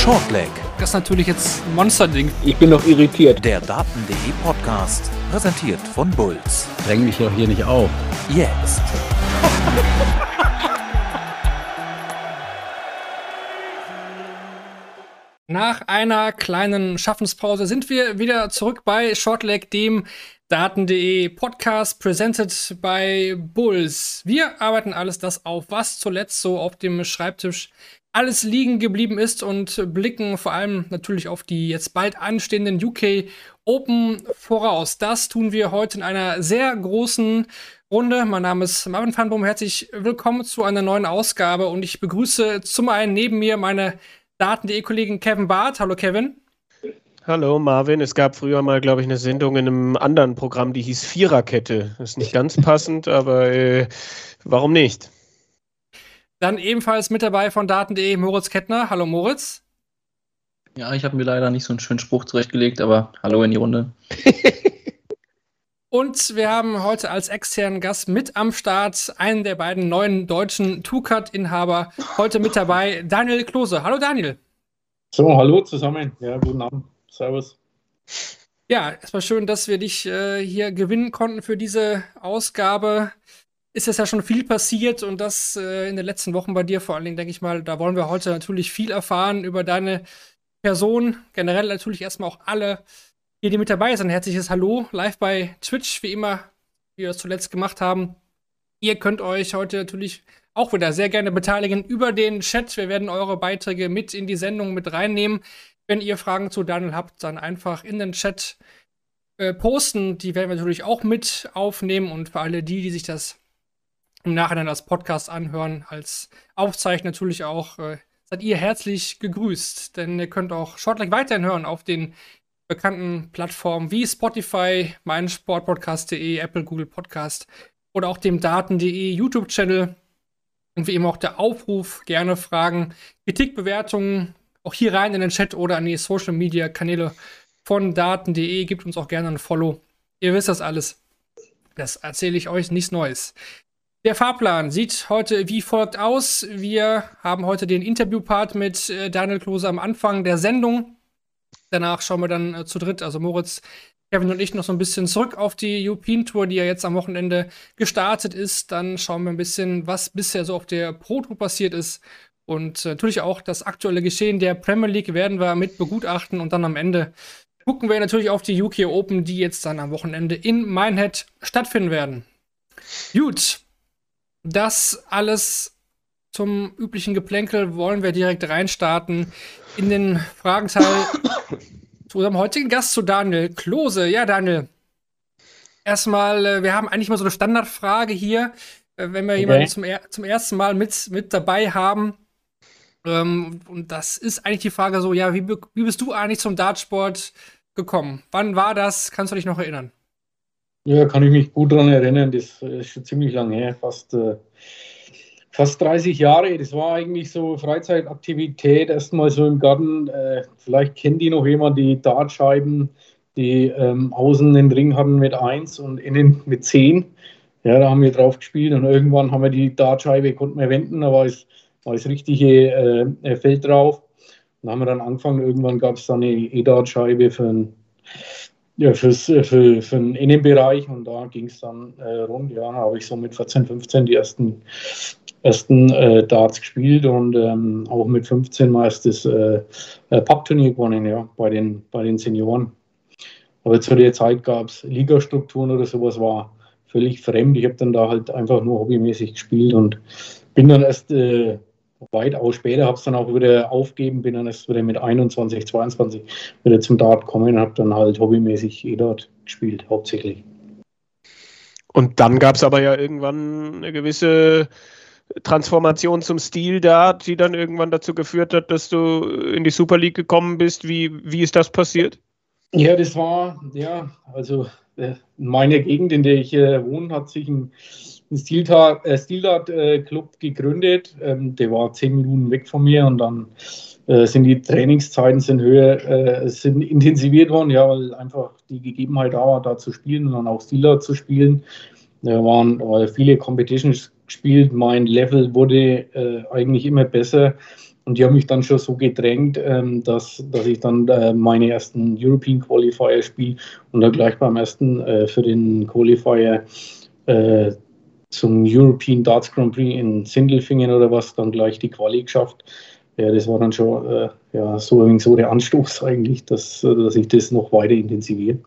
Shortleg. Das ist natürlich jetzt ein Monsterding. Ich bin noch irritiert. Der Daten.de Podcast, präsentiert von Bulls. Dräng mich doch hier nicht auf. Jetzt. Nach einer kleinen Schaffenspause sind wir wieder zurück bei Shortleg, dem Daten.de Podcast, presented by Bulls. Wir arbeiten alles das auf, was zuletzt so auf dem Schreibtisch alles liegen geblieben ist und blicken vor allem natürlich auf die jetzt bald anstehenden UK Open voraus. Das tun wir heute in einer sehr großen Runde. Mein Name ist Marvin van Boom. Herzlich willkommen zu einer neuen Ausgabe und ich begrüße zum einen neben mir meine Daten.de-Kollegen Kevin Barth. Hallo Kevin. Hallo Marvin, es gab früher mal, glaube ich, eine Sendung in einem anderen Programm, die hieß Viererkette. Das ist nicht ganz passend, aber warum nicht? Dann ebenfalls mit dabei von Daten.de Moritz Kettner. Hallo Moritz. Ja, ich habe mir leider nicht so einen schönen Spruch zurechtgelegt, aber hallo in die Runde. Und wir haben heute als externen Gast mit am Start einen der beiden neuen deutschen Two-Cut-Inhaber. Heute mit dabei Daniel Klose. Hallo Daniel. So, hallo zusammen. Ja, guten Abend. Servus. Ja, erstmal schön, dass wir dich hier gewinnen konnten für diese Ausgabe. Ist jetzt ja schon viel passiert und das in den letzten Wochen bei dir vor allen Dingen, denke ich mal. Da wollen wir heute natürlich viel erfahren über deine Person. Generell natürlich erstmal auch alle, die mit dabei sind. Herzliches Hallo, live bei Twitch, wie immer, wie wir das zuletzt gemacht haben. Ihr könnt euch heute natürlich auch wieder sehr gerne beteiligen über den Chat. Wir werden eure Beiträge mit in die Sendung mit reinnehmen. Wenn ihr Fragen zu Daniel habt, dann einfach in den Chat posten. Die werden wir natürlich auch mit aufnehmen. Und für alle die sich das im Nachhinein als Podcast anhören, als Aufzeichnung natürlich auch, seid ihr herzlich gegrüßt. Denn ihr könnt auch Shortleg weiterhin hören auf den bekannten Plattformen wie Spotify, meinsportpodcast.de, Apple, Google Podcast oder auch dem Daten.de YouTube-Channel. Und wie immer auch der Aufruf, gerne Fragen, Kritik, Bewertungen auch hier rein in den Chat oder an die Social-Media-Kanäle von Daten.de. Gebt uns auch gerne ein Follow. Ihr wisst das alles. Das erzähle ich euch, nichts Neues. Der Fahrplan sieht heute wie folgt aus. Wir haben heute den Interviewpart mit Daniel Klose am Anfang der Sendung. Danach schauen wir dann zu dritt, also Moritz, Kevin und ich, noch so ein bisschen zurück auf die European Tour, die ja jetzt am Wochenende gestartet ist. Dann schauen wir ein bisschen, was bisher so auf der Pro Tour passiert ist. Und natürlich auch das aktuelle Geschehen der Premier League werden wir mit begutachten. Und dann am Ende gucken wir natürlich auf die UK Open, die jetzt dann am Wochenende in Minehead stattfinden werden. Gut. Das alles zum üblichen Geplänkel wollen wir direkt reinstarten in den Fragenteil zu unserem heutigen Gast, zu Daniel Klose. Ja, Daniel, erstmal, wir haben eigentlich mal so eine Standardfrage hier, wenn wir jemanden zum ersten Mal mit dabei haben. Und das ist eigentlich die Frage so, ja, wie bist du eigentlich zum Dartsport gekommen? Wann war das? Kannst du dich noch erinnern? Ja, kann ich mich gut daran erinnern. Das ist schon ziemlich lange her, fast 30 Jahre. Das war eigentlich so Freizeitaktivität, erstmal so im Garten. Vielleicht kennt die noch jemand, die Dartscheiben, die außen den Ring hatten mit 1 und innen mit 10. Ja, da haben wir drauf gespielt und irgendwann haben wir die Dartscheibe, konnten wir wenden, da war das richtige Feld drauf. Und haben wir dann angefangen, irgendwann gab es dann eine E-Dartscheibe für den Innenbereich und da ging es dann rund. Ja, da habe ich so mit 14, 15 die ersten Darts gespielt und auch mit 15 mal das Pub-Turnier gewonnen, ja, bei den Senioren. Aber zu der Zeit gab es Ligastrukturen oder sowas, war völlig fremd. Ich habe dann da halt einfach nur hobbymäßig gespielt und bin dann erst weitaus später, habe es dann auch wieder aufgeben, bin dann erst wieder mit 21, 22 wieder zum Dart gekommen und habe dann halt hobbymäßig E-Dart gespielt, hauptsächlich. Und dann gab es aber ja irgendwann eine gewisse Transformation zum Stil-Dart, die dann irgendwann dazu geführt hat, dass du in die Super League gekommen bist. Wie ist das passiert? Ja, das war, ja, also in meiner Gegend, in der ich wohne, hat sich ein Stil-Dart-Club gegründet. Der war 10 Minuten weg von mir und dann sind die Trainingszeiten sind intensiviert worden, ja, weil einfach die Gegebenheit da war, da zu spielen und dann auch Stil-Dart zu spielen. Da waren viele Competitions gespielt. Mein Level wurde eigentlich immer besser. Und die haben mich dann schon so gedrängt, dass ich dann meine ersten European Qualifier spiele und dann gleich beim ersten für den Qualifier zum European Darts Grand Prix in Sindelfingen oder was, dann gleich die Quali geschafft. Ja, das war dann schon so der Anstoß eigentlich, dass ich das noch weiter intensiviere.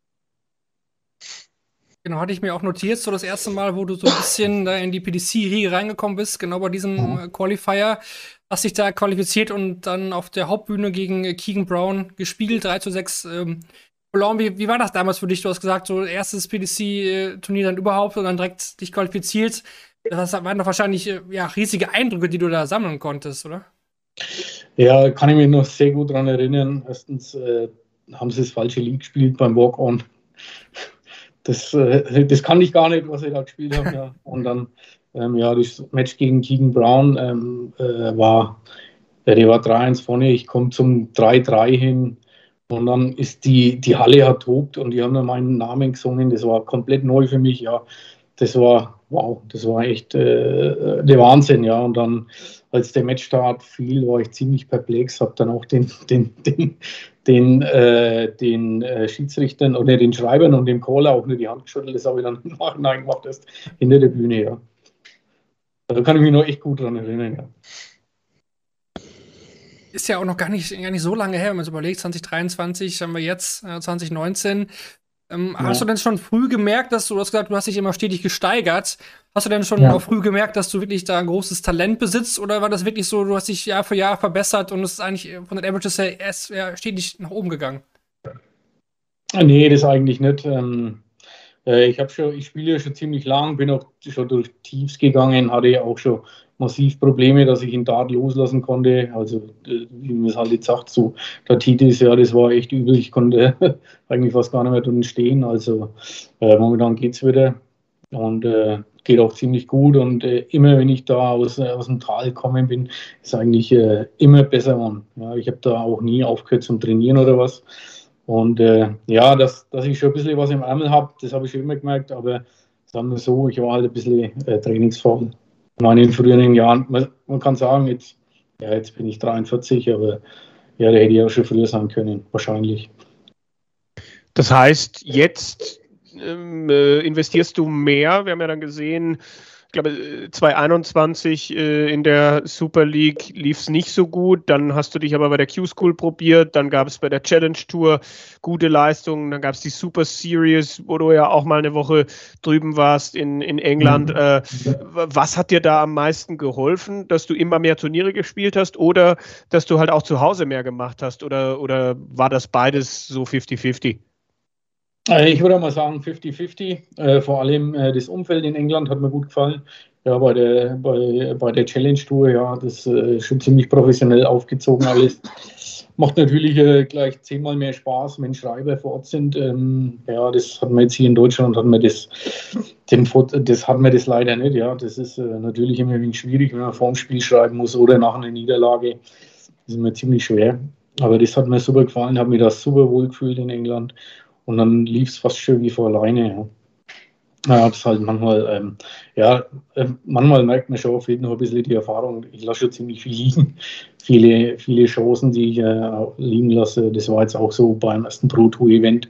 Genau, hatte ich mir auch notiert, so das erste Mal, wo du so ein bisschen da in die PDC-Riege reingekommen bist, genau bei diesem Qualifier, hast dich da qualifiziert und dann auf der Hauptbühne gegen Keegan Brown gespielt, 3:6 verloren. Wie war das damals für dich? Du hast gesagt, so erstes PDC-Turnier dann überhaupt und dann direkt dich qualifiziert. Das waren doch wahrscheinlich riesige Eindrücke, die du da sammeln konntest, oder? Ja, kann ich mich noch sehr gut daran erinnern. Erstens haben sie das falsche Lied gespielt beim Walk-On. Das kann ich gar nicht, was ich da gespielt habe. Ja. Und dann, das Match gegen Keegan Brown der war 3-1 vorne. Ich komme zum 3-3 hin. Und dann ist die Halle hat tobt und die haben dann meinen Namen gesungen. Das war komplett neu für mich. Ja, das war echt der Wahnsinn. Ja, und dann, als der Matchstart fiel, war ich ziemlich perplex. Habe dann auch den Schiedsrichtern oder den Schreibern und dem Caller auch nur die Hand geschüttelt. Das habe ich dann im Nachhinein gemacht, erst hinter der Bühne. Ja, da kann ich mich noch echt gut dran erinnern. Ja. Ist ja auch noch gar nicht so lange her, wenn man es überlegt, 2023, haben wir jetzt 2019. Hast du denn schon früh gemerkt, du hast gesagt, du hast dich immer stetig gesteigert. Hast du denn schon auch früh gemerkt, dass du wirklich da ein großes Talent besitzt? Oder war das wirklich so, du hast dich Jahr für Jahr verbessert und es ist eigentlich von den Averages her erst stetig nach oben gegangen? Nee, das eigentlich nicht. Ich spiele ja schon ziemlich lang, bin auch schon durch Tiefs gegangen, hatte ja auch schon massiv Probleme, dass ich den Dart loslassen konnte. Also, wie man es halt jetzt sagt, so Datitis, ja, das war echt übel. Ich konnte eigentlich fast gar nicht mehr drin stehen. Also, momentan geht es wieder und geht auch ziemlich gut. Und immer, wenn ich da aus dem Tal gekommen bin, ist eigentlich immer besser geworden. Ja, ich habe da auch nie aufgehört zum Trainieren oder was. Und dass ich schon ein bisschen was im Ärmel habe, das habe ich schon immer gemerkt, aber sagen wir so, ich war halt ein bisschen trainingsfaul. In meinen früheren Jahren, man kann sagen, jetzt bin ich 43, aber ja, da hätte ich auch schon früher sein können, wahrscheinlich. Das heißt, jetzt investierst du mehr. Wir haben ja dann gesehen, ich glaube, 2021 in der Super League lief es nicht so gut. Dann hast du dich aber bei der Q-School probiert. Dann gab es bei der Challenge Tour gute Leistungen. Dann gab es die Super Series, wo du ja auch mal eine Woche drüben warst in England. Was hat dir da am meisten geholfen, dass du immer mehr Turniere gespielt hast oder dass du halt auch zu Hause mehr gemacht hast? Oder war das beides so 50-50? Ich würde mal sagen 50-50. Vor allem das Umfeld in England hat mir gut gefallen. Ja, bei der Challenge Tour, ja, das ist schon ziemlich professionell aufgezogen alles. Macht natürlich gleich 10-mal mehr Spaß, wenn Schreiber vor Ort sind. Das hat man jetzt hier in Deutschland, hat man das leider nicht. Ja, das ist natürlich immer ein wenig schwierig, wenn man vor dem Spiel schreiben muss oder nach einer Niederlage. Das ist immer ziemlich schwer. Aber das hat mir super gefallen, habe mich da super wohl gefühlt in England. Und dann lief es fast schon wie von alleine. Ja. Ich habe es halt manchmal, manchmal merkt man schon, auf jeden Fall ein bisschen die Erfahrung. Ich lasse schon ziemlich viel liegen. Viele Chancen, die ich liegen lasse. Das war jetzt auch so beim ersten Pro Tour Event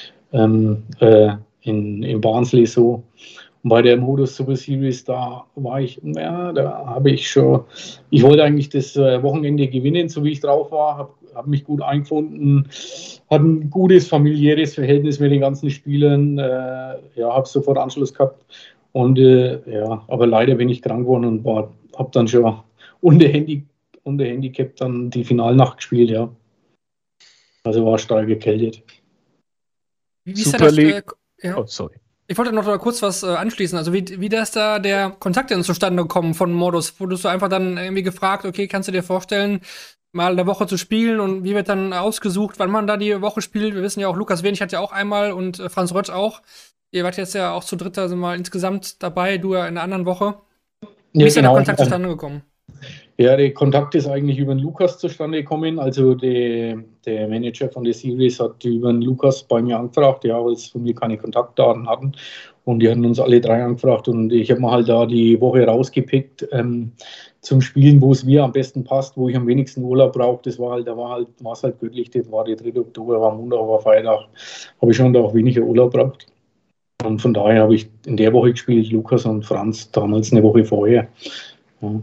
in Barnsley so. Und bei der Modus Super Series, da habe ich schon, ich wollte eigentlich das Wochenende gewinnen, so wie ich drauf war, habe mich gut eingefunden, hatte ein gutes familiäres Verhältnis mit den ganzen Spielern, habe sofort Anschluss gehabt und aber leider bin ich krank geworden und habe dann schon unter Handicap dann die Finalnacht gespielt, ja. Also war stark erkältet. Wie ist das? Oh, sorry. Ich wollte noch kurz was anschließen. Also wie das da der Kontakt denn zustande gekommen von Modus? Wurdest du einfach dann irgendwie gefragt, okay, kannst du dir vorstellen, mal eine Woche zu spielen und wie wird dann ausgesucht, wann man da die Woche spielt? Wir wissen ja auch, Lukas Wenig hat ja auch einmal und Franz Rötsch auch. Ihr wart jetzt ja auch zu dritt, also mal insgesamt dabei, du ja in einer anderen Woche. Wie ist denn der Kontakt zustande gekommen? Ja, der Kontakt ist eigentlich über den Lukas zustande gekommen. Also der Manager von der Series hat über den Lukas bei mir angefragt, ja, weil es von mir keine Kontaktdaten hatten. Und die hatten uns alle 3 angefragt. Und ich habe mir halt da die Woche rausgepickt zum Spielen, wo es mir am besten passt, wo ich am wenigsten Urlaub brauche. Da war es halt göttlich. Das war der 3. Oktober, war Montag, war Feiertag. Habe ich schon da auch weniger Urlaub braucht. Und von daher habe ich in der Woche gespielt, Lukas und Franz damals eine Woche vorher. Ja.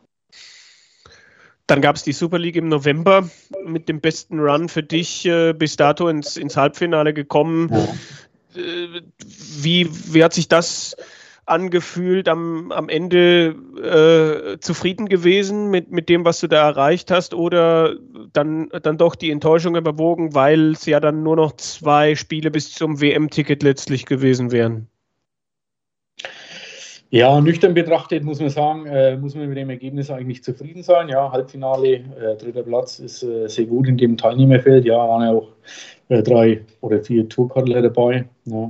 Dann gab es die Super League im November mit dem besten Run für dich bis dato ins Halbfinale gekommen. Ja. Wie hat sich das angefühlt, am Ende zufrieden gewesen mit dem, was du da erreicht hast, oder dann doch die Enttäuschung überwogen, weil es ja dann nur noch 2 Spiele bis zum WM-Ticket letztlich gewesen wären? Ja, nüchtern betrachtet muss man sagen, muss man mit dem Ergebnis eigentlich zufrieden sein. Ja, Halbfinale, 3. Platz ist sehr gut in dem Teilnehmerfeld. Ja, waren ja auch 3 oder 4 Tourcardler dabei. Ja,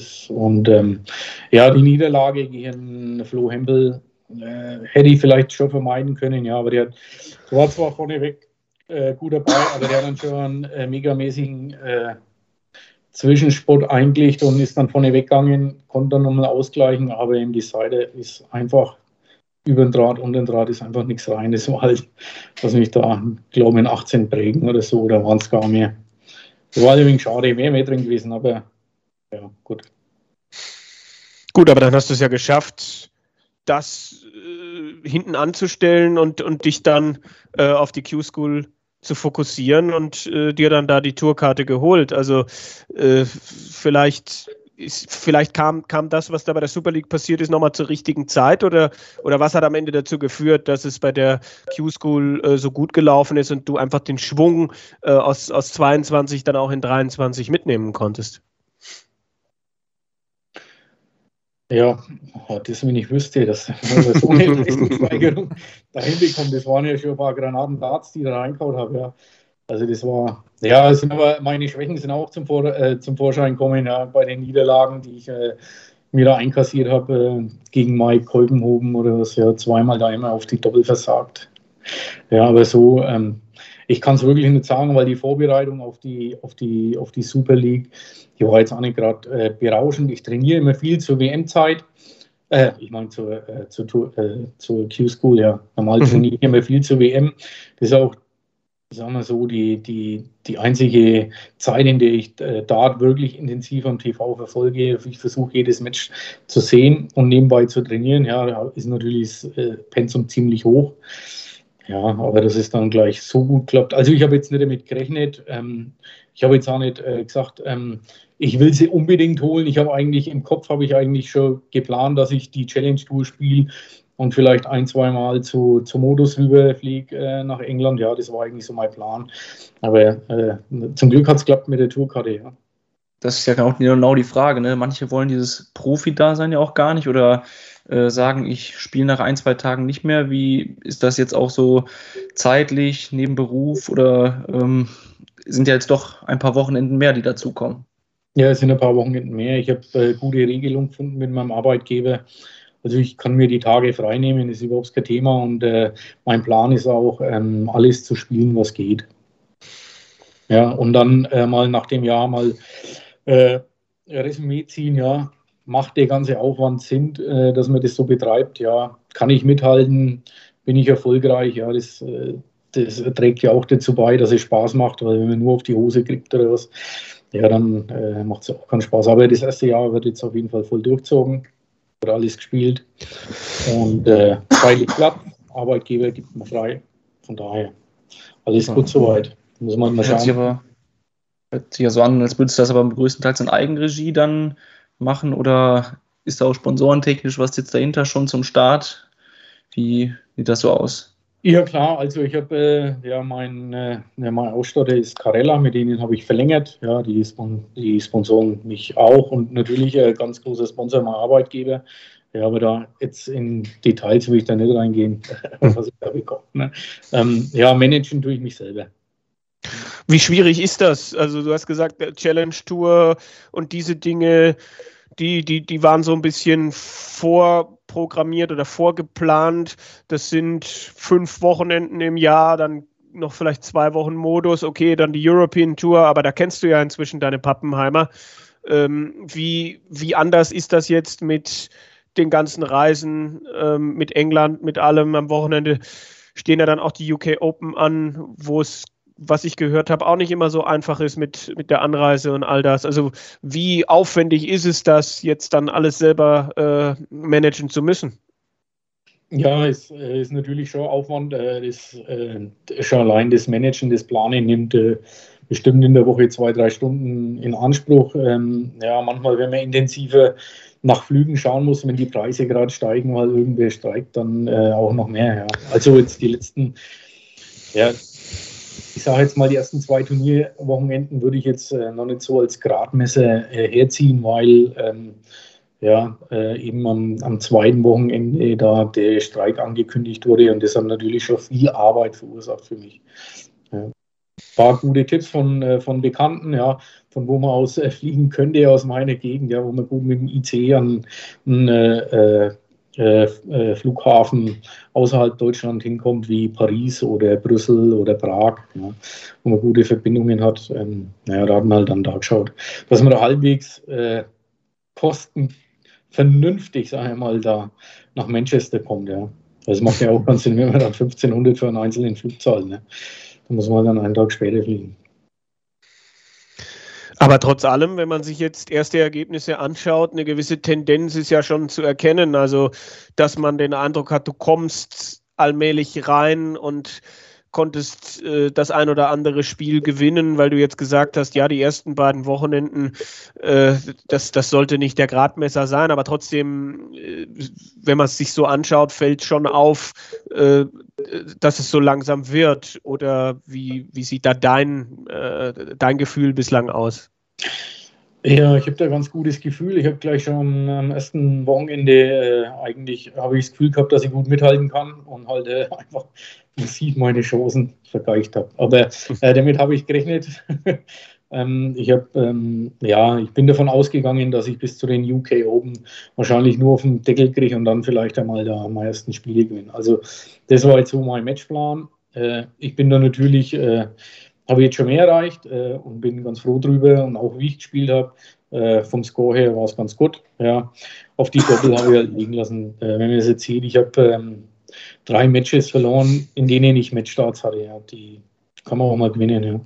die Niederlage gegen Flo Hempel hätte ich vielleicht schon vermeiden können. Ja, aber der war zwar vorneweg gut dabei, aber der hat dann schon einen megamäßigen Zwischensport eingelegt und ist dann vorne weggegangen, konnte dann nochmal ausgleichen, aber eben die Seite ist einfach über den Draht, unter den Draht ist einfach nichts rein. Das war halt, was mich da, glaube ich, in 18 prägen oder so, oder waren es gar mehr. Das war ein wenig schade, mehr drin gewesen, aber ja, gut. Gut, aber dann hast du es ja geschafft, das hinten anzustellen und dich dann auf die Q-School zu fokussieren und dir dann da die Tourkarte geholt. Also vielleicht kam das, was da bei der Super League passiert ist, nochmal zur richtigen Zeit, oder was hat am Ende dazu geführt, dass es bei der Q-School so gut gelaufen ist und du einfach den Schwung aus 22 dann auch in 23 mitnehmen konntest? Ja, das, wenn ich wüsste, dass so eine Leistungssteigerung dahin bekommt. Das waren ja schon ein paar Granaten-Darts, die ich da reingehauen habe. Ja. Also das war, ja, aber meine Schwächen sind auch zum Vorschein gekommen, ja, bei den Niederlagen, die ich mir da einkassiert habe, gegen Mike Kolbenhoven oder was, ja, 2-mal da immer auf die Doppel versagt. Ja, aber so, ich kann es wirklich nicht sagen, weil die Vorbereitung auf die Super League, die war jetzt auch nicht gerade berauschend. Ich trainiere immer viel zur WM-Zeit. Ich meine zur Q-School, ja. Normal trainiere ich immer viel zur WM. Das ist auch, sagen wir so, die einzige Zeit, in der ich Dart wirklich intensiv am TV verfolge. Ich versuche, jedes Match zu sehen und nebenbei zu trainieren. Ja, da ist natürlich das Pensum ziemlich hoch. Ja, aber dass es dann gleich so gut klappt. Also ich habe jetzt nicht damit gerechnet. Ich habe jetzt auch nicht gesagt, ich will sie unbedingt holen. Im Kopf habe ich eigentlich schon geplant, dass ich die Challenge Tour spiele und vielleicht 1-2 Mal zu Modus rüberfliege nach England. Ja, das war eigentlich so mein Plan. Aber zum Glück hat es geklappt mit der Tourkarte, ja. Das ist ja auch genau die Frage, ne? Manche wollen dieses Profi-Dasein ja auch gar nicht oder sagen, ich spiele nach 1-2 Tagen nicht mehr. Wie ist das jetzt auch so zeitlich, neben Beruf, oder sind ja jetzt doch ein paar Wochenenden mehr, die dazukommen? Ja, es sind ein paar Wochenenden mehr. Ich habe gute Regelung gefunden mit meinem Arbeitgeber. Also ich kann mir die Tage frei nehmen, ist überhaupt kein Thema. Und mein Plan ist auch, alles zu spielen, was geht. Ja, und dann mal nach dem Jahr mal Resümee ziehen, ja, macht der ganze Aufwand Sinn, dass man das so betreibt, ja, kann ich mithalten, bin ich erfolgreich, ja, das trägt ja auch dazu bei, dass es Spaß macht, weil wenn man nur auf die Hose kriegt oder was, ja, dann macht es auch keinen Spaß. Aber das erste Jahr wird jetzt auf jeden Fall voll durchgezogen, wird alles gespielt und zeitlich klappt, Arbeitgeber gibt mir frei, von daher alles gut soweit, muss man mal schauen. Hört sich ja so an, als würdest du das aber größtenteils in Eigenregie dann machen, oder ist da auch sponsorentechnisch was jetzt dahinter schon zum Start? Wie sieht das so aus? Ja klar, also ich habe mein Ausstatter ist Carella, mit denen habe ich verlängert. Ja, die sponsoren mich auch und natürlich ein ganz großer Sponsor, mein Arbeitgeber. Ja, aber da jetzt in Details will ich da nicht reingehen, was ich da bekomme. Ne? Managen tue ich mich selber. Wie schwierig ist das? Also du hast gesagt, Challenge Tour und diese Dinge, die waren so ein bisschen vorprogrammiert oder vorgeplant. Das sind 5 Wochenenden im Jahr, dann noch vielleicht 2 Wochen Modus, okay, dann die European Tour, aber da kennst du ja inzwischen deine Pappenheimer. Wie anders ist das jetzt mit den ganzen Reisen, mit England, mit allem? Am Wochenende stehen ja dann auch die UK Open an, wo es, was ich gehört habe, auch nicht immer so einfach ist mit der Anreise und all das. Also wie aufwendig ist es, das jetzt dann alles selber managen zu müssen? Ja, es ist natürlich schon Aufwand. Schon allein das Managen, das Planen nimmt bestimmt in der Woche 2-3 Stunden in Anspruch. Ja, manchmal, wenn man intensiver nach Flügen schauen muss, wenn die Preise gerade steigen, weil irgendwer streikt, dann auch noch mehr. Ja. Also jetzt die letzten, ja, ich sage jetzt mal, die ersten 2 Turnierwochenenden würde ich jetzt noch nicht so als Gradmesser herziehen, weil eben am zweiten Wochenende da der Streik angekündigt wurde und das hat natürlich schon viel Arbeit verursacht für mich. Ja. Ein paar gute Tipps von Bekannten, ja, von wo man aus fliegen könnte, aus meiner Gegend, ja, wo man gut mit dem IC an Flughafen außerhalb Deutschland hinkommt, wie Paris oder Brüssel oder Prag, ja, wo man gute Verbindungen hat. Da hat man halt dann da geschaut, dass man da halbwegs kostenvernünftig, sage ich mal, da nach Manchester kommt. Ja. Das macht ja auch ganz Sinn, wenn man dann 1.500 für einen einzelnen Flug zahlt. Ne. Da muss man dann einen Tag später fliegen. Aber trotz allem, wenn man sich jetzt erste Ergebnisse anschaut, eine gewisse Tendenz ist ja schon zu erkennen. Also, dass man den Eindruck hat, du kommst allmählich rein und konntest das ein oder andere Spiel gewinnen, weil du jetzt gesagt hast, ja, die ersten beiden Wochenenden, das sollte nicht der Gradmesser sein, aber trotzdem, wenn man es sich so anschaut, fällt schon auf, dass es so langsam wird. Oder wie sieht da dein Gefühl bislang aus? Ja, ich habe da ganz gutes Gefühl. Ich habe gleich schon am ersten Wochenende eigentlich habe ich das Gefühl gehabt, dass ich gut mithalten kann und halt einfach massiv meine Chancen vergeigt habe. Aber damit habe ich gerechnet. Ich bin davon ausgegangen, dass ich bis zu den UK Open wahrscheinlich nur auf den Deckel kriege und dann vielleicht einmal da am ersten Spiele gewinne. Also das war jetzt so mein Matchplan. Ich bin da natürlich habe ich jetzt schon mehr erreicht und bin ganz froh drüber und auch wie ich gespielt habe, vom Score her war es ganz gut. Ja. Auf die Doppel habe ich halt liegen lassen. Wenn man das jetzt sieht, ich habe 3 Matches verloren, in denen ich Matchstarts hatte. Ja. Die kann man auch mal gewinnen. Ja.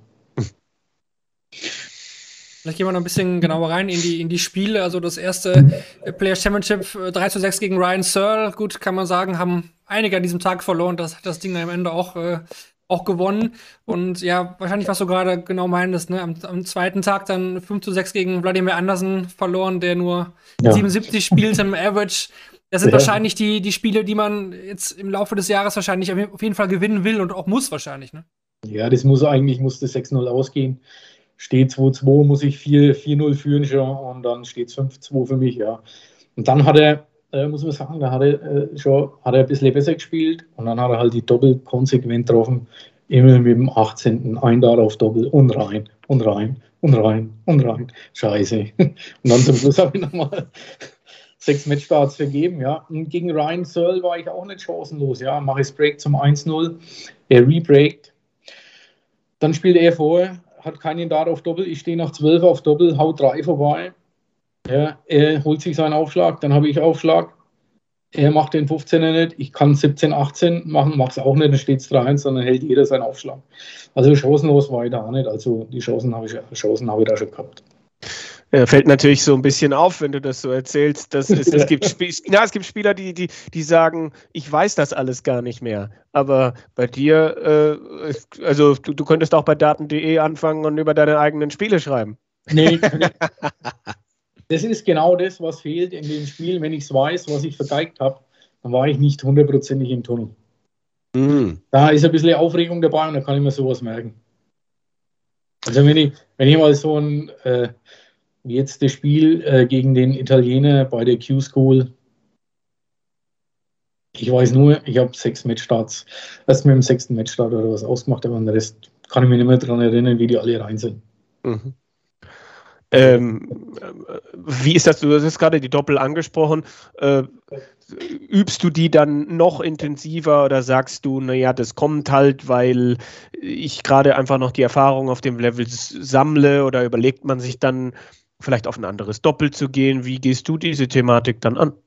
Vielleicht gehen wir noch ein bisschen genauer rein in die Spiele. Also das erste Players Championship 3:6 gegen Ryan Searle. Gut, kann man sagen, haben einige an diesem Tag verloren. Das hat das Ding am Ende auch gewonnen. Und ja, wahrscheinlich, was du gerade genau meintest, ne? Am zweiten Tag dann 5:6 gegen Vladimir Andersen verloren, der nur 77 spielt im Average. Das sind wahrscheinlich die Spiele, die man jetzt im Laufe des Jahres wahrscheinlich auf jeden Fall gewinnen will und auch muss wahrscheinlich, ne? Ja, das muss 6-0 ausgehen. Steht 2-2, muss ich 4-0 führen schon und dann steht es 5-2 für mich, ja. Und dann hat er, muss man sagen, da hat er ein bisschen besser gespielt und dann hat er halt die Doppel konsequent getroffen, immer mit dem 18. ein Dart auf Doppel und rein und rein und rein und rein. Scheiße. Und dann zum Schluss habe ich nochmal 6 Matchstarts vergeben, ja. Und gegen Ryan Searle war ich auch nicht chancenlos, ja. Mache ich das Break zum 1-0, er rebreakt, dann spielt er vorher, hat keinen Dart auf Doppel, ich stehe nach 12 auf Doppel, haut 3 vorbei. Ja, er holt sich seinen Aufschlag, dann habe ich Aufschlag. Er macht den 15er nicht, ich kann 17, 18 machen, mache es auch nicht, dann steht es 3-1, sondern hält jeder seinen Aufschlag. Also chancenlos war ich da auch nicht, also die Chancen habe ich da schon gehabt. Fällt natürlich so ein bisschen auf, wenn du das so erzählst. Es gibt Spieler, die sagen, ich weiß das alles gar nicht mehr. Aber bei dir, also du könntest auch bei daten.de anfangen und über deine eigenen Spiele schreiben. Nee, das ist genau das, was fehlt in dem Spiel. Wenn ich es weiß, was ich vergeigt habe, dann war ich nicht 100%ig im Tunnel. Mhm. Da ist ein bisschen Aufregung dabei und da kann ich mir sowas merken. Also wenn ich mal so ein jetzt das Spiel gegen den Italiener bei der Q-School. Ich weiß nur, ich habe 6 Matchstarts. Erst mit dem 6. Matchstart oder was ausgemacht, aber den Rest kann ich mir nicht mehr daran erinnern, wie die alle rein sind. Mhm. Wie ist das? Du hast gerade die Doppel angesprochen. Übst du die dann noch intensiver oder sagst du, naja, das kommt halt, weil ich gerade einfach noch die Erfahrung auf dem Level sammle, oder überlegt man sich dann vielleicht auf ein anderes Doppel zu gehen? Wie gehst du diese Thematik dann an?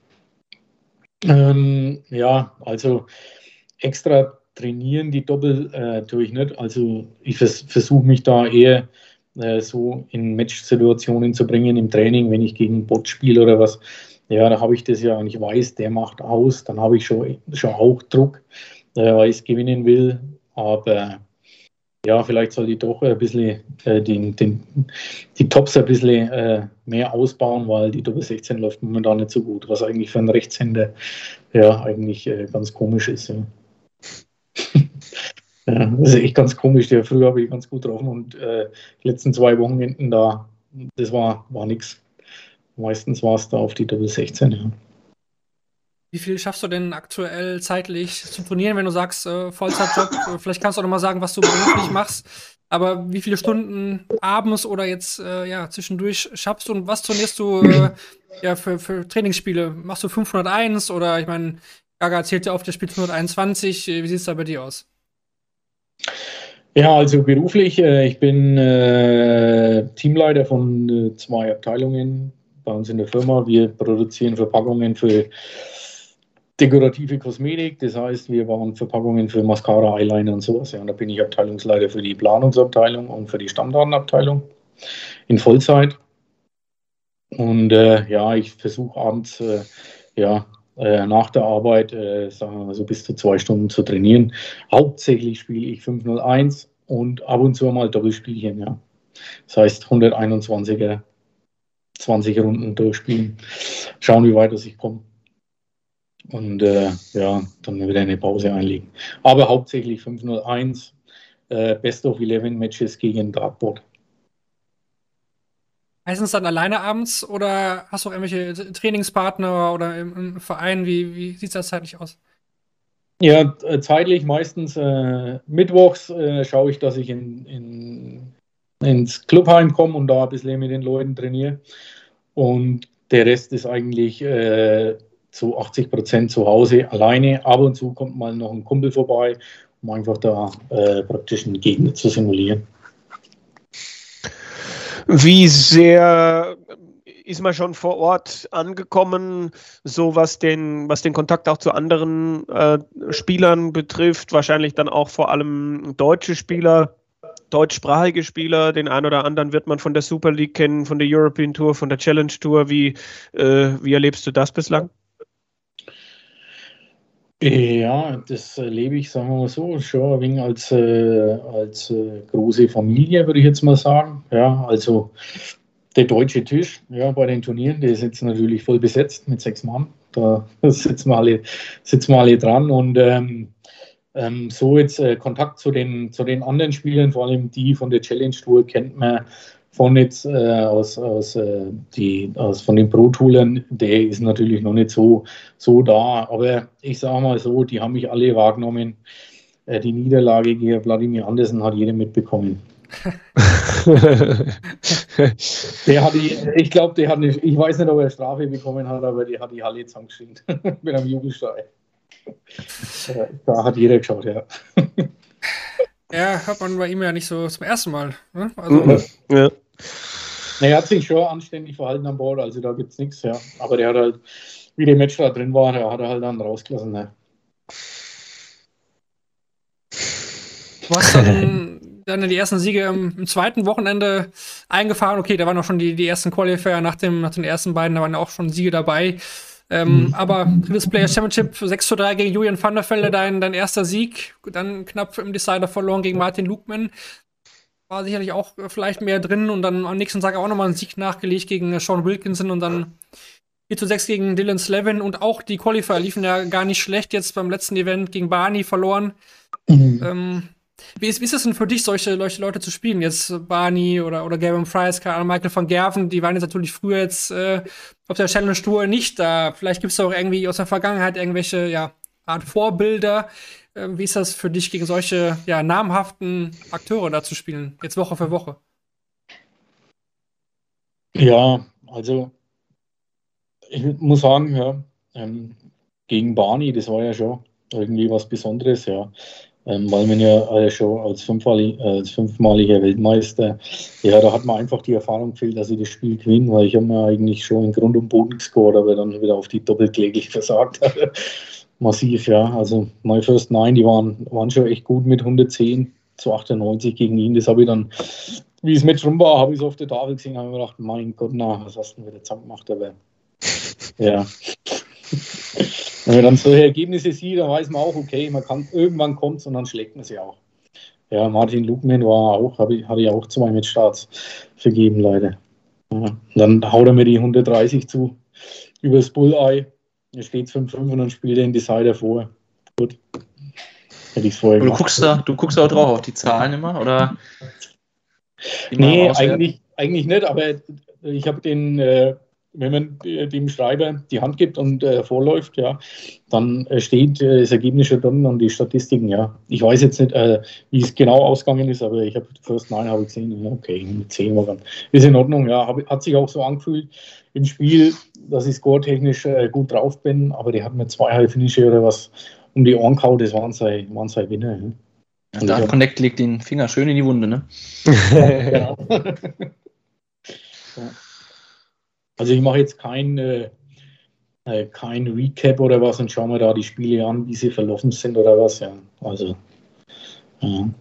Ja, also extra trainieren die Doppel tue ich nicht. Also ich versuche mich da eher so in Match-Situationen zu bringen im Training, wenn ich gegen einen Bot spiele oder was. Ja, da habe ich das ja und ich weiß, der macht aus, dann habe ich schon auch Druck, weil ich es gewinnen will. Aber ja, vielleicht soll ich doch ein bisschen die Tops ein bisschen mehr ausbauen, weil die Doppel 16 läuft momentan nicht so gut, was eigentlich für einen Rechtshänder ja eigentlich ganz komisch ist. Ja. Ja, das ist echt ganz komisch. Ja, früher habe ich ganz gut getroffen und die letzten 2 Wochenenden da, das war nichts. Meistens war es da auf die Doppel 16, ja. Wie viel schaffst du denn aktuell zeitlich zu trainieren, wenn du sagst, Vollzeitjob? Vielleicht kannst du auch noch mal sagen, was du beruflich machst. Aber wie viele Stunden abends oder jetzt zwischendurch schaffst du und was trainierst du für Trainingsspiele? Machst du 501 oder ich meine, Gaga erzählt ja oft, der spielt 121. Wie sieht es da bei dir aus? Ja, also beruflich, ich bin Teamleiter von 2 Abteilungen bei uns in der Firma. Wir produzieren Verpackungen für dekorative Kosmetik, das heißt, wir bauen Verpackungen für Mascara, Eyeliner und sowas. Ja, und da bin ich Abteilungsleiter für die Planungsabteilung und für die Stammdatenabteilung in Vollzeit. Und ich versuche abends nach der Arbeit, sagen wir mal so bis zu 2 Stunden zu trainieren. Hauptsächlich spiele ich 501 und ab und zu mal Doppelspielchen, ja. Das heißt 121er, 20 Runden durchspielen. Schauen, wie weit ich komme. Und dann wieder eine Pause einlegen. Aber hauptsächlich 501, Best of 11 Matches gegen Dartboard. Meistens dann alleine abends oder hast du auch irgendwelche Trainingspartner oder im Verein? Wie sieht das zeitlich aus? Ja, zeitlich meistens mittwochs schaue ich, dass ich ins Clubheim komme und da ein bisschen mit den Leuten trainiere. Und der Rest ist eigentlich zu 80% zu Hause alleine. Ab und zu kommt mal noch ein Kumpel vorbei, um einfach da praktisch einen Gegner zu simulieren. Wie sehr ist man schon vor Ort angekommen, so was den Kontakt auch zu anderen Spielern betrifft? Wahrscheinlich dann auch vor allem deutsche Spieler, deutschsprachige Spieler. Den einen oder anderen wird man von der Super League kennen, von der European Tour, von der Challenge Tour. Wie erlebst du das bislang? Ja, das erlebe ich, sagen wir mal so, schon ein wenig als große Familie, würde ich jetzt mal sagen. Ja, also der deutsche Tisch, ja, bei den Turnieren, der ist jetzt natürlich voll besetzt mit 6 Mann. Da sitzen wir alle dran und so jetzt Kontakt zu den anderen Spielern, vor allem die von der Challenge Tour, kennt man von jetzt von den Pro-Toolern, der ist natürlich noch nicht so da. Aber ich sage mal so, die haben mich alle wahrgenommen. Die Niederlage gegen Vladimir Andersen hat jeder mitbekommen. Ich weiß nicht, ob er Strafe bekommen hat, aber der hat die Halle zusammengeschrien mit einem Jubelschrei. Da hat jeder geschaut, ja. Ja, hört man bei ihm ja nicht so zum ersten Mal. Ne? Also, ja. Er hat sich schon anständig verhalten an Bord, also da gibt es nichts, ja. Aber der hat halt, wie der Match da drin war, der hat er halt dann rausgelassen. Ne? Du hast dann die ersten Siege im zweiten Wochenende eingefahren. Okay, da waren auch schon die ersten Qualifier nach den ersten beiden, da waren auch schon Siege dabei. Aber Previous Players Championship 6:3 gegen Julian van der Velde, dein erster Sieg. Dann knapp im Decider verloren gegen Martin Lukman. War sicherlich auch vielleicht mehr drin und dann am nächsten Tag auch nochmal einen Sieg nachgelegt gegen Sean Wilkinson und dann 4:6 gegen Dylan Slevin und auch die Qualifier liefen ja gar nicht schlecht. Jetzt beim letzten Event gegen Barney verloren. Wie ist es denn für dich, solche Leute zu spielen? Jetzt Barney oder Gavin Price, Michael van Gerven, die waren jetzt natürlich früher jetzt auf der Challenge Tour nicht da. Vielleicht gibt es auch irgendwie aus der Vergangenheit irgendwelche Art Vorbilder. Wie ist das für dich, gegen solche namhaften Akteure da zu spielen? Jetzt Woche für Woche. Ja, also ich muss sagen, ja, gegen Barney, das war ja schon irgendwie was Besonderes, ja. Weil man ja schon als fünfmaliger Weltmeister, ja, da hat man einfach die Erfahrung gefehlt, dass ich das Spiel gewinne, weil ich habe mir eigentlich schon in Grund und Boden gescored, aber dann wieder auf die Doppel kläglich versagt. Massiv, ja. Also My First Nine, die waren schon echt gut mit 110-98 gegen ihn. Das habe ich dann, wie das Match rum war, habe ich es auf der Tafel gesehen, habe mir gedacht, mein Gott, na, was hast du denn wieder zusammen gemacht? Aber ja. Wenn man dann solche Ergebnisse sieht, dann weiß man auch, okay, irgendwann kommt es und dann schlägt man sie auch. Ja, Martin Lukman hatte ich auch 2 Matchstarts vergeben, leider. Ja, und dann haut er mir die 130 zu, übers Bulleye. Er steht 5-5 und dann spielt er den Decider vor. Gut. Hätte ich es vorher gemacht. Du guckst auch drauf auf die Zahlen immer, oder? Nee, eigentlich nicht, aber ich habe den, wenn man dem Schreiber die Hand gibt und vorläuft, ja, dann steht das Ergebnis schon drin und die Statistiken, ja. Ich weiß jetzt nicht, wie es genau ausgegangen ist, aber ich habe First Nine habe ich gesehen, ja, okay, 10 war dann. Ist in Ordnung, ja. Hat sich auch so angefühlt im Spiel, dass ich score-technisch gut drauf bin, aber die hatten mir 2 Halbfinische oder was um die Ohren gehauen, das waren sei Winner. Ja. Und da Connect legt den Finger schön in die Wunde, ne? Genau. Ja. Also ich mache jetzt kein Recap oder was und schaue mir da die Spiele an, wie sie verlaufen sind oder was. Ja. Also, ja. Du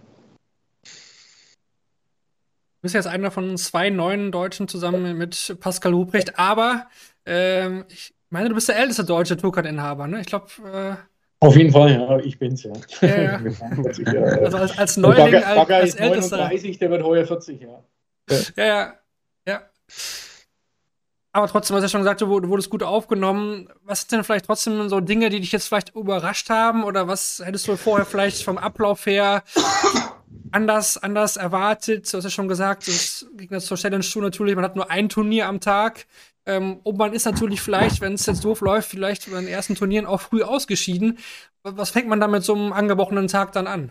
bist jetzt einer von 2 neuen Deutschen zusammen mit Pascal Ruprecht, aber ich meine, du bist der älteste deutsche Tourcard-Inhaber, ne? Ich glaube. Auf jeden Fall, ja, ich bin's, ja. Ja. Also als Neuling, Bagger als ist Ältester. 39, der wird heuer 40, ja. Ja. Aber trotzdem, hast du ja schon gesagt, du wurdest gut aufgenommen. Was sind denn vielleicht trotzdem so Dinge, die dich jetzt vielleicht überrascht haben? Oder was hättest du vorher vielleicht vom Ablauf her anders erwartet? Du hast ja schon gesagt, das Gegner zur Challenge Tour natürlich, man hat nur ein Turnier am Tag. Und man ist natürlich vielleicht, wenn es jetzt doof läuft, vielleicht bei den ersten Turnieren auch früh ausgeschieden. Was fängt man da mit so einem angebrochenen Tag dann an?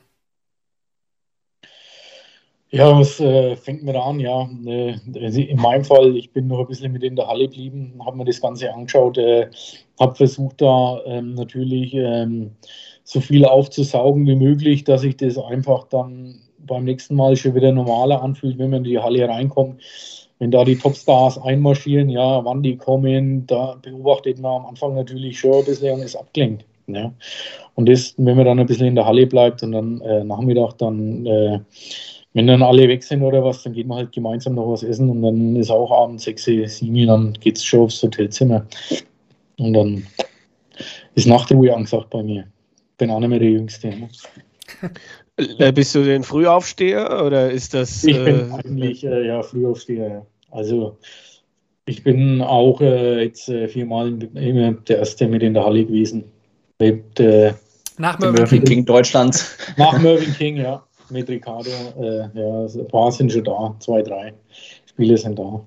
Ja, was fängt mir da an? Ja, in meinem Fall, ich bin noch ein bisschen mit in der Halle geblieben, habe mir das Ganze angeschaut, habe versucht, da natürlich so viel aufzusaugen wie möglich, dass sich das einfach dann beim nächsten Mal schon wieder normaler anfühlt, wenn man in die Halle reinkommt. Wenn da die Topstars einmarschieren, ja, wann die kommen, da beobachtet man am Anfang natürlich schon ein bisschen und ist abgelenkt. Ja. Und das, wenn man dann ein bisschen in der Halle bleibt und dann Nachmittag dann wenn dann alle weg sind oder was, dann geht man halt gemeinsam noch was essen und dann ist auch abends 6, 7, dann geht es schon aufs Hotelzimmer. Und dann ist Nachtruhe angesagt bei mir. Bin auch nicht mehr der Jüngste. Ne? Bist du denn Frühaufsteher oder ist das... Ich bin eigentlich Frühaufsteher. Ja. Also ich bin auch jetzt 4-mal immer der Erste mit in der Halle gewesen. Mit, nach Mervyn King Deutschlands. Nach Mervyn King, ja. Mit Ricardo, ein paar sind schon da, 2, 3 Spiele sind da.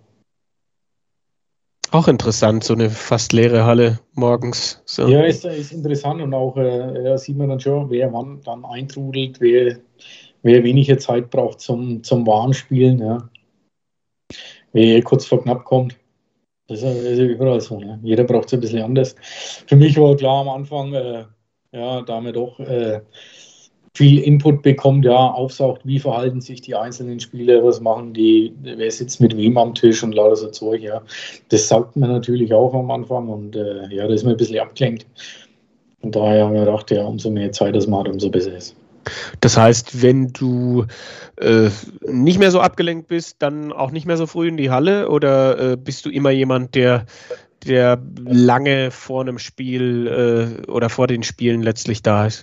Auch interessant, so eine fast leere Halle morgens. So. Ja, ist interessant und auch sieht man dann schon, wer wann dann eintrudelt, wer weniger Zeit braucht zum Warnspielen, ja. Wer kurz vor knapp kommt. Das ist überall so, ne? Jeder braucht es ein bisschen anders. Für mich war klar am Anfang, da haben wir doch viel Input bekommt, ja, aufsaugt, wie verhalten sich die einzelnen Spieler, was machen die, wer sitzt mit wem am Tisch und lauter so Zeug, ja. Das saugt man natürlich auch am Anfang und da ist man ein bisschen abgelenkt. Und daher haben wir gedacht, ja, umso mehr Zeit das man hat, umso besser ist. Das heißt, wenn du nicht mehr so abgelenkt bist, dann auch nicht mehr so früh in die Halle oder bist du immer jemand, der lange vor einem Spiel oder vor den Spielen letztlich da ist?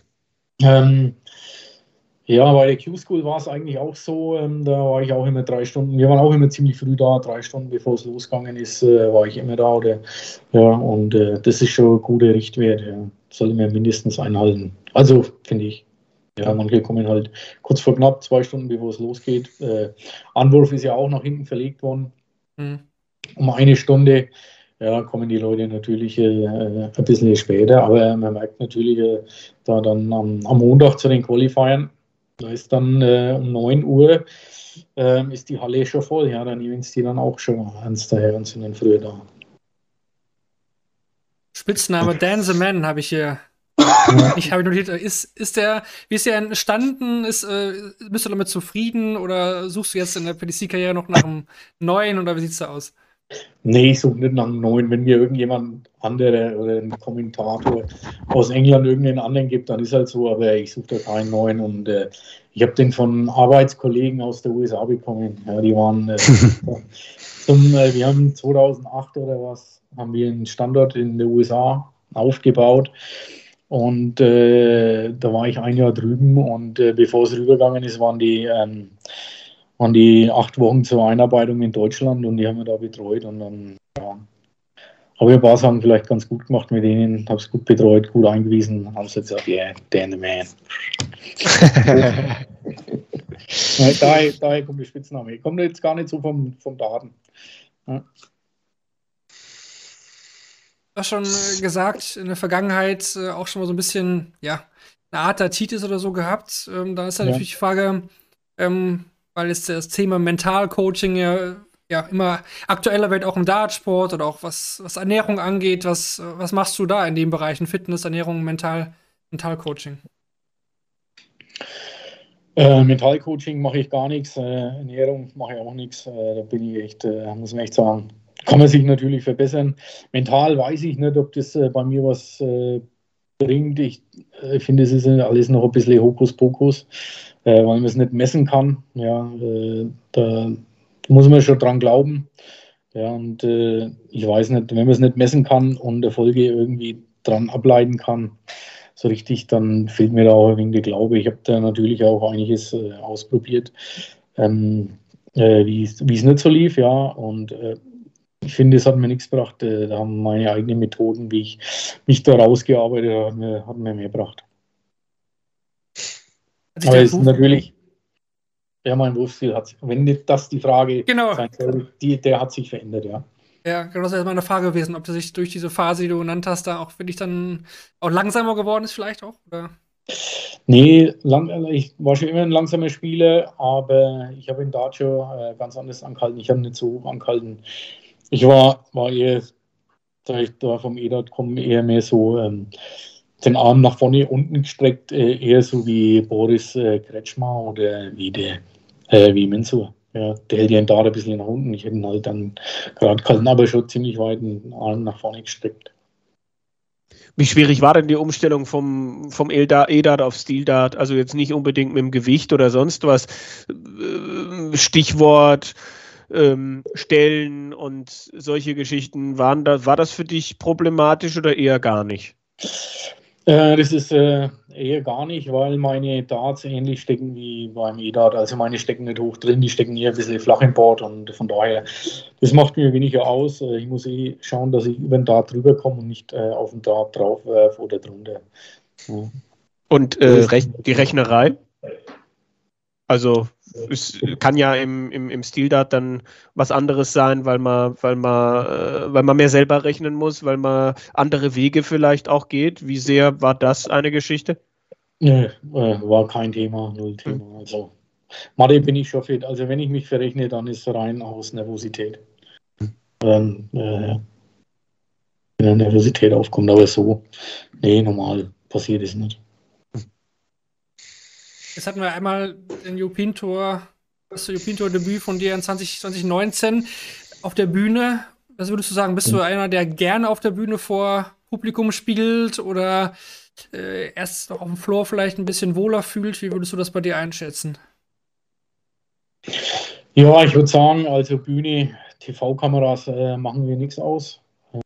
Ja, bei der Q-School war es eigentlich auch so, da war ich auch immer 3 Stunden, wir waren auch immer ziemlich früh da, 3 Stunden bevor es losgegangen ist, war ich immer da, und das ist schon ein guter Richtwert, ja. Sollte man mindestens einhalten. Also, finde ich. Ja, manche kommen halt kurz vor knapp, 2 Stunden bevor es losgeht. Anwurf ist ja auch nach hinten verlegt worden. Um 1 Stunde. Ja, kommen die Leute natürlich ein bisschen später, aber man merkt natürlich da dann am Montag zu den Qualifiern, Da ist dann um 9 Uhr ist die Halle schon voll. Ja, dann nehmen die dann auch schon ernst daher und sind dann früher da. Spitzname Dan the Man habe ich hier. Ich habe notiert, wie ist der entstanden? Bist du damit zufrieden oder suchst du jetzt in der PDC-Karriere noch nach einem neuen oder wie sieht es da aus? Nee, ich suche nicht nach einem neuen. Wenn mir irgendjemand anderer oder ein Kommentator aus England irgendeinen anderen gibt, dann ist halt so, aber ich suche da keinen neuen und ich habe den von Arbeitskollegen aus der USA bekommen. Ja, die waren wir haben 2008 oder was, haben wir einen Standort in den USA aufgebaut. Und da war ich ein Jahr drüben und bevor es rübergegangen ist, waren die 8 Wochen zur Einarbeitung in Deutschland und die haben wir da betreut und dann habe ich ein paar Sachen vielleicht ganz gut gemacht mit denen, habe es gut betreut, gut eingewiesen, haben sie gesagt, yeah, Dan the Man. daher kommt die Spitzname. Ich komme jetzt gar nicht so vom Daten. Ja. Du hast schon gesagt, in der Vergangenheit auch schon mal so ein bisschen, ja, eine Art Titis oder so gehabt. Da ist dann natürlich die Frage, weil jetzt das Thema Mentalcoaching ja immer aktueller wird, auch im Dartsport oder auch was Ernährung angeht. Was machst du da in den Bereichen Fitness, Ernährung, Mentalcoaching? Mentalcoaching mache ich gar nichts, Ernährung mache ich auch nichts. Da bin ich echt, muss man echt sagen, kann man sich natürlich verbessern. Mental weiß ich nicht, ob das bei mir was bringt. Ich finde, es ist alles noch ein bisschen Hokuspokus, weil man es nicht messen kann. Ja, da muss man schon dran glauben. Ja, und ich weiß nicht, wenn man es nicht messen kann und Erfolge irgendwie dran ableiten kann, so richtig, dann fehlt mir da auch ein wenig der Glaube. Ich habe da natürlich auch einiges ausprobiert, wie es nicht so lief, ja, und ich finde, es hat mir nichts gebracht. Da haben meine eigenen Methoden, wie ich mich da rausgearbeitet habe, hat mir mehr gebracht. Aber es ist natürlich, mein Berufsstil hat sich, wenn nicht das die Frage sein soll, der hat sich verändert, ja. Ja, genau, das ist meine Frage gewesen, ob du sich durch diese Phase, die du genannt hast, da auch wirklich dann auch langsamer geworden ist vielleicht auch, oder? Nee, ich war schon immer ein langsamer Spieler, aber ich habe in Dart schon ganz anders angehalten. Ich habe nicht so hoch angehalten. Ich war eher, da ich da vom E-Dart komme, eher mehr so den Arm nach vorne unten gestreckt, eher so wie Boris Kretschmer oder wie Mensur. Ja, der hält ja in Dart ein bisschen nach unten. Ich hätte ihn halt dann gerade gehalten, aber schon ziemlich weit den Arm nach vorne gestreckt. Wie schwierig war denn die Umstellung vom E-Dart auf Steel-Dart? Also jetzt nicht unbedingt mit dem Gewicht oder sonst was. Stichwort Stellen und solche Geschichten. War das für dich problematisch oder eher gar nicht? Das ist eher gar nicht, weil meine Darts ähnlich stecken wie beim E-Dart. Also meine stecken nicht hoch drin, die stecken eher ein bisschen flach im Board und von daher, das macht mir weniger aus. Ich muss schauen, dass ich über den Dart drüber komme und nicht auf den Dart drauf werfe oder drunter. Ja. Und die Rechnerei? Also es kann ja im Steel-Dart dann was anderes sein, weil man mehr selber rechnen muss, weil man andere Wege vielleicht auch geht. Wie sehr war das eine Geschichte? Nee, war kein Thema, null Thema. Also Mathe bin ich schon fit. Also wenn ich mich verrechne, dann ist es rein aus Nervosität. Wenn Nervosität aufkommt, aber so, nee, normal passiert es nicht. Jetzt hatten wir einmal den European Tour, das European Tour Debüt von dir in 2019 auf der Bühne. Was würdest du sagen? Bist du einer, der gerne auf der Bühne vor Publikum spielt oder erst noch auf dem Floor vielleicht ein bisschen wohler fühlt? Wie würdest du das bei dir einschätzen? Ja, ich würde sagen, also Bühne, TV-Kameras machen mir nichts aus.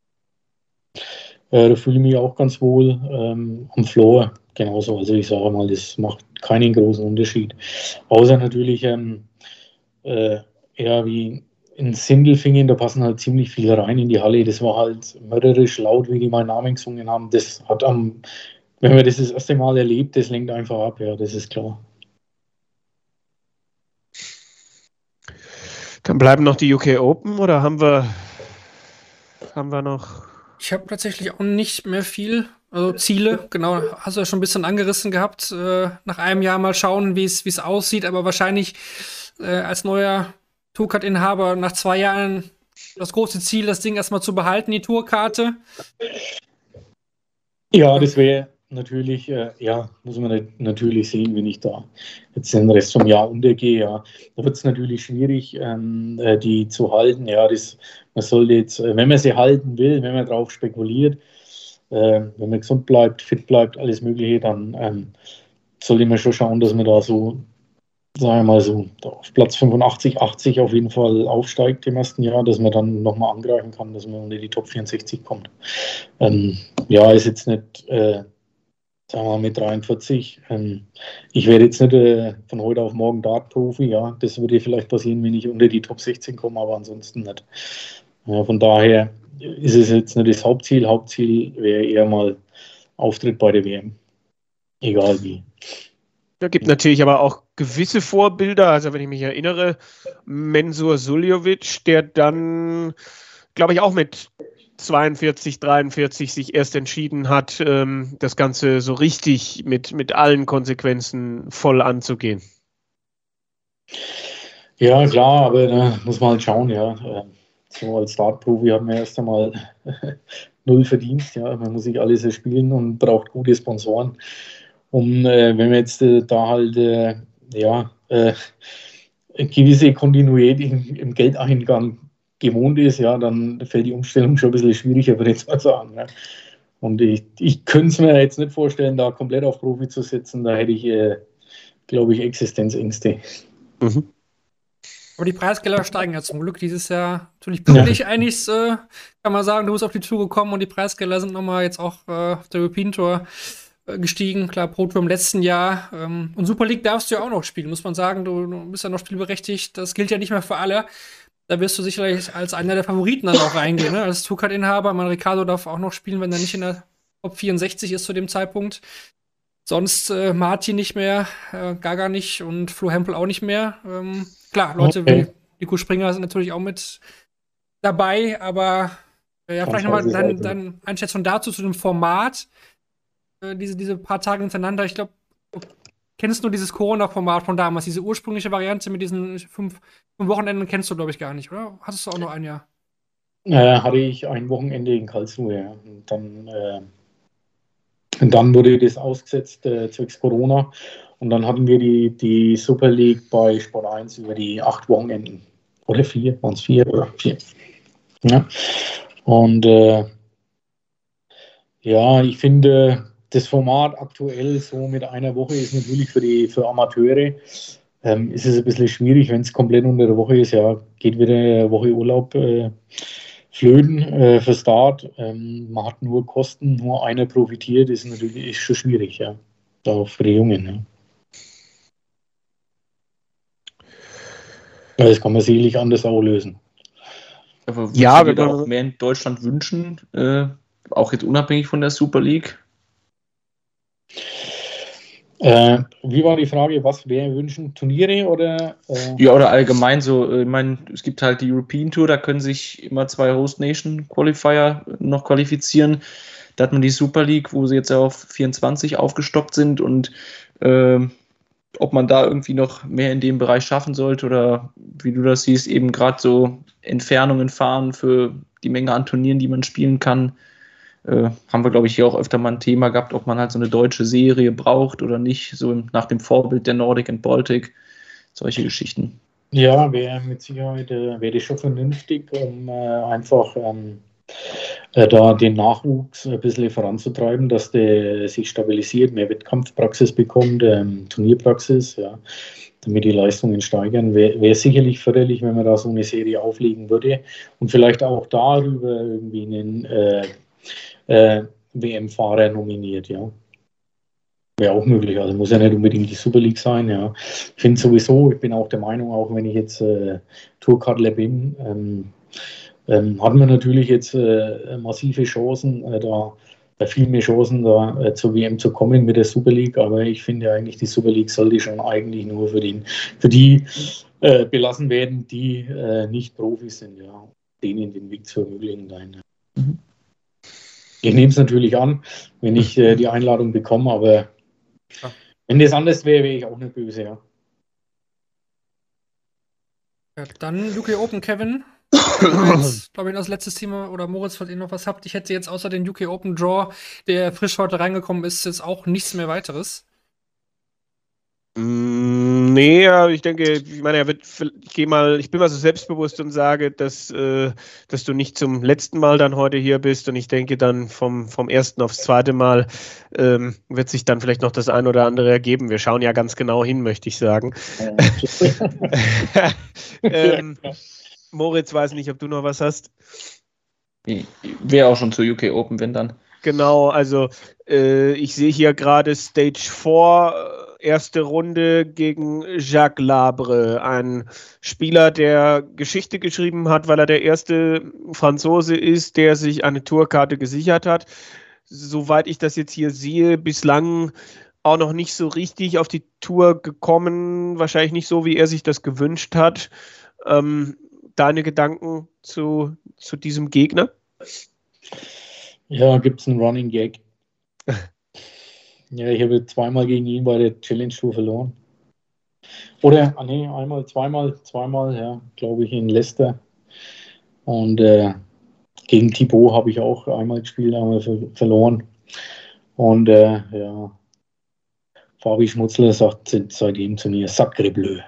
Da fühle ich mich auch ganz wohl. Am Floor genauso. Also ich sage mal, das macht keinen großen Unterschied. Außer natürlich eher wie in Sindelfingen, da passen halt ziemlich viele rein in die Halle. Das war halt mörderisch laut, wie die meinen Namen gesungen haben. Das hat wenn man das erste Mal erlebt, das lenkt einfach ab, ja, das ist klar. Dann bleiben noch die UK Open oder haben wir noch? Ich habe tatsächlich auch nicht mehr viel Also Ziele, genau, hast du ja schon ein bisschen angerissen gehabt. Nach einem Jahr mal schauen, wie es aussieht, aber wahrscheinlich als neuer Tourcard-Inhaber nach 2 Jahren das große Ziel, das Ding erstmal zu behalten, die Tourkarte. Ja, das wäre natürlich, muss man natürlich sehen, wenn ich da jetzt den Rest vom Jahr untergehe. Ja. Da wird es natürlich schwierig, die zu halten. Ja, man sollte jetzt, wenn man sie halten will, wenn man drauf spekuliert, wenn man gesund bleibt, fit bleibt, alles Mögliche, dann sollte man schon schauen, dass man da so, sagen wir mal so, da auf Platz 85, 80 auf jeden Fall aufsteigt im ersten Jahr, dass man dann nochmal angreifen kann, dass man unter die Top 64 kommt. Ist jetzt nicht, sagen wir mal mit 43. Ich werde jetzt nicht von heute auf morgen Dart-Profi, ja, das würde vielleicht passieren, wenn ich unter die Top 16 komme, aber ansonsten nicht. Ja, von daher ist es jetzt nicht das Hauptziel. Hauptziel wäre eher mal Auftritt bei der WM. Egal wie. Da gibt natürlich aber auch gewisse Vorbilder. Also wenn ich mich erinnere, Mensur Suljovic, der dann, glaube ich, auch mit 42, 43 sich erst entschieden hat, das Ganze so richtig mit allen Konsequenzen voll anzugehen. Ja, klar, aber da muss man halt schauen, ja. So als Startprofi hat man erst einmal null Verdienst, ja. Man muss sich alles erspielen und braucht gute Sponsoren. Und wenn man jetzt da halt eine gewisse Kontinuität im Geldeingang gewohnt ist, ja, dann fällt die Umstellung schon ein bisschen schwieriger, würde ich jetzt mal sagen. Ja. Und ich könnte es mir jetzt nicht vorstellen, da komplett auf Profi zu setzen. Da hätte ich, glaube ich, Existenzängste. Mhm. Aber die Preisgelder steigen ja zum Glück dieses Jahr. Natürlich pünktlich eigentlich, kann man sagen, du bist auf die Tour gekommen und die Preisgelder sind nochmal jetzt auch auf der European Tour gestiegen. Klar, Pro Tour im letzten Jahr. Und Super League darfst du ja auch noch spielen, muss man sagen. Du bist ja noch spielberechtigt. Das gilt ja nicht mehr für alle. Da wirst du sicherlich als einer der Favoriten dann auch reingehen, ne? Als Tourcard-Inhaber. Ricardo darf auch noch spielen, wenn er nicht in der Top 64 ist zu dem Zeitpunkt. Sonst Martin nicht mehr, Gaga nicht und Flo Hempel auch nicht mehr. Klar, Leute wie Nico Springer sind natürlich auch mit dabei, aber vielleicht nochmal deine Einschätzung dazu, zu dem Format. Diese paar Tage hintereinander. Ich glaube, du kennst nur dieses Corona-Format von damals, diese ursprüngliche Variante mit diesen 5 Wochenenden kennst du, glaube ich, gar nicht, oder? Hattest du auch noch ein Jahr? Hatte ich ein Wochenende in Karlsruhe, ja. Und dann wurde das ausgesetzt zwecks Corona. Und dann hatten wir die Super League bei Sport 1 über die 8 Wochenenden. Oder 4, waren es 4 oder 4. Ja. Und ich finde, das Format aktuell so mit einer Woche ist natürlich für Amateure ist es ein bisschen schwierig, wenn es komplett unter der Woche ist. Ja, geht wieder eine Woche Urlaub flöten für Start. Man hat nur Kosten, nur einer profitiert, ist natürlich schon schwierig, ja. Auch für die Jungen. Ja. Das kann man sicherlich anders auch lösen. Aber würde dir auch mehr in Deutschland wünschen, auch jetzt unabhängig von der Super League? Wie war die Frage, was wir wünschen? Turniere oder? Ja, oder allgemein so. Ich meine, es gibt halt die European Tour, da können sich immer 2 Host Nation Qualifier noch qualifizieren. Da hat man die Super League, wo sie jetzt auf 24 aufgestockt sind und ob man da irgendwie noch mehr in dem Bereich schaffen sollte oder wie du das siehst, eben gerade so Entfernungen fahren für die Menge an Turnieren, die man spielen kann. Haben wir, glaube ich, hier auch öfter mal ein Thema gehabt, ob man halt so eine deutsche Serie braucht oder nicht, so nach dem Vorbild der Nordic and Baltic, solche Geschichten. Ja, wäre mit Sicherheit wäre schon vernünftig, um einfach da den Nachwuchs ein bisschen voranzutreiben, dass der sich stabilisiert, mehr Wettkampfpraxis bekommt, Turnierpraxis, ja, damit die Leistungen steigern. Wäre sicherlich förderlich, wenn man da so eine Serie auflegen würde und vielleicht auch darüber irgendwie einen WM-Fahrer nominiert, ja. Wäre auch möglich, also muss ja nicht unbedingt die Super League sein, ja. Ich finde sowieso, ich bin auch der Meinung, auch wenn ich jetzt Tourcardler bin, hat man natürlich jetzt massive Chancen, viel mehr Chancen, da zur WM zu kommen mit der Super League, aber ich finde eigentlich, die Super League sollte schon eigentlich nur für die belassen werden, die nicht Profis sind, ja, denen den Weg zu ermöglichen. Ich nehme es natürlich an, wenn ich die Einladung bekomme, aber Ja. wenn das anders wäre, wäre ich auch nicht böse, ja. Ja, dann UK Open, Kevin. Jetzt, glaube ich, als letztes Thema, oder Moritz, falls ihr noch was habt. Ich hätte jetzt außer den UK Open Draw, der frisch heute reingekommen ist, jetzt auch nichts mehr weiteres. Nee, aber ich denke, ich meine, ich bin mal so selbstbewusst und sage, dass du nicht zum letzten Mal dann heute hier bist, und ich denke dann vom ersten aufs zweite Mal wird sich dann vielleicht noch das ein oder andere ergeben. Wir schauen ja ganz genau hin, möchte ich sagen. Moritz, weiß nicht, ob du noch was hast. Wäre auch schon zu UK Open, wenn dann. Genau, also ich sehe hier gerade Stage 4, erste Runde gegen Jacques Labre, ein Spieler, der Geschichte geschrieben hat, weil er der erste Franzose ist, der sich eine Tourkarte gesichert hat. Soweit ich das jetzt hier sehe, bislang auch noch nicht so richtig auf die Tour gekommen, wahrscheinlich nicht so, wie er sich das gewünscht hat. Deine Gedanken zu diesem Gegner? Ja, gibt es einen Running Gag. Ja, ich habe zweimal gegen ihn bei der Challenge Tour verloren. Oder, zweimal, ja, glaube ich, in Leicester. Und gegen Thibaut habe ich auch einmal gespielt, einmal verloren. Und ja, Fabi Schmutzler sagt seitdem zu mir, Sacre bleu.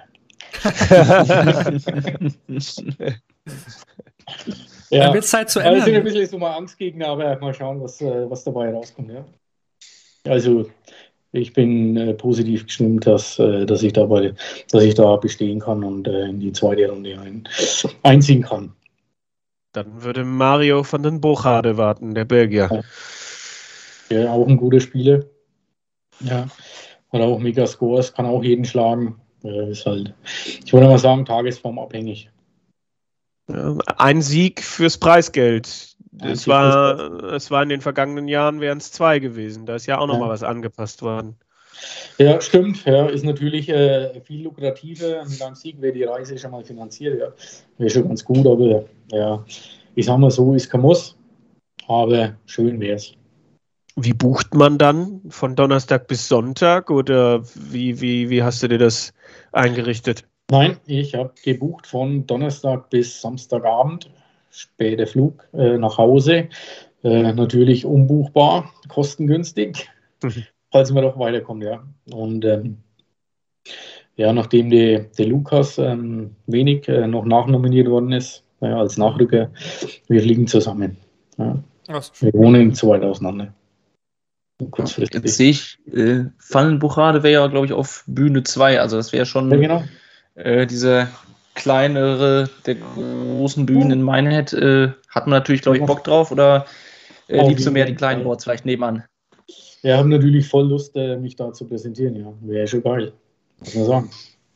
Ja, Dann wird es Zeit zu also sind ein ändern. bisschen so mal Angstgegner, aber mal schauen, was dabei rauskommt. Ja. Also ich bin positiv gestimmt, dass ich da bestehen kann und in die zweite Runde einziehen kann. Dann würde Mario van den Bochade warten, der Belgier. Ja, auch ein guter Spieler. Ja, hat auch mega Scores, kann auch jeden schlagen. Ist halt, ich würde mal sagen, tagesformabhängig. Ein Sieg fürs Preisgeld. Es Sieg fürs war in den vergangenen Jahren, wären es 2 gewesen. Da ist ja auch nochmal Ja. was angepasst worden. Ja, stimmt. Ja, ist natürlich viel lukrativer. Mit einem Sieg wäre die Reise schon mal finanziert. Ja. Wäre schon ganz gut, aber ja, ich sag mal so, ist kein Muss. Aber schön wäre es. Wie bucht man dann? Von Donnerstag bis Sonntag? Oder wie hast du dir das eingerichtet? Nein, ich habe gebucht von Donnerstag bis Samstagabend. Später Flug nach Hause. Natürlich unbuchbar, kostengünstig. Falls man doch weiterkommt, ja. Und ja, nachdem der Lukas wenig noch nachnominiert worden ist, als Nachrücker, wir fliegen zusammen. Ja. Wir wohnen zu weit auseinander. Kurzfristig. Jetzt sehe ich, Van Bochade wäre ja, glaube ich, auf Bühne 2. Also das wäre schon Ja, genau. diese kleinere der großen Bühnen in Minehead. Hat man natürlich, glaube ich, Bock drauf, oder Auf liebst du jeden mehr die Fall. kleinen Boards vielleicht nebenan? Ja, habe natürlich voll Lust, mich da zu präsentieren, ja. Wäre schon geil, muss man sagen.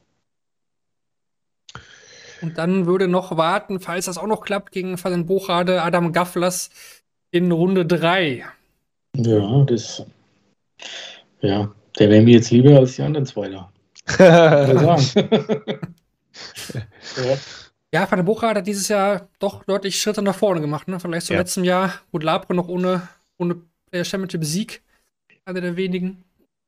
Und dann würde noch warten, falls das auch noch klappt, gegen Van den Bochade, Adam Gaflas in Runde 3. Ja, der wäre mir jetzt lieber als die anderen zwei da. Muss man sagen. Ja. Ja, Van den Bochade hat dieses Jahr doch deutlich Schritte nach vorne gemacht, ne? Vielleicht zum Ja. letzten Jahr. Gut, Labre noch ohne Player Championship Sieg. Einer der wenigen.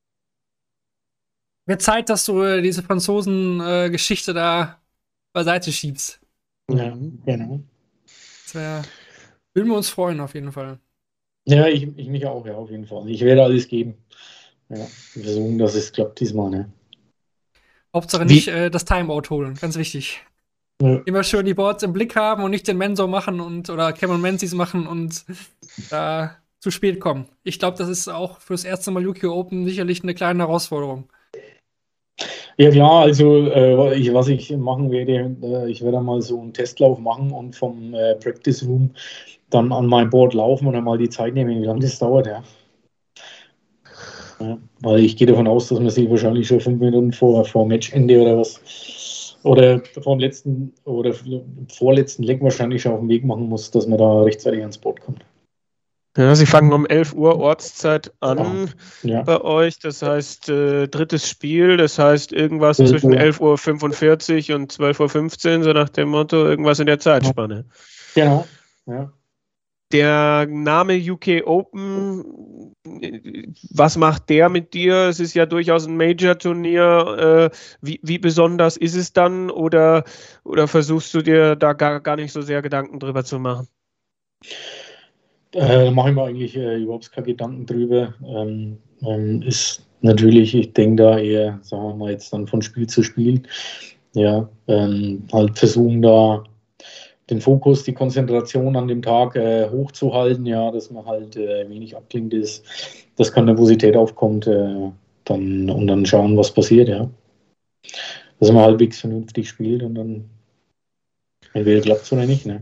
Wird Zeit, dass du diese Franzosen-Geschichte da beiseite schiebst. Ja, genau. Würden wir uns freuen, auf jeden Fall. Ja, ich mich auch, ja, auf jeden Fall. Ich werde alles geben. Ja, wir versuchen, dass es klappt diesmal, ne? Hauptsache Wie- nicht das Timeout holen, ganz wichtig. Ja. Immer schön die Boards im Blick haben und nicht den Mensor machen oder Cameron Menzies machen und da zu spät kommen. Ich glaube, das ist auch fürs erste Mal UK Open sicherlich eine kleine Herausforderung. Ja klar, also was ich machen werde, ich werde mal so einen Testlauf machen und vom Practice Room dann an mein Board laufen und dann mal die Zeit nehmen, wie lange das dauert, ja. Ja, weil ich gehe davon aus, dass man sich wahrscheinlich schon 5 Minuten vor Matchende oder was oder vom letzten oder vorletzten Leck wahrscheinlich schon auf den Weg machen muss, dass man da rechtzeitig ans Board kommt. Ja, sie fangen um 11 Uhr Ortszeit an Ja. bei euch. Das heißt, drittes Spiel. Das heißt, irgendwas 11 zwischen Uhr. 11:45 Uhr und 12:15 Uhr, so nach dem Motto, irgendwas in der Zeitspanne. Genau. Ja. Der Name UK Open, was macht der mit dir? Es ist ja durchaus ein Major-Turnier. Wie besonders ist es dann? Oder versuchst du dir da gar nicht so sehr Gedanken drüber zu machen? Da mache ich mir eigentlich überhaupt keine Gedanken drüber. Ist natürlich, ich denke da eher, sagen wir mal, jetzt dann von Spiel zu Spiel, ja, halt versuchen da den Fokus, die Konzentration an dem Tag hochzuhalten, ja, dass man halt wenig abgelenkt ist, dass keine Nervosität aufkommt, dann schauen, was passiert, ja. Dass man halbwegs vernünftig spielt und dann entweder klappt es oder nicht, ne?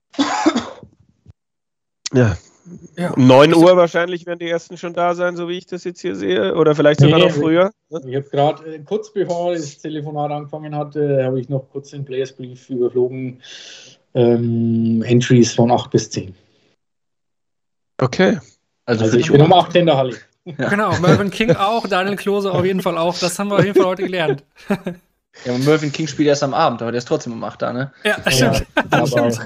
Ja. Um 9 Uhr wahrscheinlich werden die ersten schon da sein, so wie ich das jetzt hier sehe. Oder vielleicht sogar noch früher. Ich habe gerade, kurz bevor das Telefonat angefangen hatte, habe ich noch kurz den Players Brief überflogen. Entries von 8 bis 10. Okay. Also ich bin um 8 in der Halle. Ja. Genau, Mervyn King auch, Daniel Klose auf jeden Fall auch. Das haben wir auf jeden Fall heute gelernt. Ja, aber Mervyn King spielt erst am Abend, aber der ist trotzdem um 8 da, ne? Ja, stimmt. Ja, stimmt.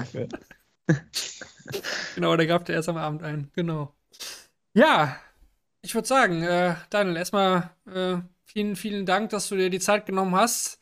Genau, der gab der erst am Abend ein. Genau. Ja, ich würde sagen, Daniel, erstmal vielen, vielen Dank, dass du dir die Zeit genommen hast.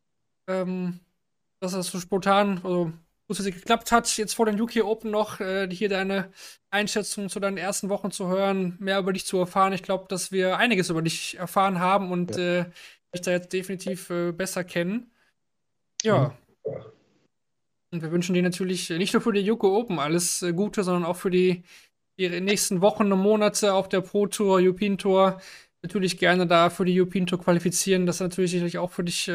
Dass das so spontan, also gut für sie geklappt hat, jetzt vor den UK Open noch hier deine Einschätzung zu deinen ersten Wochen zu hören, mehr über dich zu erfahren. Ich glaube, dass wir einiges über dich erfahren haben und dich da jetzt definitiv besser kennen. Ja. Und wir wünschen dir natürlich nicht nur für die UK Open alles Gute, sondern auch für die nächsten Wochen und Monate auf der Pro Tour, European Tour. Natürlich gerne da für die European Tour qualifizieren. Das ist natürlich sicherlich auch für dich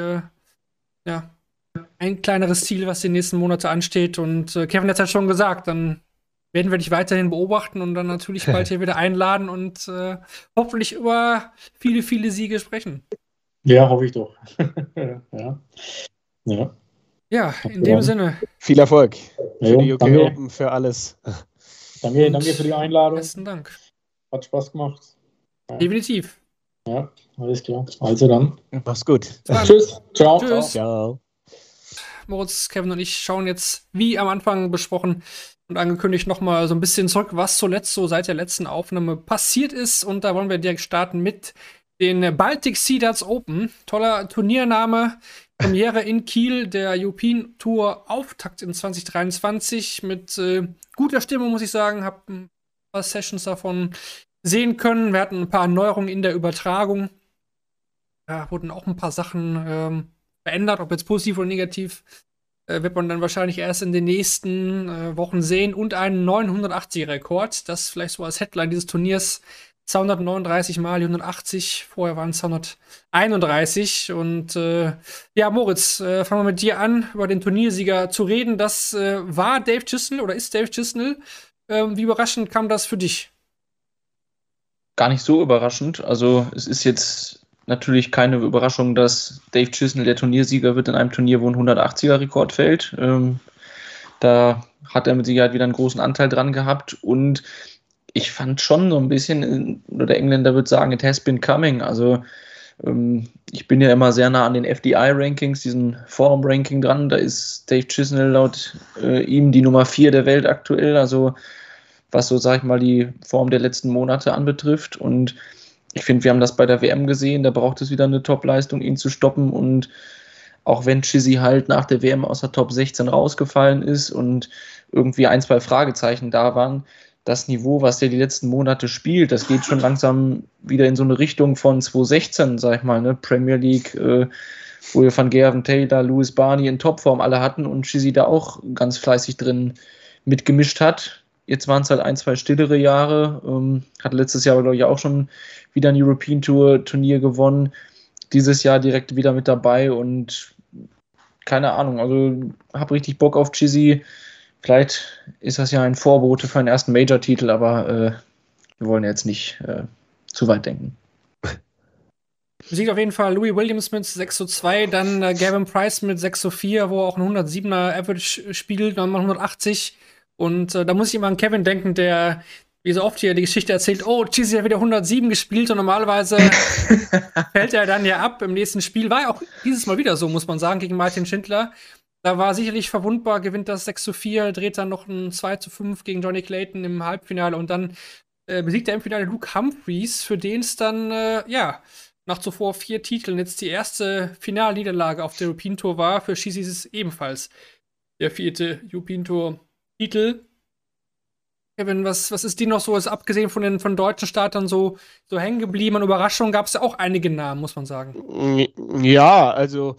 ein kleineres Ziel, was die nächsten Monate ansteht. Und Kevin hat es ja schon gesagt, dann werden wir dich weiterhin beobachten und dann natürlich bald hier wieder einladen und hoffentlich über viele, viele Siege sprechen. Ja, hoffe ich doch. Ja. Ja, in dem Sinne. Viel Erfolg für die UK danke. Open, für alles. Danke für die Einladung. Besten Dank. Hat Spaß gemacht. Ja. Definitiv. Ja, alles klar. Also dann. Mach's gut. Tschüss. Ciao. Tschüss. Ciao. Moritz, Kevin und ich schauen jetzt, wie am Anfang besprochen und angekündigt, nochmal so ein bisschen zurück, was zuletzt so seit der letzten Aufnahme passiert ist. Und da wollen wir direkt starten mit den Baltic Sea Darts Open. Toller Turniername. Premiere in Kiel, der European Tour Auftakt in 2023 mit guter Stimmung, muss ich sagen. Hab ein paar Sessions davon sehen können. Wir hatten ein paar Erneuerungen in der Übertragung. Da wurden auch ein paar Sachen verändert, ob jetzt positiv oder negativ. Wird man dann wahrscheinlich erst in den nächsten Wochen sehen. Und einen 980er-Rekord. Das vielleicht so als Headline dieses Turniers. 239 mal 180, vorher waren es 231. Und ja, Moritz, fangen wir mit dir an, über den Turniersieger zu reden. Das war Dave Chisnell oder ist Dave Chisnell. Wie überraschend kam das für dich? Gar nicht so überraschend. Also es ist jetzt natürlich keine Überraschung, dass Dave Chisnell der Turniersieger wird in einem Turnier, wo ein 180er-Rekord fällt. Da hat er mit Sicherheit wieder einen großen Anteil dran gehabt und ich fand schon so ein bisschen, oder der Engländer würde sagen, it has been coming. Also ich bin ja immer sehr nah an den FDI-Rankings, diesen Forum-Ranking dran. Da ist Dave Chisnell laut ihm die Nummer 4 der Welt aktuell, also was so, sag ich mal, die Form der letzten Monate anbetrifft. Und ich finde, wir haben das bei der WM gesehen, da braucht es wieder eine Top-Leistung, ihn zu stoppen. Und auch wenn Chizzy halt nach der WM aus der Top 16 rausgefallen ist und irgendwie 1, 2 Fragezeichen da waren, das Niveau, was der die letzten Monate spielt, das geht schon langsam wieder in so eine Richtung von 2016, sag ich mal, ne? Premier League, wo wir Van Gerven, Taylor, Lewis Barney in Topform alle hatten und Chizzy da auch ganz fleißig drin mitgemischt hat. Jetzt waren es halt 1, 2 stillere Jahre, hat letztes Jahr, glaube ich, auch schon wieder ein European Tour Turnier gewonnen, dieses Jahr direkt wieder mit dabei und keine Ahnung, also habe richtig Bock auf Chizzy. Vielleicht ist das ja ein Vorbote für einen ersten Major-Titel, aber wir wollen jetzt nicht zu weit denken. Sieht auf jeden Fall Louis Williams mit 6:2, dann Gavin Price mit 6:4, wo auch ein 107er Average spielt, dann mal 180. Und da muss ich immer an Kevin denken, der wie so oft hier die Geschichte erzählt, oh, Chizzy hat wieder 107 gespielt und normalerweise fällt er dann ja ab im nächsten Spiel. War ja auch dieses Mal wieder so, muss man sagen, gegen Martin Schindler. Da war sicherlich verwundbar, gewinnt das 6:4, dreht dann noch ein 2:5 gegen Johnny Clayton im Halbfinale und dann besiegt er im Finale Luke Humphries, für den es dann, nach zuvor 4 Titeln jetzt die erste Finalniederlage auf der European Tour war. Für Chizzy ist es ebenfalls der 4. European Tour-Titel. Kevin, was ist dir noch so, also abgesehen von deutschen Startern so hängen geblieben? An Überraschungen gab es ja auch einige Namen, muss man sagen. Ja, also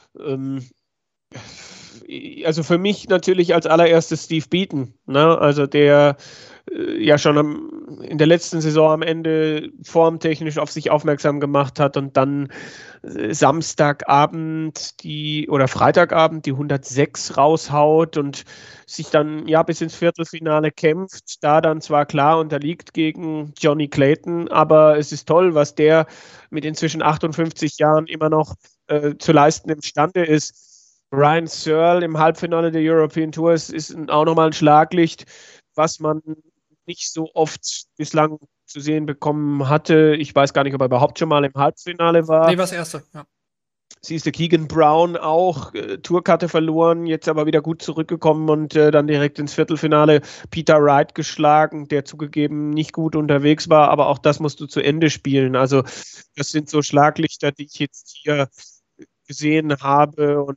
für mich natürlich als allererstes Steve Beaton, ne? Also der ja schon in der letzten Saison am Ende formtechnisch auf sich aufmerksam gemacht hat und dann Samstagabend oder Freitagabend die 106 raushaut und sich dann ja bis ins Viertelfinale kämpft, da dann zwar klar unterliegt gegen Johnny Clayton, aber es ist toll, was der mit inzwischen 58 Jahren immer noch zu leisten imstande ist. Ryan Searle im Halbfinale der European Tour ist auch nochmal ein Schlaglicht, was man nicht so oft bislang zu sehen bekommen hatte. Ich weiß gar nicht, ob er überhaupt schon mal im Halbfinale war. Nee, war das erste, ja. Siehst du, Keegan Brown auch, Tourkarte verloren, jetzt aber wieder gut zurückgekommen und dann direkt ins Viertelfinale Peter Wright geschlagen, der zugegeben nicht gut unterwegs war, aber auch das musst du zu Ende spielen. Also das sind so Schlaglichter, die ich jetzt hier gesehen habe und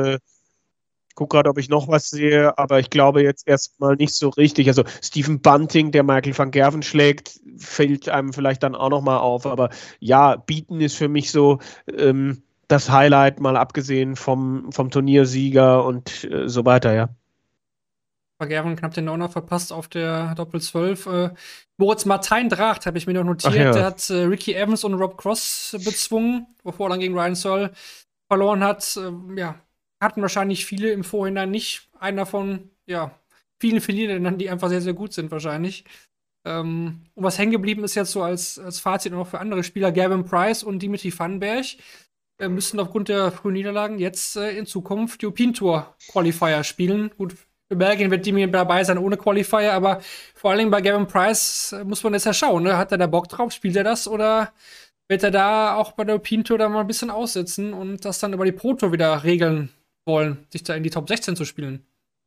ich gucke gerade, ob ich noch was sehe, aber ich glaube jetzt erstmal nicht so richtig. Also Stephen Bunting, der Michael van Gerwen schlägt, fällt einem vielleicht dann auch nochmal auf, aber ja, Beaton ist für mich so das Highlight, mal abgesehen vom Turniersieger und so weiter, ja. Van Gerwen knapp den noch verpasst auf der Doppel-12. Moritz Martijn Dragt, habe ich mir noch notiert, ja. Der hat Ricky Evans und Rob Cross bezwungen, bevor er dann gegen Ryan Searle verloren hat. Hatten wahrscheinlich viele im Vorhinein nicht. Einer von, vielen Verlierern, die einfach sehr, sehr gut sind wahrscheinlich. Und was hängen geblieben ist jetzt so als Fazit auch für andere Spieler, Gavin Price und Dimitri Vandenberg müssen aufgrund der frühen Niederlagen jetzt in Zukunft European Tour Qualifier spielen. Gut, für Belgien wird Dimitri dabei sein ohne Qualifier, aber vor allen Dingen bei Gavin Price muss man jetzt ja schauen, ne? Hat er da Bock drauf? Spielt er das oder wird er da auch bei der European Tour dann mal ein bisschen aussitzen und das dann über die Pro Tour wieder regeln wollen, sich da in die Top 16 zu spielen?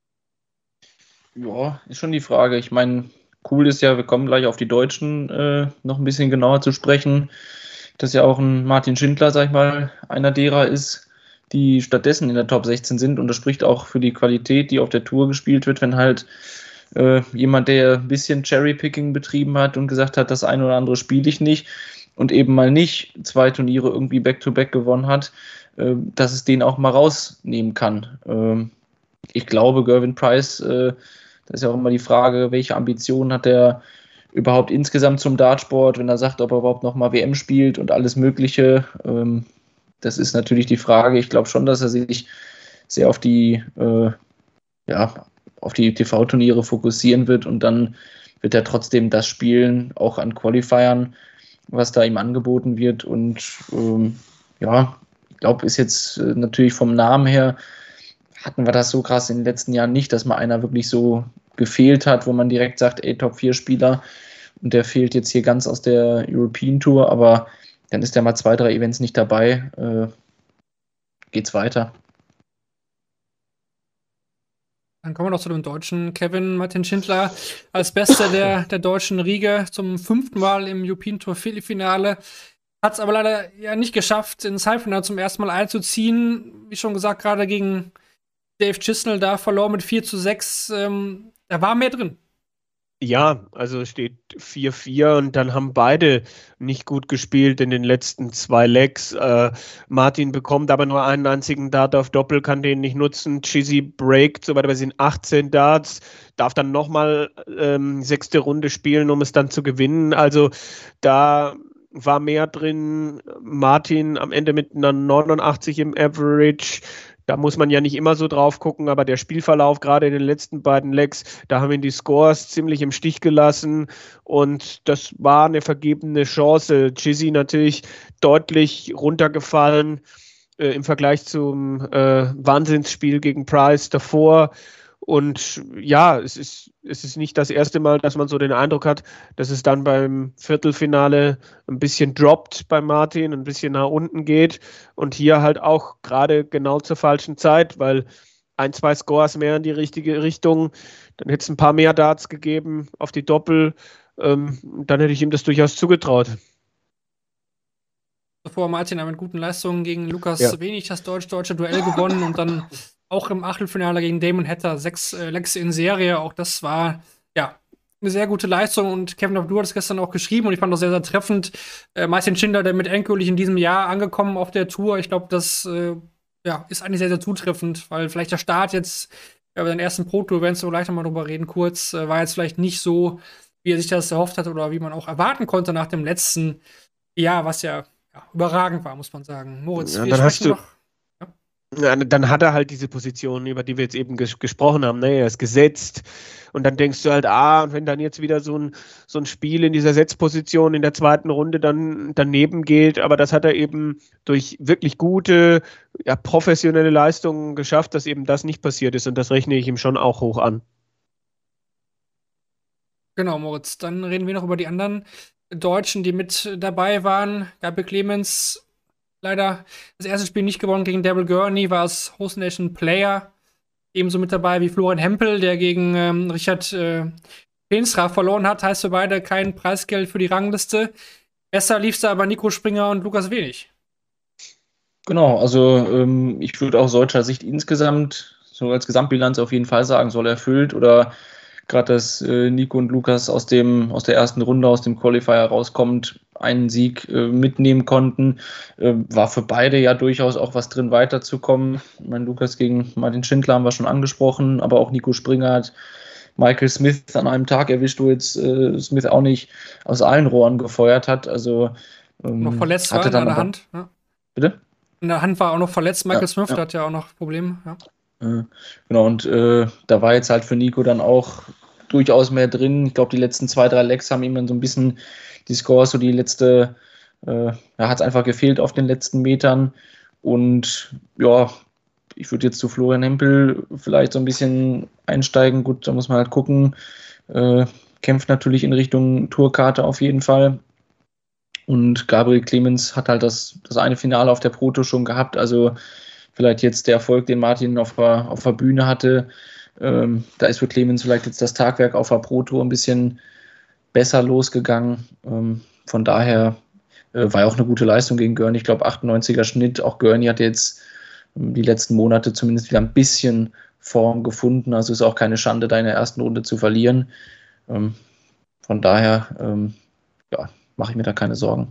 Ja, ist schon die Frage. Ich meine, cool ist ja, wir kommen gleich auf die Deutschen noch ein bisschen genauer zu sprechen, dass ja auch ein Martin Schindler, sag ich mal, einer derer ist, die stattdessen in der Top 16 sind, und das spricht auch für die Qualität, die auf der Tour gespielt wird, wenn halt jemand, der ein bisschen Cherrypicking betrieben hat und gesagt hat, das eine oder andere spiele ich nicht und eben mal nicht 2 Turniere irgendwie Back-to-Back gewonnen hat, dass es den auch mal rausnehmen kann. Ich glaube, Gervin Price, da ist ja auch immer die Frage, welche Ambitionen hat er überhaupt insgesamt zum Dartsport, wenn er sagt, ob er überhaupt noch mal WM spielt und alles Mögliche. Das ist natürlich die Frage. Ich glaube schon, dass er sich sehr auf die TV-Turniere fokussieren wird, und dann wird er trotzdem das spielen, auch an Qualifiern, was da ihm angeboten wird. Und ich glaube, ist jetzt natürlich vom Namen her, hatten wir das so krass in den letzten Jahren nicht, dass mal einer wirklich so gefehlt hat, wo man direkt sagt, ey, Top-4-Spieler, und der fehlt jetzt hier ganz aus der European Tour, aber dann ist der mal 2, 3 Events nicht dabei, geht's weiter. Dann kommen wir noch zu dem Deutschen. Kevin Martin Schindler als Bester der deutschen Riege zum 5. Mal im European Tour Viertelfinale. Hat es aber leider ja nicht geschafft, ins Halbfinale zum ersten Mal einzuziehen. Wie schon gesagt, gerade gegen Dave Chisnell da verloren mit 4:6. Da war mehr drin. Ja, also steht 4-4 und dann haben beide nicht gut gespielt in den letzten 2 Legs. Martin bekommt aber nur einen einzigen Dart auf Doppel, kann den nicht nutzen. Chizzy breakt, soweit wir sind 18 Darts, darf dann nochmal 6. Runde spielen, um es dann zu gewinnen. Also da war mehr drin. Martin am Ende mit einer 89 im Average. Da muss man ja nicht immer so drauf gucken, aber der Spielverlauf, gerade in den letzten beiden Legs, da haben ihn die Scores ziemlich im Stich gelassen und das war eine vergebene Chance. Chizzy natürlich deutlich runtergefallen im Vergleich zum Wahnsinnsspiel gegen Price davor. Und ja, es ist nicht das erste Mal, dass man so den Eindruck hat, dass es dann beim Viertelfinale ein bisschen droppt bei Martin, ein bisschen nach unten geht und hier halt auch gerade genau zur falschen Zeit, weil ein, zwei Scores mehr in die richtige Richtung, dann hätte es ein paar mehr Darts gegeben auf die Doppel. Dann hätte ich ihm das durchaus zugetraut. Bevor Martin mit guten Leistungen gegen Lukas Wenig das deutsch-deutsche Duell gewonnen und dann auch im Achtelfinale gegen Damon Hatter 6 Lecks in Serie. Auch das war eine sehr gute Leistung und Kevin, du hast es gestern auch geschrieben und ich fand das sehr, sehr treffend. Martin Schindler, der mit endgültig in diesem Jahr angekommen auf der Tour. Ich glaube, das ist eigentlich sehr, sehr zutreffend, weil vielleicht der Start jetzt bei den ersten Pro-Tour-Events, so gleich nochmal drüber reden, kurz, war jetzt vielleicht nicht so, wie er sich das erhofft hat oder wie man auch erwarten konnte nach dem letzten Jahr, was ja überragend war, muss man sagen. Moritz, Ja, wir dann hast sprechen du- noch. Ja, dann hat er halt diese Position, über die wir jetzt eben gesprochen haben. Ne? Er ist gesetzt und dann denkst du halt, und wenn dann jetzt wieder so ein Spiel in dieser Setzposition in der zweiten Runde dann daneben geht, aber das hat er eben durch wirklich gute, professionelle Leistungen geschafft, dass eben das nicht passiert ist und das rechne ich ihm schon auch hoch an. Genau, Moritz. Dann reden wir noch über die anderen Deutschen, die mit dabei waren. Gabriel Clemens leider das erste Spiel nicht gewonnen gegen Daryl Gurney, war als Host Nation Player ebenso mit dabei wie Florian Hempel, der gegen Richard Peenstra verloren hat. Heißt für beide kein Preisgeld für die Rangliste. Besser lief es da aber Nico Springer und Lukas Wenig. Genau, also ich würde aus deutscher Sicht insgesamt, so als Gesamtbilanz auf jeden Fall sagen, soll erfüllt oder gerade, dass Nico und Lukas aus der ersten Runde, aus dem Qualifier rauskommt, einen Sieg mitnehmen konnten, war für beide ja durchaus auch was drin, weiterzukommen. Ich meine, Lukas gegen Martin Schindler haben wir schon angesprochen, aber auch Nico Springer hat Michael Smith an einem Tag erwischt, wo jetzt Smith auch nicht aus allen Rohren gefeuert hat. Also Noch verletzt war hatte an dann der aber, Hand. Ja. bitte? In der Hand war auch noch verletzt. Michael Smith, ja. der hat ja auch noch Probleme. Ja. Genau, und da war jetzt halt für Nico dann auch durchaus mehr drin. Ich glaube, die letzten 2, 3 Lecks haben ihm dann so ein bisschen die Scores, so die letzte, hat es einfach gefehlt auf den letzten Metern. Und ja, ich würde jetzt zu Florian Hempel vielleicht so ein bisschen einsteigen. Gut, da muss man halt gucken. Kämpft natürlich in Richtung Tourkarte auf jeden Fall. Und Gabriel Clemens hat halt das eine Finale auf der Pro Tour schon gehabt. Also vielleicht jetzt der Erfolg, den Martin auf der Bühne hatte. Da ist für Clemens vielleicht jetzt das Tagwerk auf der Pro Tour ein bisschen besser losgegangen. Von daher war ja auch eine gute Leistung gegen Gurney. Ich glaube, 98er Schnitt. Auch Gurney hat jetzt die letzten Monate zumindest wieder ein bisschen Form gefunden. Also ist auch keine Schande, da in der ersten Runde zu verlieren. Von daher, mache ich mir da keine Sorgen.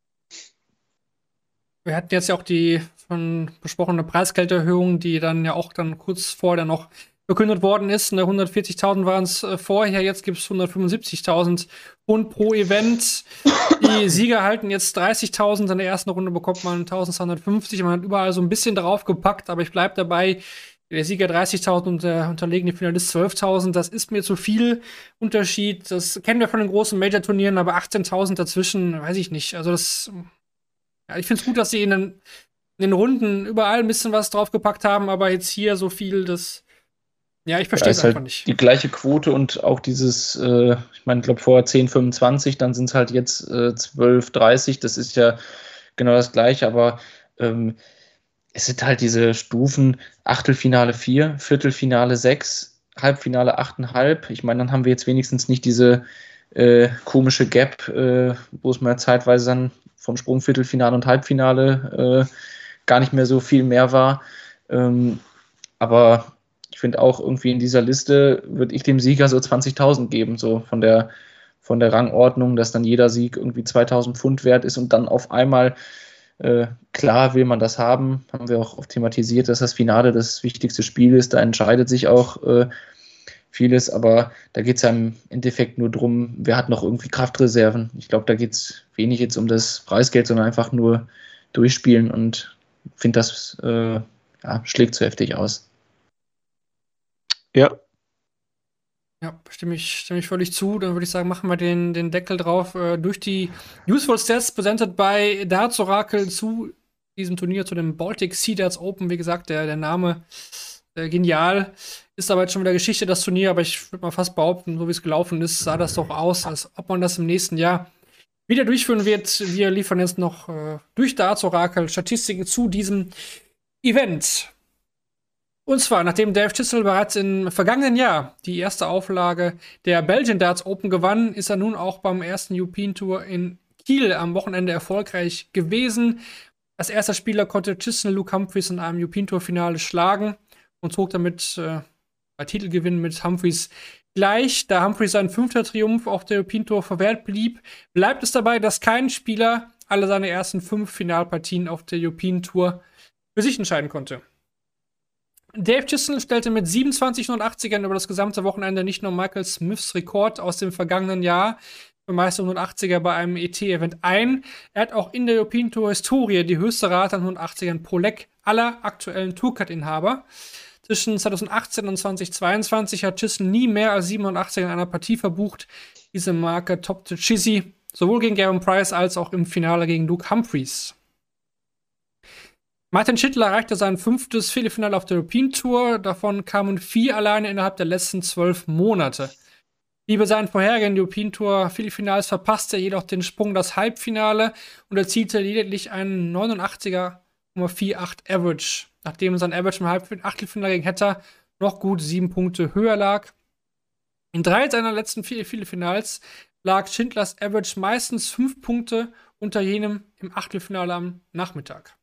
Wir hatten jetzt ja auch die von besprochene Preisgelderhöhung, die dann ja auch dann kurz vorher noch verkündet worden ist. 140.000 waren es vorher, jetzt gibt es 175.000 Pfund pro Event. Die Sieger erhalten jetzt 30.000, in der ersten Runde bekommt man 1.250. Man hat überall so ein bisschen drauf gepackt, aber ich bleibe dabei, der Sieger 30.000 und der unterlegene Finalist 12.000. Das ist mir zu viel Unterschied. Das kennen wir von den großen Major-Turnieren, aber 18.000 dazwischen, weiß ich nicht. Also das, ich finde es gut, dass sie in den Runden überall ein bisschen was draufgepackt haben, aber jetzt hier so viel, das ich verstehe es einfach nicht. Die gleiche Quote und auch dieses, ich meine, ich glaube vorher 10,25, dann sind es halt jetzt 12,30, das ist ja genau das gleiche, aber es sind halt diese Stufen, Achtelfinale 4, Viertelfinale 6, Halbfinale 8,5. Ich meine, dann haben wir jetzt wenigstens nicht diese komische Gap, wo es mal zeitweise dann vom Sprung Viertelfinale und Halbfinale gar nicht mehr so viel mehr war. Aber ich finde auch irgendwie in dieser Liste würde ich dem Sieger so 20.000 geben, so von der Rangordnung, dass dann jeder Sieg irgendwie 2.000 Pfund wert ist und dann auf einmal klar will man das haben wir auch oft thematisiert, dass das Finale das wichtigste Spiel ist, da entscheidet sich auch vieles, aber da geht es ja im Endeffekt nur drum, wer hat noch irgendwie Kraftreserven. Ich glaube, da geht es wenig jetzt um das Preisgeld, sondern einfach nur durchspielen und finde, das schlägt zu heftig aus. Ja. Ja, stimme ich völlig zu. Dann würde ich sagen, machen wir den Deckel drauf. Durch die Useful Stats presented by Darts Oracle zu diesem Turnier, zu dem Baltic Sea Darts Open. Wie gesagt, der Name genial. Ist aber jetzt schon wieder Geschichte, das Turnier. Aber ich würde mal fast behaupten, so wie es gelaufen ist, sah das doch aus, als ob man das im nächsten Jahr wieder durchführen wird. Wir liefern jetzt noch durch Darts Oracle Statistiken zu diesem Event. Und zwar, nachdem Dave Chisel bereits im vergangenen Jahr die erste Auflage der Belgian Darts Open gewann, ist er nun auch beim ersten European Tour in Kiel am Wochenende erfolgreich gewesen. Als erster Spieler konnte Chisel Luke Humphries in einem European Tour Finale schlagen und zog damit bei Titelgewinn mit Humphries gleich. Da Humphries sein 5. Triumph auf der European Tour verwehrt blieb, bleibt es dabei, dass kein Spieler alle seine ersten 5 Finalpartien auf der European Tour für sich entscheiden konnte. Dave Chisel stellte mit 27 180ern über das gesamte Wochenende nicht nur Michael Smiths Rekord aus dem vergangenen Jahr für Meister 180er bei einem ET-Event ein. Er hat auch in der European Tour Historie die höchste Rate an 180ern pro Leck aller aktuellen Tourcard-Inhaber. Zwischen 2018 und 2022 hat Chisel nie mehr als 87 in einer Partie verbucht. Diese Marke toppte Chizzy sowohl gegen Gavin Price als auch im Finale gegen Luke Humphries. Martin Schindler erreichte sein 5. Viertelfinale auf der European Tour. Davon kamen 4 alleine innerhalb der letzten 12 Monate. Wie bei seinen vorherigen European Tour Viertelfinals verpasste er jedoch den Sprung das Halbfinale und erzielte lediglich einen 89,48 Average, nachdem sein Average im Achtelfinale gegen Hetter noch gut 7 Punkte höher lag. In 3 seiner letzten Viertelfinals lag Schindlers Average meistens 5 Punkte unter jenem im Achtelfinale am Nachmittag.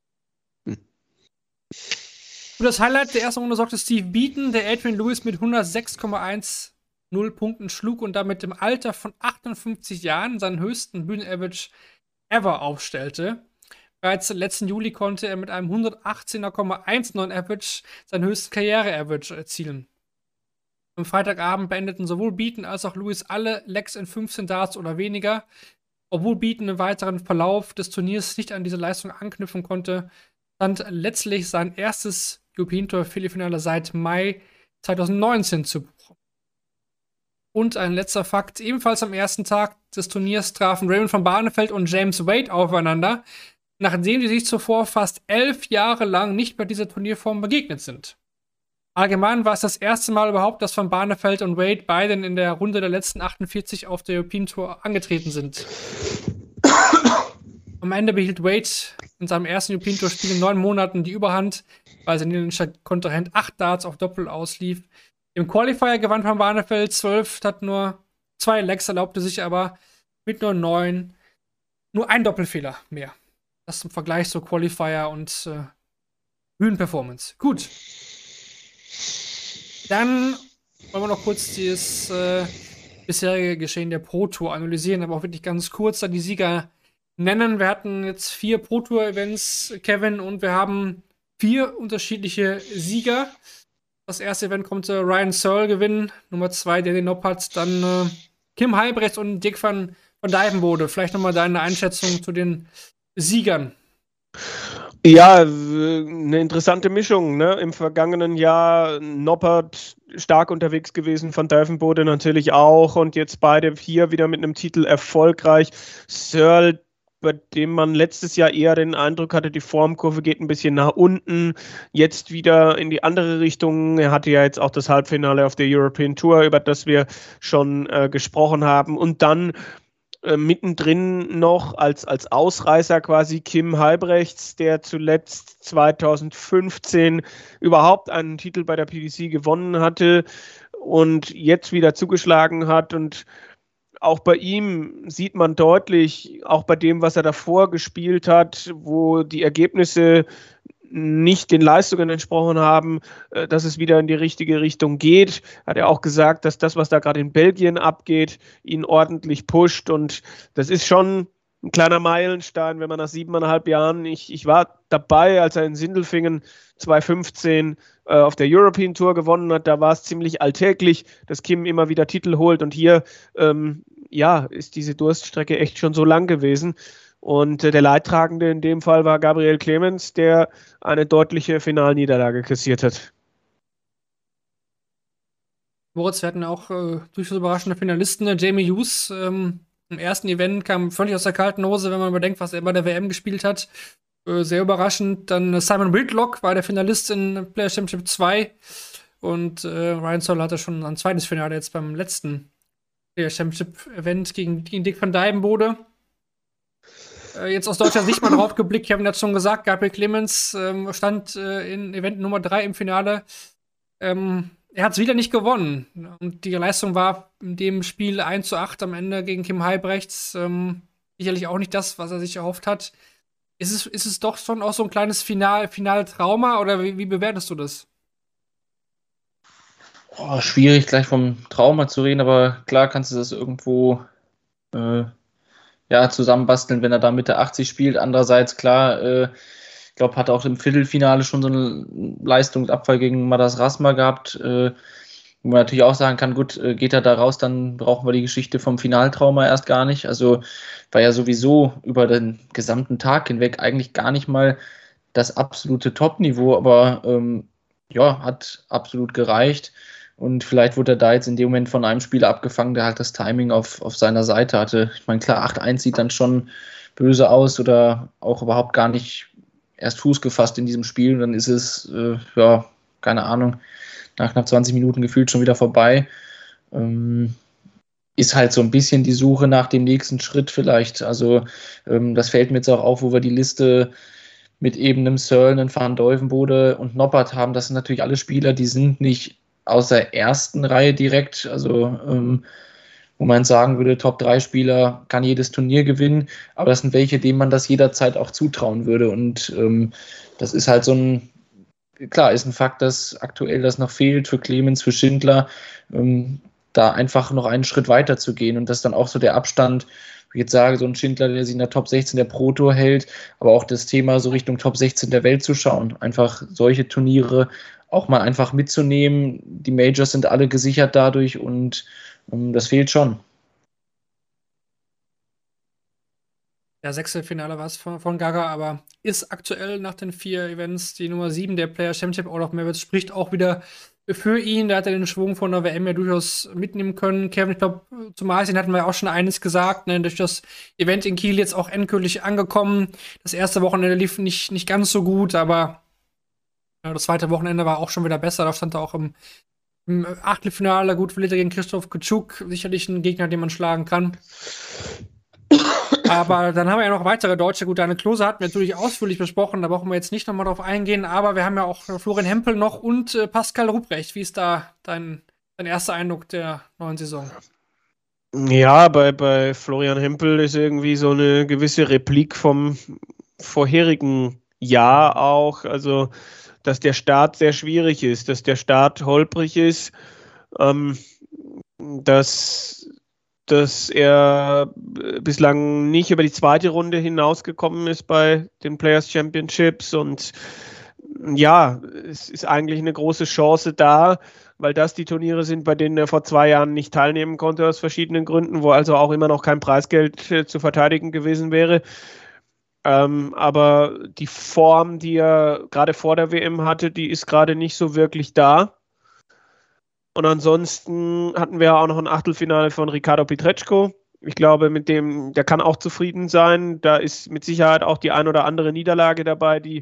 Für das Highlight der ersten Runde sorgte Steve Beaton, der Adrian Lewis mit 106,10 Punkten schlug und damit im Alter von 58 Jahren seinen höchsten Bühnen-Average ever aufstellte. Bereits letzten Juli konnte er mit einem 118,19 Average seinen höchsten Karriere-Average erzielen. Am Freitagabend beendeten sowohl Beaton als auch Lewis alle Lecks in 15 Darts oder weniger. Obwohl Beaton im weiteren Verlauf des Turniers nicht an diese Leistung anknüpfen konnte, stand letztlich sein erstes European Tour Viertelfinale seit Mai 2019 zu Buche. Und ein letzter Fakt: Ebenfalls am ersten Tag des Turniers trafen Raymond van Barneveld und James Wade aufeinander, nachdem sie sich zuvor fast 11 Jahre lang nicht bei dieser Turnierform begegnet sind. Allgemein war es das erste Mal überhaupt, dass Van Barneveld und Wade beide in der Runde der letzten 48 auf der European Tour angetreten sind. Am Ende behielt Wade in seinem ersten European Tour Spiel in 9 Monaten die Überhand, weil sein niederländischer Kontrahent 8 Darts auf Doppel auslief. Im Qualifier gewann Van Barneveld 12, hat nur 2 Lecks, erlaubte sich aber mit nur 9 nur ein Doppelfehler mehr. Das zum Vergleich zu Qualifier und Bühnenperformance. Gut. Dann wollen wir noch kurz das bisherige Geschehen der Pro Tour analysieren, aber auch wirklich ganz kurz da die Sieger nennen. Wir hatten jetzt 4 Pro Tour Events, Kevin, und wir haben 4 unterschiedliche Sieger. Das erste Event konnte Ryan Searle gewinnen, Nummer 2 Danny Noppert, dann Kim Heibrechts und Dick van Dijvenbode. Vielleicht nochmal deine Einschätzung zu den Siegern. Ja, eine interessante Mischung, ne? Im vergangenen Jahr Noppert stark unterwegs gewesen, Van Dijvenbode natürlich auch, und jetzt beide hier wieder mit einem Titel erfolgreich. Searle, bei dem man letztes Jahr eher den Eindruck hatte, die Formkurve geht ein bisschen nach unten, jetzt wieder in die andere Richtung. Er hatte ja jetzt auch das Halbfinale auf der European Tour, über das wir schon gesprochen haben, und dann mittendrin noch als Ausreißer quasi Kim Heibrechts, der zuletzt 2015 überhaupt einen Titel bei der PDC gewonnen hatte und jetzt wieder zugeschlagen hat. Und auch bei ihm sieht man deutlich, auch bei dem, was er davor gespielt hat, wo die Ergebnisse nicht den Leistungen entsprochen haben, dass es wieder in die richtige Richtung geht. Hat er auch gesagt, dass das, was da gerade in Belgien abgeht, ihn ordentlich pusht, und das ist schon ein kleiner Meilenstein, wenn man nach 7,5 Jahren, ich war dabei, als er in Sindelfingen 2015 auf der European Tour gewonnen hat, da war es ziemlich alltäglich, dass Kim immer wieder Titel holt, und hier ist diese Durststrecke echt schon so lang gewesen. Und der Leidtragende in dem Fall war Gabriel Clemens, der eine deutliche Finalniederlage kassiert hat. Moritz, wir hatten auch durchaus überraschende Finalisten. Jamie Hughes im ersten Event kam völlig aus der kalten Hose, wenn man bedenkt, was er bei der WM gespielt hat. Sehr überraschend. Dann Simon Whitlock war der Finalist in Players Championship 2. Und Ryan Searle hatte schon ein zweites Finale jetzt beim letzten Players Championship Event gegen Dick van Dijvenbode. Jetzt aus deutscher Sicht mal drauf geblickt, ich habe jetzt schon gesagt, Gabriel Clemens stand in Event Nummer 3 im Finale. Er hat es wieder nicht gewonnen. Und die Leistung war in dem Spiel 1:8 am Ende gegen Kim Heibrechts sicherlich auch nicht das, was er sich erhofft hat. Ist es doch schon auch so ein kleines Finaltrauma oder wie bewertest du das? Schwierig, gleich vom Trauma zu reden, aber klar kannst du das irgendwo zusammenbasteln, wenn er da Mitte 80 spielt. Andererseits, klar, ich glaube, hat auch im Viertelfinale schon so einen Leistungsabfall gegen Madas Rasma gehabt, wo man natürlich auch sagen kann, gut, geht er da raus, dann brauchen wir die Geschichte vom Finaltrauma erst gar nicht. Also war ja sowieso über den gesamten Tag hinweg eigentlich gar nicht mal das absolute Top-Niveau, aber hat absolut gereicht. Und vielleicht wurde er da jetzt in dem Moment von einem Spieler abgefangen, der halt das Timing auf seiner Seite hatte. Ich meine, klar, 8:1 sieht dann schon böse aus oder auch überhaupt gar nicht erst Fuß gefasst in diesem Spiel. Und dann ist es, keine Ahnung, nach knapp 20 Minuten gefühlt schon wieder vorbei. Ist halt so ein bisschen die Suche nach dem nächsten Schritt vielleicht. Also das fällt mir jetzt auch auf, wo wir die Liste mit eben einem Searle, einem Van Duijvenbode und Noppert haben. Das sind natürlich alle Spieler, die sind nicht aus der ersten Reihe direkt, also wo man sagen würde, Top-3-Spieler kann jedes Turnier gewinnen, aber das sind welche, denen man das jederzeit auch zutrauen würde und das ist halt ist ein Fakt, dass aktuell das noch fehlt für Clemens, für Schindler, da einfach noch einen Schritt weiter zu gehen und das dann auch so der Abstand, wie ich jetzt sage, so ein Schindler, der sich in der Top 16 der Pro Tour hält, aber auch das Thema so Richtung Top 16 der Welt zu schauen, einfach solche Turniere auch mal einfach mitzunehmen. Die Majors sind alle gesichert dadurch und das fehlt schon. Ja, Sechstelfinale war es von Gaga, aber ist aktuell nach den 4 Events die Nummer 7 der Player Championship. All of Mavericks spricht auch wieder für ihn. Da hat er den Schwung von der WM ja durchaus mitnehmen können. Kevin, ich glaube, zum Asien hatten wir auch schon eines gesagt, ne? Durch das Event in Kiel jetzt auch endgültig angekommen. Das erste Wochenende lief nicht ganz so gut, aber das zweite Wochenende war auch schon wieder besser. Da stand er auch im Achtelfinale. Gut, verliert er gegen Christoph Kutschuk. Sicherlich ein Gegner, den man schlagen kann. Aber dann haben wir ja noch weitere Deutsche. Gut, Daniel Klose hatten wir natürlich ausführlich besprochen. Da brauchen wir jetzt nicht nochmal drauf eingehen. Aber wir haben ja auch Florian Hempel noch und Pascal Ruprecht. Wie ist da dein erster Eindruck der neuen Saison? Ja, bei Florian Hempel ist irgendwie so eine gewisse Replik vom vorherigen Jahr auch. Also dass der Start sehr schwierig ist, dass der Start holprig ist, dass er bislang nicht über die zweite Runde hinausgekommen ist bei den Players Championships und ja, es ist eigentlich eine große Chance da, weil das die Turniere sind, bei denen er vor 2 Jahren nicht teilnehmen konnte aus verschiedenen Gründen, wo also auch immer noch kein Preisgeld zu verteidigen gewesen wäre. Aber die Form, die er gerade vor der WM hatte, die ist gerade nicht so wirklich da. Und ansonsten hatten wir auch noch ein Achtelfinale von Ricardo Pietreczko. Ich glaube, mit dem, der kann auch zufrieden sein. Da ist mit Sicherheit auch die ein oder andere Niederlage dabei, die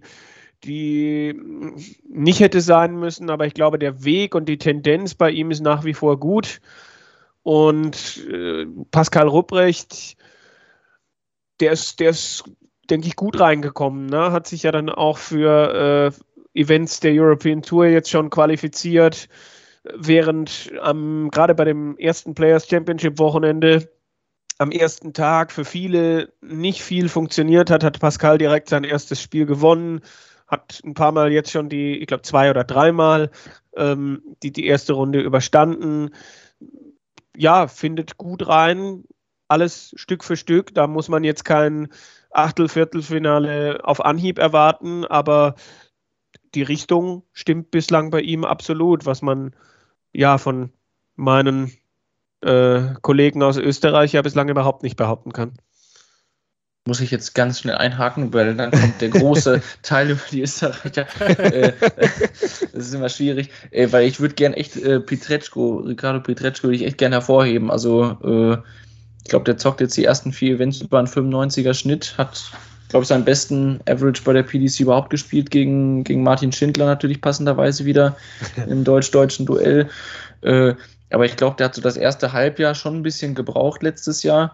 nicht hätte sein müssen. Aber ich glaube, der Weg und die Tendenz bei ihm ist nach wie vor gut. Und Pascal Ruprecht, der ist denke ich, gut reingekommen. Ne? Hat sich ja dann auch für Events der European Tour jetzt schon qualifiziert, während gerade bei dem ersten Players Championship Wochenende am ersten Tag für viele nicht viel funktioniert hat Pascal direkt sein erstes Spiel gewonnen, hat ein paar Mal jetzt schon ich glaube 2 oder 3 Mal die erste Runde überstanden. Ja, findet gut rein, alles Stück für Stück, da muss man jetzt kein Viertelfinale auf Anhieb erwarten, aber die Richtung stimmt bislang bei ihm absolut, was man ja von meinen Kollegen aus Österreich ja bislang überhaupt nicht behaupten kann. Muss ich jetzt ganz schnell einhaken, weil dann kommt der große Teil über die Österreicher. Das ist immer schwierig, weil ich würde gerne echt Ricardo Pietreczko würde ich echt gerne hervorheben. Also ich glaube, der zockt jetzt die ersten 4 Events über einen 95er Schnitt, hat, glaube ich, seinen besten Average bei der PDC überhaupt gespielt, gegen Martin Schindler natürlich passenderweise wieder im deutsch-deutschen Duell. Aber ich glaube, der hat so das erste Halbjahr schon ein bisschen gebraucht letztes Jahr.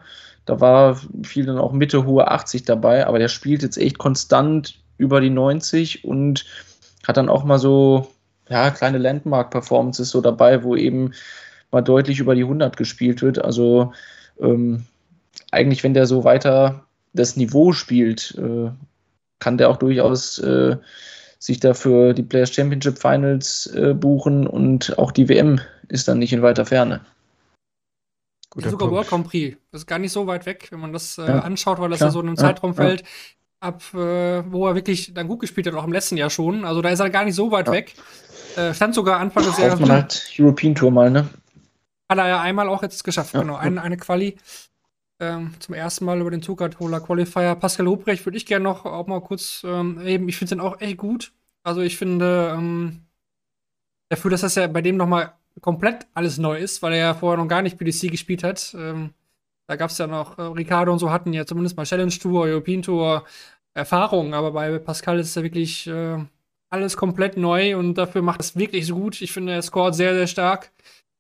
Da war viel dann auch Mitte, hohe 80 dabei, aber der spielt jetzt echt konstant über die 90 und hat dann auch mal so, ja, kleine Landmark-Performances so dabei, wo eben mal deutlich über die 100 gespielt wird. Also eigentlich, wenn der so weiter das Niveau spielt, kann der auch durchaus sich dafür die Players Championship Finals buchen und auch die WM ist dann nicht in weiter Ferne. Sogar World Grand Prix. Das ist gar nicht so weit weg, wenn man das anschaut, weil das ja so in einem Zeitraum fällt, ab wo er wirklich dann gut gespielt hat, auch im letzten Jahr schon. Also da ist er gar nicht so weit weg. Stand sogar Anfang des Jahres. Man halt European Tour mal, ne? Hat er ja einmal auch jetzt geschafft, genau. Eine Quali. Zum ersten Mal über den Tour-Card-Holder Qualifier. Pascal Ruprecht würde ich gerne noch auch mal kurz reden. Ich finde den auch echt gut. Also ich finde, dafür, dass das ja bei dem nochmal komplett alles neu ist, weil er ja vorher noch gar nicht PDC gespielt hat. Da gab es ja noch, Ricardo und so hatten ja zumindest mal Challenge Tour, European Tour Erfahrungen, aber bei Pascal ist es ja wirklich alles komplett neu und dafür macht es wirklich so gut. Ich finde, er scoret sehr, sehr stark.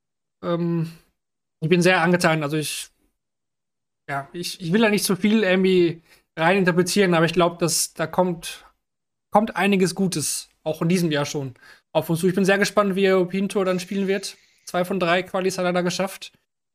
Ich bin sehr angetan. Also ich will da nicht zu viel irgendwie reininterpretieren, aber ich glaube, dass da kommt einiges Gutes, auch in diesem Jahr schon, auf uns zu. Ich bin sehr gespannt, wie er European Tour dann spielen wird. 2 von 3 Qualis hat er da geschafft.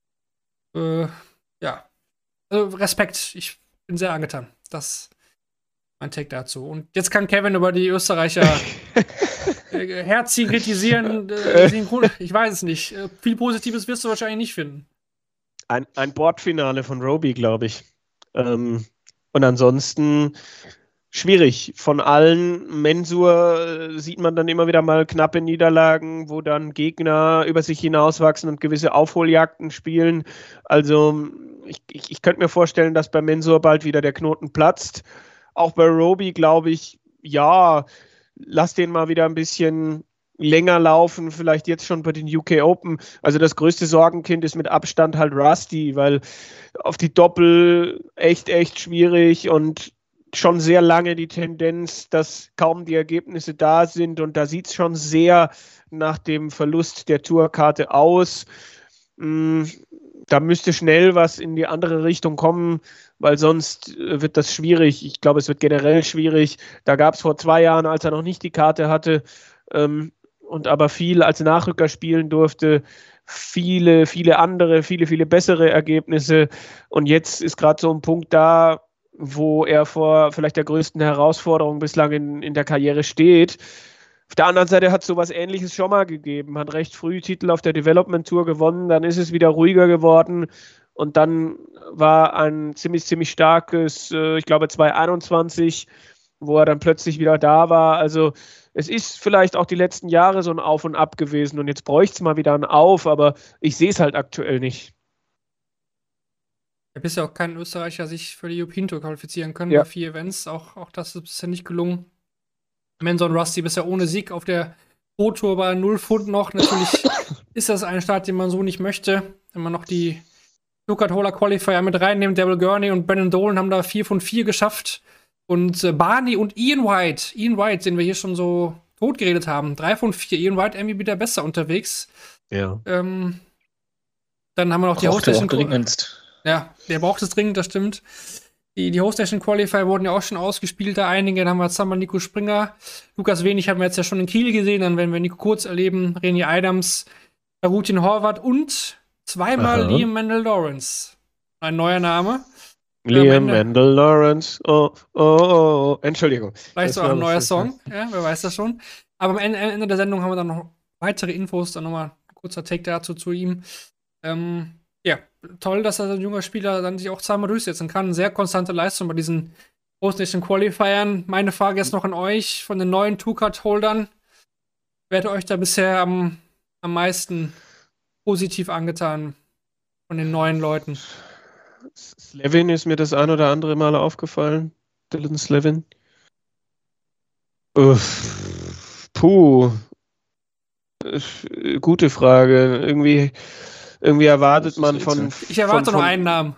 Ja. Also Respekt. Ich bin sehr angetan. Das ist mein Take dazu. Und jetzt kann Kevin über die Österreicher herziehen, kritisieren. Ich weiß es nicht. Viel Positives wirst du wahrscheinlich nicht finden. Ein Bordfinale von Roby, glaube ich. Und ansonsten schwierig. Von allen Mensur sieht man dann immer wieder mal knappe Niederlagen, wo dann Gegner über sich hinauswachsen und gewisse Aufholjagden spielen. Also ich könnte mir vorstellen, dass bei Mensur bald wieder der Knoten platzt. Auch bei Roby glaube ich, ja, lass den mal wieder ein bisschen länger laufen, vielleicht jetzt schon bei den UK Open. Also das größte Sorgenkind ist mit Abstand halt Rusty, weil auf die Doppel echt schwierig und schon sehr lange die Tendenz, dass kaum die Ergebnisse da sind und da sieht es schon sehr nach dem Verlust der Tourkarte aus. Da müsste schnell was in die andere Richtung kommen, weil sonst wird das schwierig. Ich glaube, es wird generell schwierig. Da gab es vor 2 Jahren, als er noch nicht die Karte hatte, und aber viel als Nachrücker spielen durfte, viele andere, viele bessere Ergebnisse. Und jetzt ist gerade so ein Punkt da, wo er vor vielleicht der größten Herausforderung bislang in der Karriere steht. Auf der anderen Seite hat es sowas Ähnliches schon mal gegeben, hat recht früh Titel auf der Development Tour gewonnen, dann ist es wieder ruhiger geworden und dann war ein ziemlich starkes, ich glaube 2021, wo er dann plötzlich wieder da war. Also es ist vielleicht auch die letzten Jahre so ein Auf und Ab gewesen und jetzt bräuchte es mal wieder ein Auf, aber ich sehe es halt aktuell nicht. Ja, bisher auch kein Österreicher sich für die European Tour qualifizieren können Ja. bei 4 Events. Auch das ist bisher nicht gelungen. Mensur und Rusty bisher ohne Sieg auf der Pro Tour bei 0 Pfund noch. Natürlich ist das ein Start, den man so nicht möchte. Wenn man noch die Tour-Card-Holder Qualifier mit reinnimmt, Devil Gurney und Brennan Dolan haben da 4 von 4 geschafft. Und Barney und Ian White, den wir hier schon so tot geredet haben, 3 von 4. Ian White irgendwie wieder besser unterwegs. Ja. Dann haben wir noch die Braucht er auch Hostnation. dringend. Ja, der braucht es dringend, das stimmt. Die Hostnation Qualifier wurden ja auch schon ausgespielt, da einige. Dann haben wir zusammen Nico Springer. Lukas Wenig haben wir jetzt ja schon in Kiel gesehen. Dann werden wir Nico Kurz erleben. René Adams, Rutin Horvath und zweimal Liam Mendel Lawrence. Ein neuer Name. Liam Mendel Lawrence. Oh. Entschuldigung. Vielleicht Das so ein war neuer was- Song. Ja, wer weiß das schon. Aber am Ende der Sendung haben wir dann noch weitere Infos. Dann nochmal ein kurzer Take dazu zu ihm. Ja, toll, dass er als junger Spieler dann sich auch zweimal durchsetzen kann. Sehr konstante Leistung bei diesen Hostnation Qualifiern. Meine Frage jetzt noch an euch von den neuen Two-Card-Holdern. Wer hat euch da bisher am meisten positiv angetan von den neuen Leuten? Slevin ist mir das ein oder andere Mal aufgefallen. Dylan Slevin. Puh. Gute Frage. Irgendwie erwartet man von. Ich erwarte von, noch einen Namen.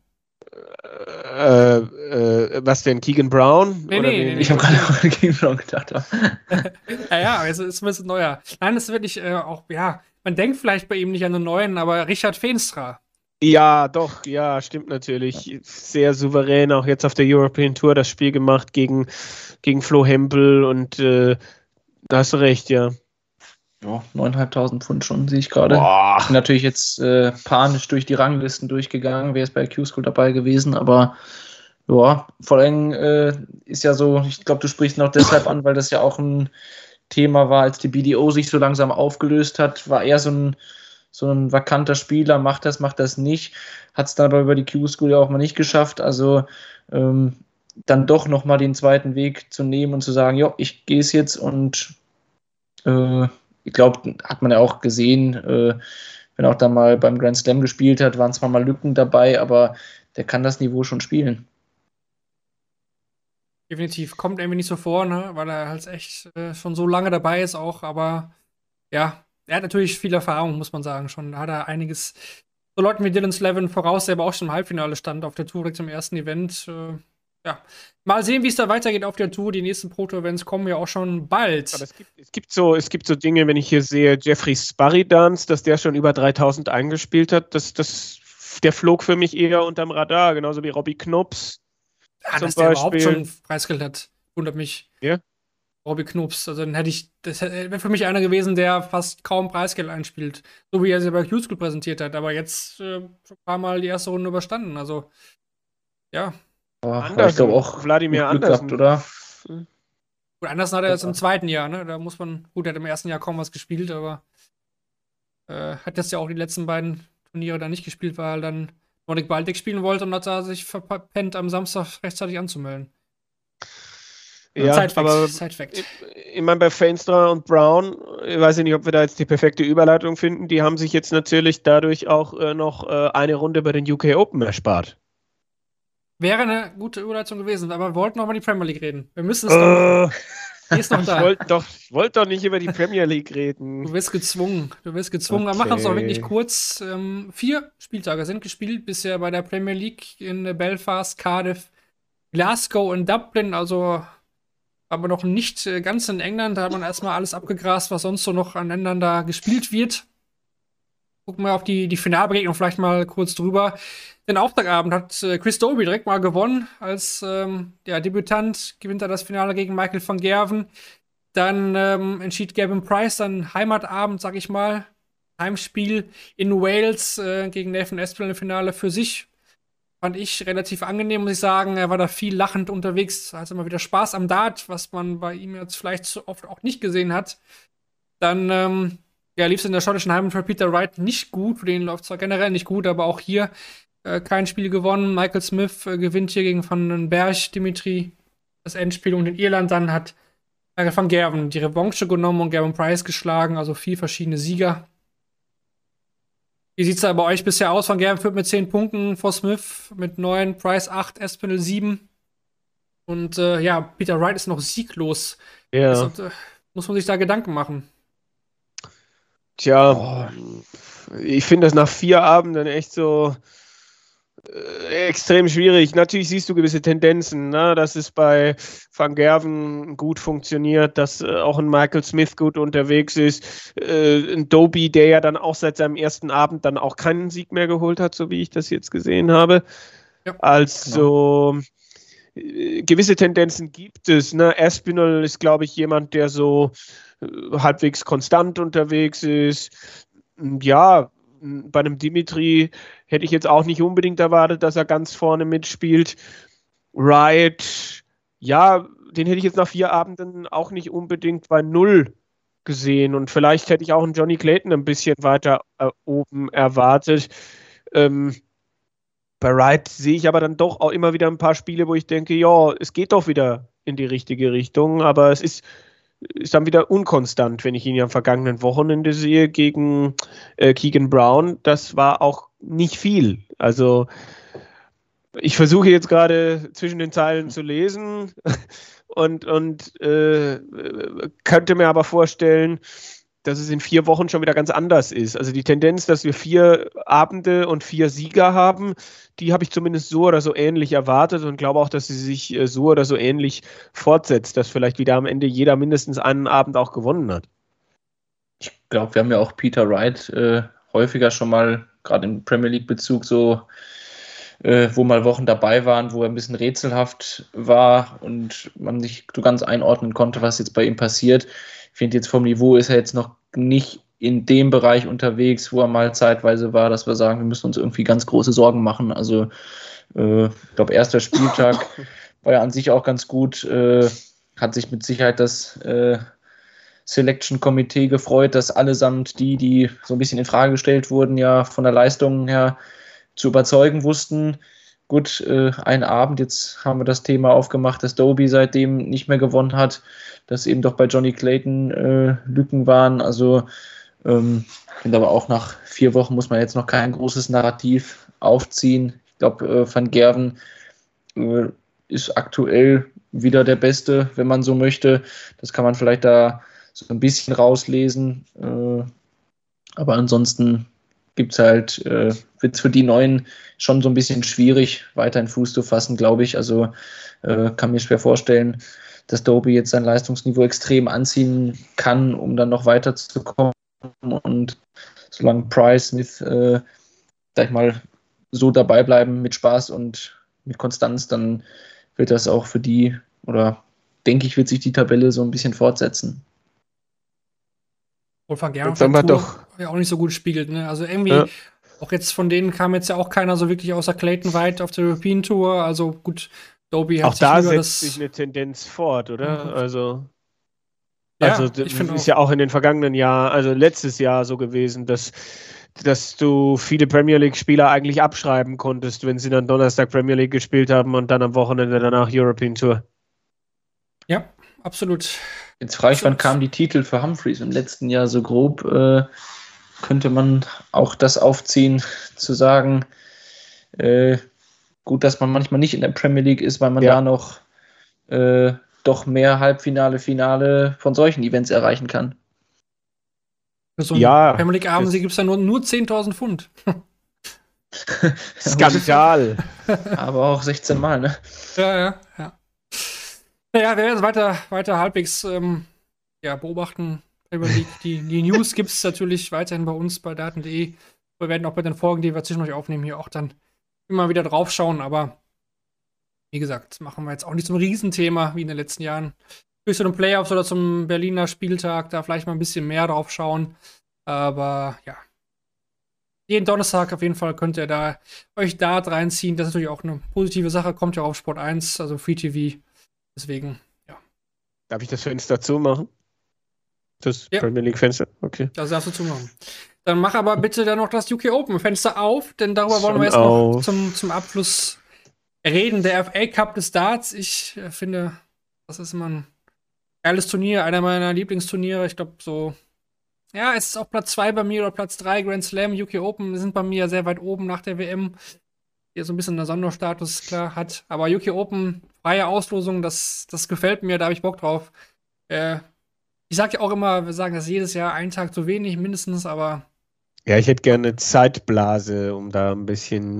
Was denn? Keegan Brown? Nee, Oder nee, wen? nee. Ich habe gerade gegen schon gedacht. Ja, es ist zumindest ein neuer. Nein, es ist wirklich auch, ja, man denkt vielleicht bei ihm nicht an einen neuen, aber Richard Feenstra. Ja, doch, ja, stimmt natürlich. Sehr souverän, auch jetzt auf der European Tour das Spiel gemacht gegen Flo Hempel und da hast du recht, ja. Ja, 9.500 Pfund schon, sehe ich gerade. Boah. Ich bin natürlich jetzt panisch durch die Ranglisten durchgegangen, wäre es bei Q-School dabei gewesen, aber ja, vor allem ist ja so, ich glaube, du sprichst noch deshalb an, weil das ja auch ein Thema war, als die BDO sich so langsam aufgelöst hat, war eher so ein vakanter Spieler, macht das nicht, hat es dann aber über die Q-School ja auch mal nicht geschafft, also dann doch nochmal den zweiten Weg zu nehmen und zu sagen, ja, ich gehe es jetzt und ich glaube, hat man ja auch gesehen, wenn er auch da mal beim Grand Slam gespielt hat, waren zwar mal Lücken dabei, aber der kann das Niveau schon spielen. Definitiv. Kommt irgendwie nicht so vor, ne? Weil er halt echt schon so lange dabei ist auch. Aber ja, er hat natürlich viel Erfahrung, muss man sagen. Schon da hat er einiges so Leuten wie Dylan Slevin voraus, der aber auch schon im Halbfinale stand auf der Tour direkt zum ersten Event. Ja, mal sehen, wie es da weitergeht auf der Tour. Die nächsten Proto-Events kommen ja auch schon bald. Aber es gibt so Dinge, wenn ich hier sehe, Jeffrey Sparridance, dass der schon über 3.000 eingespielt hat, der flog für mich eher unterm Radar, genauso wie Robbie Knops. Ja, dass der überhaupt schon Preisgeld hat, wundert mich. Ja? Robbie Knops, also dann das wäre für mich einer gewesen, der fast kaum Preisgeld einspielt, so wie er sich bei Q-School präsentiert hat, aber jetzt schon ein paar Mal die erste Runde überstanden, also ja. Aber ich glaube auch Vladimir Glück Andersen, gehabt, oder? Gut, Andersen hat er jetzt im zweiten Jahr, ne, da muss man, gut, er hat im ersten Jahr kaum was gespielt, aber hat jetzt ja auch die letzten beiden Turniere da nicht gespielt, weil er dann Nordic Baltic spielen wollte und hat er sich verpennt, am Samstag rechtzeitig anzumelden. Ja, Side-Fact. Ich meine, bei Feenstra und Brown, ich weiß nicht, ob wir da jetzt die perfekte Überleitung finden, die haben sich jetzt natürlich dadurch auch noch eine Runde bei den UK Open erspart. Wäre eine gute Überleitung gewesen, aber wir wollten noch mal die Premier League reden. Wir müssen es doch machen. Die ist noch da. Ich wollte doch nicht über die Premier League reden. Du wirst gezwungen. Okay. Aber mach uns auch wirklich kurz. 4 Spieltage sind gespielt bisher bei der Premier League in Belfast, Cardiff, Glasgow und Dublin. Also aber noch nicht ganz in England. Da hat man erstmal alles abgegrast, was sonst so noch an Ländern da gespielt wird. Gucken wir auf die Finalbegegnung vielleicht mal kurz drüber. Den Auftaktabend hat Chris Dobey direkt mal gewonnen. Als Debütant gewinnt er das Finale gegen Michael van Gerwen. Dann entschied Gavin Price dann Heimatabend, sag ich mal. Heimspiel in Wales gegen Nathan Aspinall im Finale für sich. Fand ich relativ angenehm, muss ich sagen. Er war da viel lachend unterwegs. Hat immer wieder Spaß am Dart, was man bei ihm jetzt vielleicht so oft auch nicht gesehen hat. Dann lief es in der schottischen Heimat für Peter Wright nicht gut. Für den läuft es zwar generell nicht gut, aber auch hier kein Spiel gewonnen. Michael Smith gewinnt hier gegen Van den Berg, Dimitri, das Endspiel. Und in Irland dann hat Michael van Gerwen die Revanche genommen und Gavin Price geschlagen. Also 4 verschiedene Sieger. Wie sieht es da bei euch bisher aus? Van Gerwen führt mit 10 Punkten vor Smith mit 9, Price 8, Aspinall 7. Und Peter Wright ist noch sieglos. Ja. Also, muss man sich da Gedanken machen. Tja, ich finde das nach 4 Abenden echt so extrem schwierig. Natürlich siehst du gewisse Tendenzen, ne? Dass es bei Van Gerwen gut funktioniert, dass auch ein Michael Smith gut unterwegs ist. Ein Dobey, der ja dann auch seit seinem ersten Abend dann auch keinen Sieg mehr geholt hat, so wie ich das jetzt gesehen habe. Ja, also gewisse Tendenzen gibt es. Ne? Aspinall ist, glaube ich, jemand, der so halbwegs konstant unterwegs ist. Ja, bei einem Dimitri hätte ich jetzt auch nicht unbedingt erwartet, dass er ganz vorne mitspielt. Wright, ja, den hätte ich jetzt nach 4 Abenden auch nicht unbedingt bei 0 gesehen. Und vielleicht hätte ich auch einen Johnny Clayton ein bisschen weiter oben erwartet. Bei Wright sehe ich aber dann doch auch immer wieder ein paar Spiele, wo ich denke, ja, es geht doch wieder in die richtige Richtung, aber es ist dann wieder unkonstant, wenn ich ihn ja am vergangenen Wochenende sehe gegen Keegan Brown. Das war auch nicht viel. Also ich versuche jetzt gerade zwischen den Zeilen zu lesen und könnte mir aber vorstellen, dass es in 4 Wochen schon wieder ganz anders ist. Also die Tendenz, dass wir 4 Abende und 4 Sieger haben, die habe ich zumindest so oder so ähnlich erwartet und glaube auch, dass sie sich so oder so ähnlich fortsetzt, dass vielleicht wieder am Ende jeder mindestens einen Abend auch gewonnen hat. Ich glaube, wir haben ja auch Peter Wright häufiger schon mal gerade im Premier League-Bezug so, wo mal Wochen dabei waren, wo er ein bisschen rätselhaft war und man nicht so ganz einordnen konnte, was jetzt bei ihm passiert. Ich finde, jetzt vom Niveau ist er jetzt noch nicht in dem Bereich unterwegs, wo er mal zeitweise war, dass wir sagen, wir müssen uns irgendwie ganz große Sorgen machen. Also ich glaube, erster Spieltag war ja an sich auch ganz gut, hat sich mit Sicherheit das Selection-Komitee gefreut, dass allesamt die so ein bisschen in Frage gestellt wurden, ja von der Leistung her zu überzeugen wussten. Gut, ein Abend, jetzt haben wir das Thema aufgemacht, dass Doby seitdem nicht mehr gewonnen hat, dass eben doch bei Johnny Clayton Lücken waren. Also ich finde aber auch nach 4 Wochen muss man jetzt noch kein großes Narrativ aufziehen. Ich glaube, Van Gerwen ist aktuell wieder der Beste, wenn man so möchte. Das kann man vielleicht da so ein bisschen rauslesen. Aber ansonsten wird es für die Neuen schon so ein bisschen schwierig, weiter in Fuß zu fassen, glaube ich. Also kann mir schwer vorstellen, dass Doby jetzt sein Leistungsniveau extrem anziehen kann, um dann noch weiterzukommen. Und solange Price, Smith, sag ich mal, so dabei bleiben mit Spaß und mit Konstanz, dann wird das auch für die, oder denke ich, wird sich die Tabelle so ein bisschen fortsetzen. Und Van Gerwen doch ja auch nicht so gut spiegelt, ne? Also irgendwie, auch jetzt von denen kam jetzt ja auch keiner so wirklich außer Clayton White auf der European Tour. Also gut, Doby hat auch da setzt sich eine Tendenz fort, oder? Also ich finde ist ja auch in den vergangenen Jahren, also letztes Jahr so gewesen, dass du viele Premier League-Spieler eigentlich abschreiben konntest, wenn sie dann Donnerstag Premier League gespielt haben und dann am Wochenende danach European Tour. Ja, absolut. Jetzt frage ich, wann kamen die Titel für Humphreys im letzten Jahr so grob? Könnte man auch das aufziehen, zu sagen, gut, dass man manchmal nicht in der Premier League ist, weil man da noch doch mehr Halbfinale, Finale von solchen Events erreichen kann. Für so einen Premier League-Abend gibt es ja nur 10.000 Pfund. Skandal. Aber auch 16 Mal, ne? Ja. Naja, wir werden weiter halbwegs beobachten. Premier League. Die News gibt es natürlich weiterhin bei uns bei daten.de. Wir werden auch bei den Folgen, die wir zwischendurch aufnehmen, hier auch dann immer wieder drauf schauen. Aber wie gesagt, machen wir jetzt auch nicht so ein Riesenthema wie in den letzten Jahren. Durch so den Playoffs oder zum Berliner Spieltag da vielleicht mal ein bisschen mehr drauf schauen. Aber ja. Jeden Donnerstag auf jeden Fall könnt ihr euch Dart reinziehen. Das ist natürlich auch eine positive Sache. Kommt ja auf Sport 1, also Free TV. Deswegen, ja. Darf ich das Fenster zumachen? Das Premier League Fenster? Okay. Das darfst du zumachen. Dann mach aber bitte dann noch das UK Open Fenster auf, denn darüber wollen wir jetzt noch zum Abschluss reden. Der FA Cup des Darts. Ich finde, das ist immer ein geiles Turnier, einer meiner Lieblingsturniere. Ich glaube so, ja, es ist auch Platz 2 bei mir oder Platz 3 Grand Slam. UK Open sind bei mir sehr weit oben nach der WM. Hier so ein bisschen einen Sonderstatus, klar, hat. Aber UK Open, freie Auslosung, das gefällt mir, da habe ich Bock drauf. Ich sage ja auch immer, wir sagen das jedes Jahr, einen Tag zu wenig mindestens, aber ja, ich hätte gerne Zeitblase, um da ein bisschen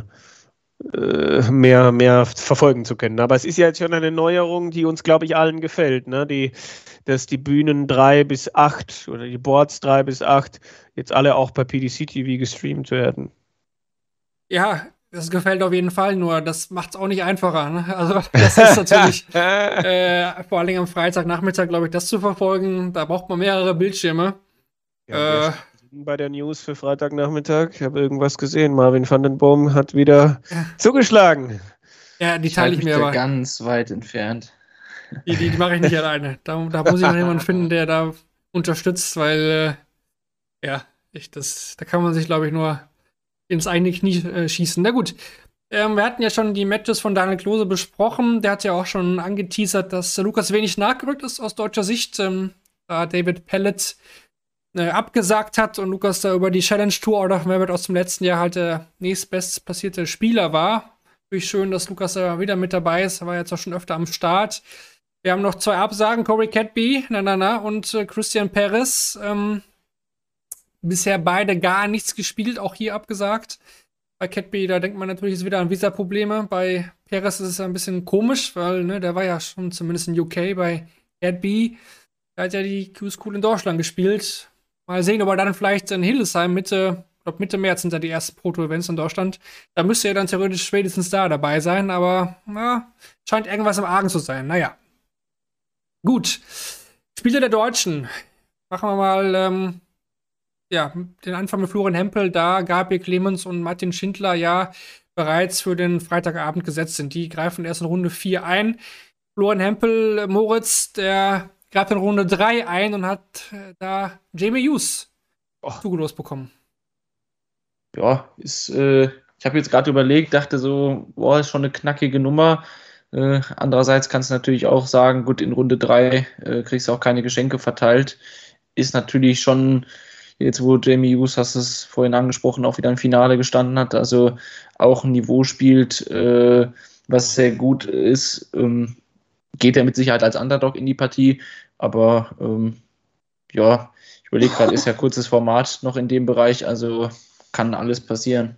mehr verfolgen zu können. Aber es ist ja jetzt schon eine Neuerung, die uns, glaube ich, allen gefällt, ne? Dass die Bühnen 3 bis 8 oder die Boards 3 bis 8 jetzt alle auch bei PDC TV gestreamt werden. Ja, das gefällt auf jeden Fall, nur das macht es auch nicht einfacher. Ne? Also das ist natürlich vor allem am Freitagnachmittag, glaube ich, das zu verfolgen. Da braucht man mehrere Bildschirme. Ja, bei der News für Freitagnachmittag, ich habe irgendwas gesehen. Marvin van den Boom hat wieder zugeschlagen. Ja, die teile ich mir aber. Ganz weit entfernt. Die mache ich nicht alleine. Da muss ich noch jemanden finden, der da unterstützt, weil da kann man sich, glaube ich, nur ins eigene Knie schießen. Na gut, wir hatten ja schon die Matches von Daniel Klose besprochen. Der hat ja auch schon angeteasert, dass Lukas wenig nachgerückt ist aus deutscher Sicht. Da David Pellet abgesagt hat und Lukas da über die Challenge Tour Order of Merit aus dem letzten Jahr halt der nächstbest platzierte Spieler war. Natürlich schön, dass Lukas da wieder mit dabei ist. Er war jetzt auch schon öfter am Start. Wir haben noch 2 Absagen. Corey Cadby, und Christian Perez. Bisher beide gar nichts gespielt, auch hier abgesagt. Bei Cadby, da denkt man natürlich ist wieder an Visa-Probleme. Bei Perez ist es ein bisschen komisch, weil der war ja schon zumindest in UK bei Cadby. Der hat ja die Q-School in Deutschland gespielt. Mal sehen, ob er dann vielleicht in Hildesheim Mitte Ich glaube, Mitte März sind da die ersten Proto-Events in Deutschland. Da müsste ja dann theoretisch spätestens da dabei sein, aber scheint irgendwas im Argen zu sein. Naja. Gut. Spiele der Deutschen. Machen wir mal den Anfang mit Florian Hempel, da Gabriel Clemens und Martin Schindler ja bereits für den Freitagabend gesetzt sind. Die greifen erst in Runde 4 ein. Florian Hempel, Moritz, der greift in Runde 3 ein und hat da Jamie Hughes zugelost bekommen. Ja, ich habe jetzt gerade überlegt, dachte so, boah, ist schon eine knackige Nummer. Andererseits kannst du natürlich auch sagen, gut, in Runde 3 kriegst du auch keine Geschenke verteilt. Ist natürlich schon, jetzt wo Jamie Hughes, hast du es vorhin angesprochen, auch wieder im Finale gestanden hat, also auch ein Niveau spielt, was sehr gut ist, geht er mit Sicherheit als Underdog in die Partie, aber ich überlege gerade, ist ja kurzes Format noch in dem Bereich, also kann alles passieren.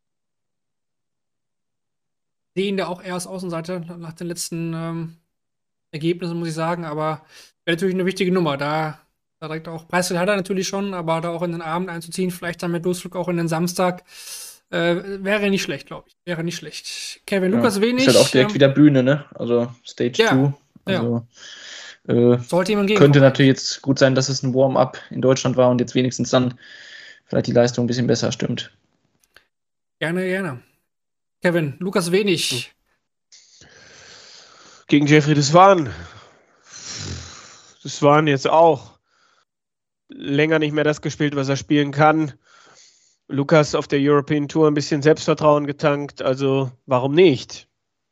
Sehen da auch eher als Außenseiter nach den letzten Ergebnissen, muss ich sagen, aber wäre natürlich eine wichtige Nummer. Da direkt auch Preisgeld hat er natürlich schon, aber da auch in den Abend einzuziehen, vielleicht dann mit Durchflug auch in den Samstag, wäre nicht schlecht, glaube ich. Wäre nicht schlecht. Kevin Lukas wenig. Ist halt auch direkt wieder Bühne, ne? Also Stage 2. Also sollte ihm entgegenkommen. Könnte natürlich jetzt gut sein, dass es ein Warm-up in Deutschland war und jetzt wenigstens dann vielleicht die Leistung ein bisschen besser stimmt. Gerne, gerne. Kevin, Lukas wenig. Gegen Jeffrey Deswan jetzt auch länger nicht mehr das gespielt, was er spielen kann. Lukas auf der European Tour ein bisschen Selbstvertrauen getankt, also warum nicht?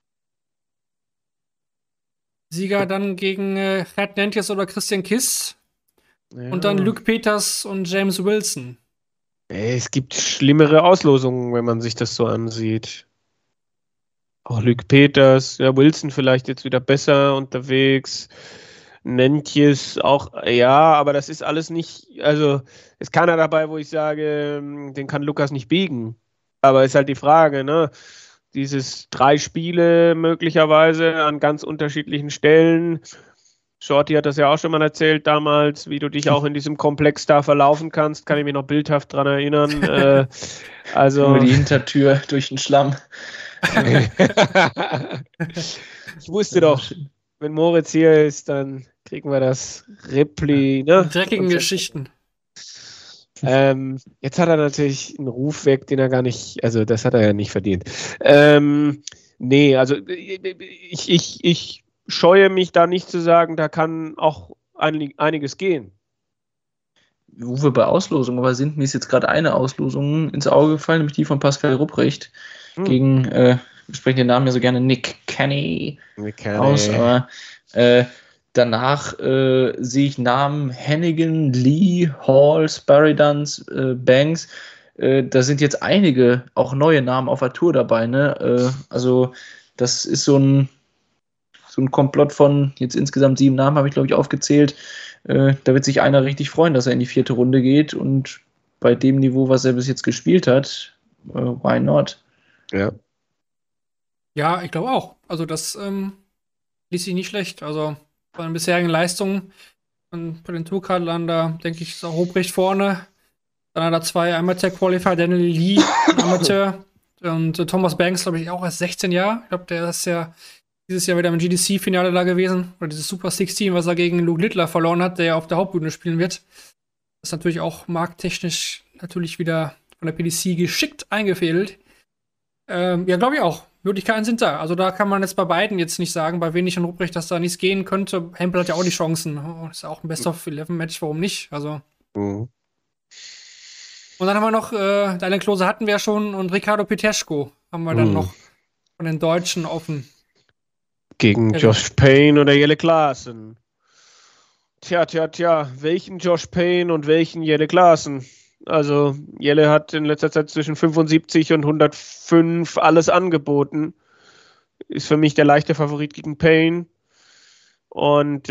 Sieger dann gegen Gerd Nentjes oder Christian Kiss. Ja. Und dann Luke Peters und James Wilson. Es gibt schlimmere Auslosungen, wenn man sich das so ansieht. Auch Luke Peters, ja, Wilson vielleicht jetzt wieder besser unterwegs. Nentjes auch, ja, aber das ist alles nicht, also ist keiner dabei, wo ich sage, den kann Lukas nicht biegen. Aber ist halt die Frage, ne? Dieses 3 Spiele möglicherweise an ganz unterschiedlichen Stellen. Shorty hat das ja auch schon mal erzählt damals, wie du dich auch in diesem Komplex da verlaufen kannst. Kann ich mich noch bildhaft dran erinnern. Also über die Hintertür durch den Schlamm. Ich wusste doch, wenn Moritz hier ist, dann kriegen wir das Repli. Ne? Dreckigen Geschichten. Jetzt hat er natürlich einen Ruf weg, den er gar nicht, also das hat er ja nicht verdient. Nee, also ich scheue mich da nicht zu sagen, da kann auch einiges gehen. Wo wir bei Auslosungen aber sind, mir ist jetzt gerade eine Auslosung ins Auge gefallen, nämlich die von Pascal Rupprecht gegen, wir sprechen den Namen ja so gerne, Nick Kenny aus, aber danach sehe ich Namen Hannigan, Lee, Hall, Sparidans, Banks. Da sind jetzt einige auch neue Namen auf der Tour dabei. Ne? Also das ist so ein Komplott von jetzt insgesamt 7 Namen, habe ich glaube ich aufgezählt. Da wird sich einer richtig freuen, dass er in die 4. Runde geht. Und bei dem Niveau, was er bis jetzt gespielt hat, why not? Ja. Ja, ich glaube auch. Also das liest sich nicht schlecht. Also bei den bisherigen Leistungen und bei den Tourcardlern, da denke ich, ist auch Ruprecht vorne. Dann hat er 2 Amateur-Qualifier, Daniel Lee, Amateur. Und Thomas Banks, glaube ich, auch erst 16 Jahre. Ich glaube, der ist ja dieses Jahr wieder im GDC-Finale da gewesen. Oder dieses Super 16, was er gegen Luke Littler verloren hat, der ja auf der Hauptbühne spielen wird. Das ist natürlich auch markttechnisch natürlich wieder von der PDC geschickt eingefädelt. Ja, glaube ich auch. Möglichkeiten sind da. Also da kann man jetzt bei beiden jetzt nicht sagen, bei Wenig und Rupprecht, dass da nichts gehen könnte. Hempel hat ja auch die Chancen. Das ist ja auch ein Best-of-11-Match, warum nicht? Also. Und dann haben wir noch, Dylan Klose hatten wir ja schon und Ricardo Pieteschko haben wir dann noch von den Deutschen offen. Gegen Josh Payne oder Jelle Klaassen. Tja, welchen Josh Payne und welchen Jelle Klaassen? Also Jelle hat in letzter Zeit zwischen 75 und 105 alles angeboten. Ist für mich der leichte Favorit gegen Payne. Und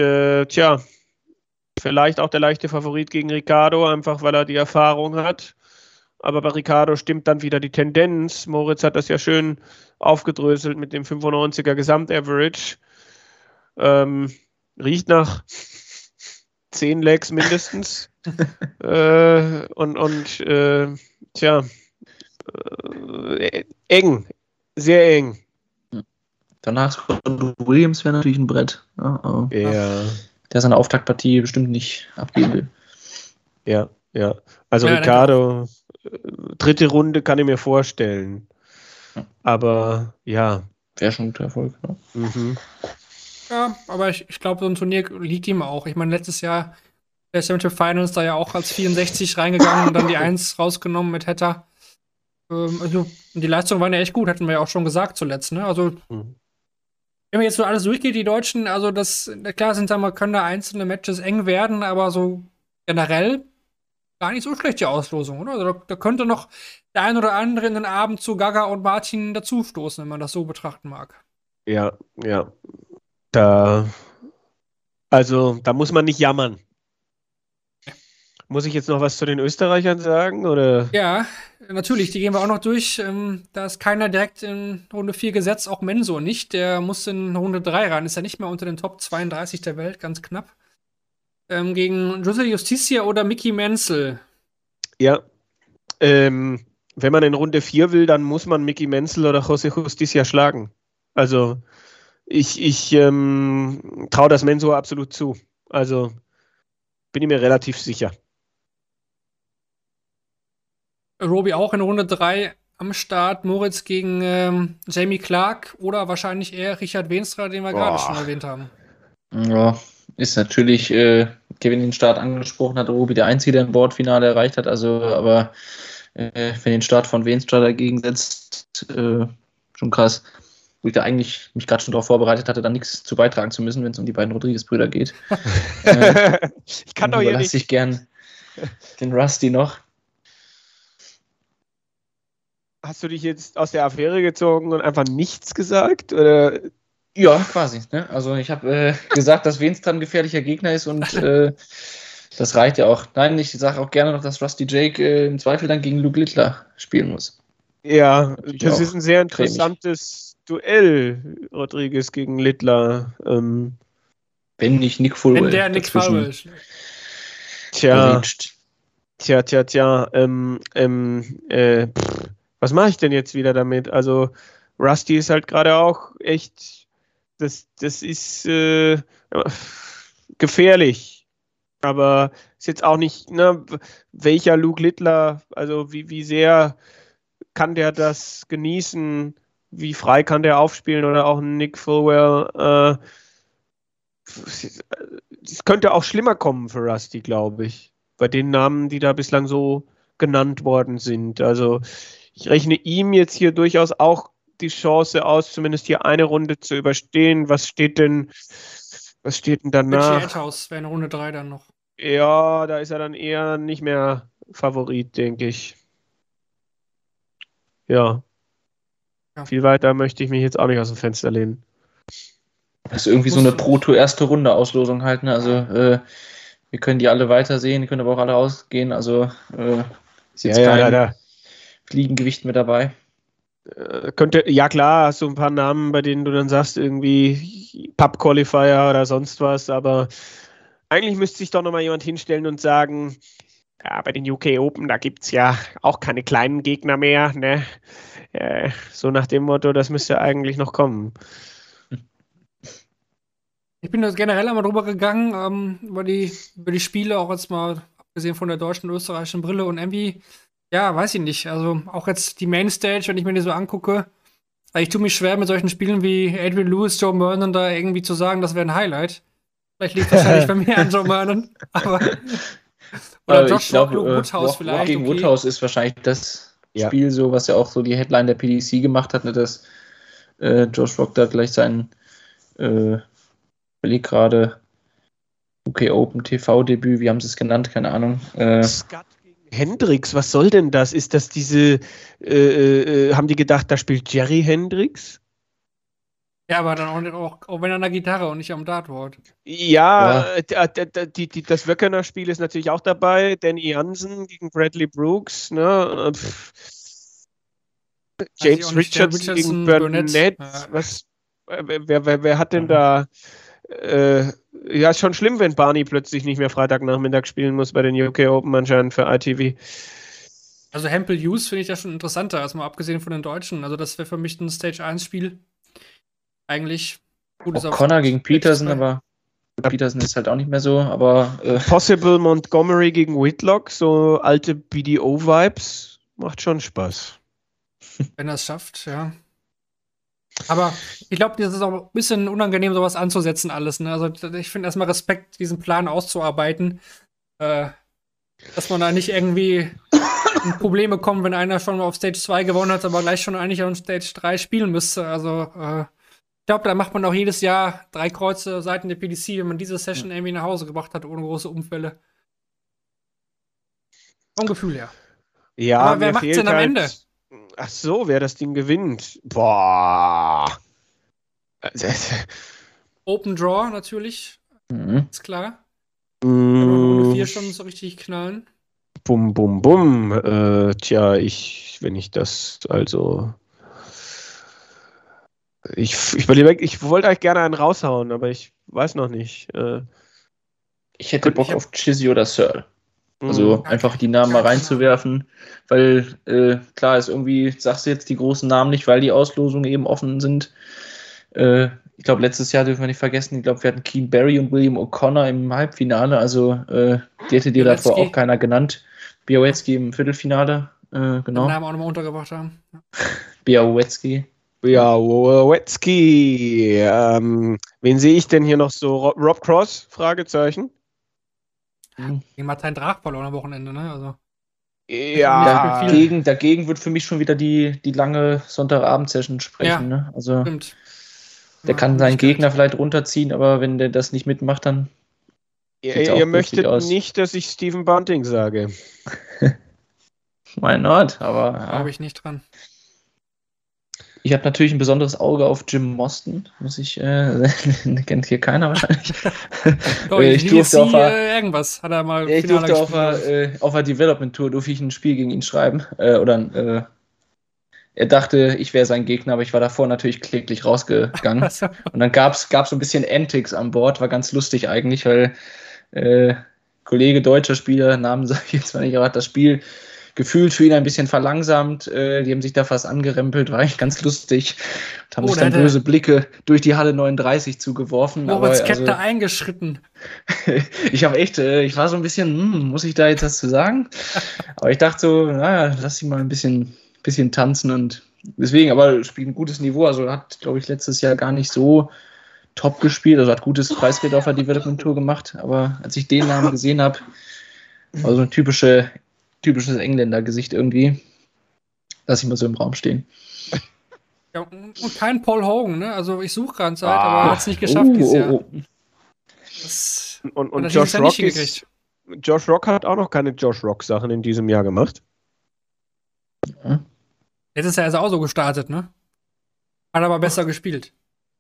vielleicht auch der leichte Favorit gegen Ricardo, einfach weil er die Erfahrung hat. Aber bei Ricardo stimmt dann wieder die Tendenz. Moritz hat das ja schön aufgedröselt mit dem 95er Gesamtaverage. Riecht nach 10 Legs mindestens. Tja, eng, sehr eng. Danach Scott Williams wäre natürlich ein Brett. Ja, aber der seine Auftaktpartie bestimmt nicht abgeben will. Ja. Also Ricardo, dritte Runde kann ich mir vorstellen. Aber ja. Wäre schon ein guter Erfolg. Ja. Ja, aber ich glaube, so ein Turnier liegt ihm auch. Ich meine, letztes Jahr der Championship Finals da ja auch als 64 reingegangen und dann die 1 rausgenommen mit Hetta. Also, die Leistungen waren ja echt gut, hatten wir ja auch schon gesagt zuletzt, ne? Also, wenn man jetzt so alles durchgeht, die Deutschen, also klar können da einzelne Matches eng werden, aber so generell gar nicht so schlecht die Auslosung, oder? Also, da könnte noch der ein oder andere in den Abend zu Gaga und Martin dazustoßen, wenn man das so betrachten mag. Ja. Da muss man nicht jammern. Muss ich jetzt noch was zu den Österreichern sagen, oder? Ja, natürlich, die gehen wir auch noch durch. Da ist keiner direkt in Runde 4 gesetzt, auch Menso nicht. Der muss in Runde 3 rein, ist ja nicht mehr unter den Top 32 der Welt, ganz knapp. Gegen Jose Justicia oder Mickey Menzel. Ja, wenn man in Runde 4 will, dann muss man Mickey Menzel oder Jose Justicia schlagen. Also ich traue das Menso absolut zu. Also bin ich mir relativ sicher. Roby auch in Runde 3 am Start. Moritz gegen Jamie Clark oder wahrscheinlich eher Richard Weenstra, den wir gerade schon erwähnt haben. Ja, ist natürlich, Kevin den Start angesprochen hat, Roby der Einzige, der ein Bordfinale erreicht hat. Also, aber wenn den Start von Weenstra dagegen setzt, schon krass. Wo ich da eigentlich mich gerade schon darauf vorbereitet hatte, da nichts zu beitragen zu müssen, wenn es um die beiden Rodriguez-Brüder geht. Ich kann doch hier nicht. Ich gern den Rusty noch. Hast du dich jetzt aus der Affäre gezogen und einfach nichts gesagt? Oder? Ja, quasi. Ne? Also ich habe gesagt, dass Weenstra ein gefährlicher Gegner ist und das reicht ja auch. Nein, ich sage auch gerne noch, dass Rusty Jake im Zweifel dann gegen Luke Littler spielen muss. Ja, das ist ein sehr interessantes Duell, Rodriguez gegen Littler. Wenn nicht Nick Fullwell. Wenn der Nick Fullwell. Tja. Was mache ich denn jetzt wieder damit? Also Rusty ist halt gerade auch echt, das ist gefährlich. Aber ist jetzt auch nicht, ne, welcher Luke Littler, also wie sehr kann der das genießen, wie frei kann der aufspielen oder auch Nick Fullwell. Es könnte auch schlimmer kommen für Rusty, glaube ich, bei den Namen, die da bislang so genannt worden sind. Also ich rechne ihm jetzt hier durchaus auch die Chance aus, zumindest hier eine Runde zu überstehen. Was steht denn danach? Richie Edhouse wäre in Runde 3 dann noch. Ja, da ist er dann eher nicht mehr Favorit, denke ich. Ja. Viel weiter möchte ich mich jetzt auch nicht aus dem Fenster lehnen. Das ist irgendwie so eine Proto-erste-Runde-Auslosung halt. Ne? Also wir können die alle weitersehen, die können aber auch alle rausgehen. Also ist jetzt kein Fliegengewicht mit dabei. Ja klar, hast du ein paar Namen, bei denen du dann sagst, irgendwie Pub-Qualifier oder sonst was, aber eigentlich müsste sich doch nochmal jemand hinstellen und sagen, ja, bei den UK Open, da gibt es ja auch keine kleinen Gegner mehr, ne? So nach dem Motto, das müsste eigentlich noch kommen. Ich bin generell einmal drüber gegangen, über die Spiele, auch jetzt mal abgesehen von der deutschen, österreichischen Brille und irgendwie, ja, weiß ich nicht. Also auch jetzt die Mainstage, wenn ich mir die so angucke, ich tue mich schwer mit solchen Spielen wie Adrian Lewis, Joe Mernon da irgendwie zu sagen, das wäre ein Highlight. Vielleicht liegt es wahrscheinlich bei mir an Joe Mernon, aber oder Josh Woodhouse vielleicht. Gegen Woodhouse ist wahrscheinlich das Spiel so, was ja auch so die Headline der PDC gemacht hat, ne, dass Josh Rock da gleich seinen überleg gerade UK Open TV-Debüt, wie haben sie es genannt, keine Ahnung. Scott gegen Hendricks, was soll denn das? Ist das diese, haben die gedacht, da spielt Jerry Hendricks? Ja, aber dann auch wenn er an der Gitarre und nicht am Dartboard. Ja, das Wöckener Spiel ist natürlich auch dabei. Danny Jansen gegen Bradley Brooks, ne? James Richardson gegen Burnett. Ja. Wer hat denn da? Ja, ist schon schlimm, wenn Barney plötzlich nicht mehr Freitagnachmittag spielen muss bei den UK Open anscheinend für ITV. Also Hempel Hughes finde ich ja schon interessanter, als mal abgesehen von den Deutschen. Also das wäre für mich ein Stage-1-Spiel. Eigentlich gutes O'Connor gegen Peterson, aber Peterson ist halt auch nicht mehr so, aber Possible Montgomery gegen Whitlock, so alte BDO-Vibes, macht schon Spaß. wenn er es schafft, ja. Aber ich glaube, das ist auch ein bisschen unangenehm, sowas anzusetzen alles. Ne? Also ich finde erstmal Respekt, diesen Plan auszuarbeiten. Dass man da nicht irgendwie in Probleme kommt, wenn einer schon mal auf Stage 2 gewonnen hat, aber gleich schon eigentlich auf Stage 3 spielen müsste. Also ich glaube, da macht man auch jedes Jahr 3 Kreuze seitens der PDC, wenn man diese Session irgendwie nach Hause gebracht hat, ohne große Unfälle. Vom Gefühl her. Ja, aber wer mir macht's fehlt denn am halt, Ende? Ach so, wer das Ding gewinnt. Boah. Open Draw natürlich, ist klar. Mm, Kann man in Runde 4 schon so richtig knallen. Bum, bum, bum. Tja, wenn ich das, also. Ich wollte eigentlich gerne einen raushauen, aber ich weiß noch nicht. ich hätte Bock auf Chizzy oder Searle. Also einfach die Namen mal reinzuwerfen, weil klar ist irgendwie, sagst du jetzt die großen Namen nicht, weil die Auslosungen eben offen sind. Ich glaube, letztes Jahr dürfen wir nicht vergessen, ich glaube, wir hatten Keen Barry und William O'Connor im Halbfinale, also die hätte dir davor auch keiner genannt. Białowieski im Viertelfinale, genau. Den Namen auch nochmal untergebracht haben. Białowieski. Białowieski. Wen sehe ich denn hier noch so? Rob Cross? Fragezeichen. Gegen Martin Drach verloren am Wochenende, ne? Also, ja. Dagegen wird für mich schon wieder die lange Sonntagabend-Session sprechen. Ja, ne? Also stimmt. der kann seinen Gegner vielleicht runterziehen, aber wenn der das nicht mitmacht, dann. Ihr möchtet nicht, dass ich Stephen Bunting sage. Why not? Aber glaube ich nicht dran. Ich habe natürlich ein besonderes Auge auf Jim Mostyn, kennt hier keiner wahrscheinlich. Ich durfte auf irgendwas hat er mal ich durfte auf der Development Tour durfte ich ein Spiel gegen ihn schreiben er dachte, ich wäre sein Gegner, aber ich war davor natürlich kläglich rausgegangen. Und dann gab's so ein bisschen Antics an Bord, war ganz lustig eigentlich, weil Kollege deutscher Spieler, Namen sage ich jetzt mal nicht, aber hat das Spiel gefühlt für ihn ein bisschen verlangsamt. Die haben sich da fast angerempelt, war eigentlich ganz lustig. Und haben sich dann böse Blicke durch die Halle 39 zugeworfen. Moritz Kepter eingeschritten. Ich war so ein bisschen, muss ich da jetzt was zu sagen? Aber ich dachte so, naja, lass ihn mal ein bisschen tanzen und deswegen, aber spielt ein gutes Niveau. Also hat, glaube ich, letztes Jahr gar nicht so top gespielt. Also hat gutes Preisgeld auf der Development Tour gemacht. Aber als ich den Namen gesehen habe, war so ein typisches Engländer-Gesicht irgendwie. Lass ich mal so im Raum stehen. Ja, und kein Paul Hogan, ne? Also ich suche gerade Zeit, aber er hat es nicht geschafft dieses Jahr. Und Josh Rock hat auch noch keine Josh Rock-Sachen in diesem Jahr gemacht. Ja. Jetzt ist er also auch so gestartet, ne? Hat aber besser gespielt.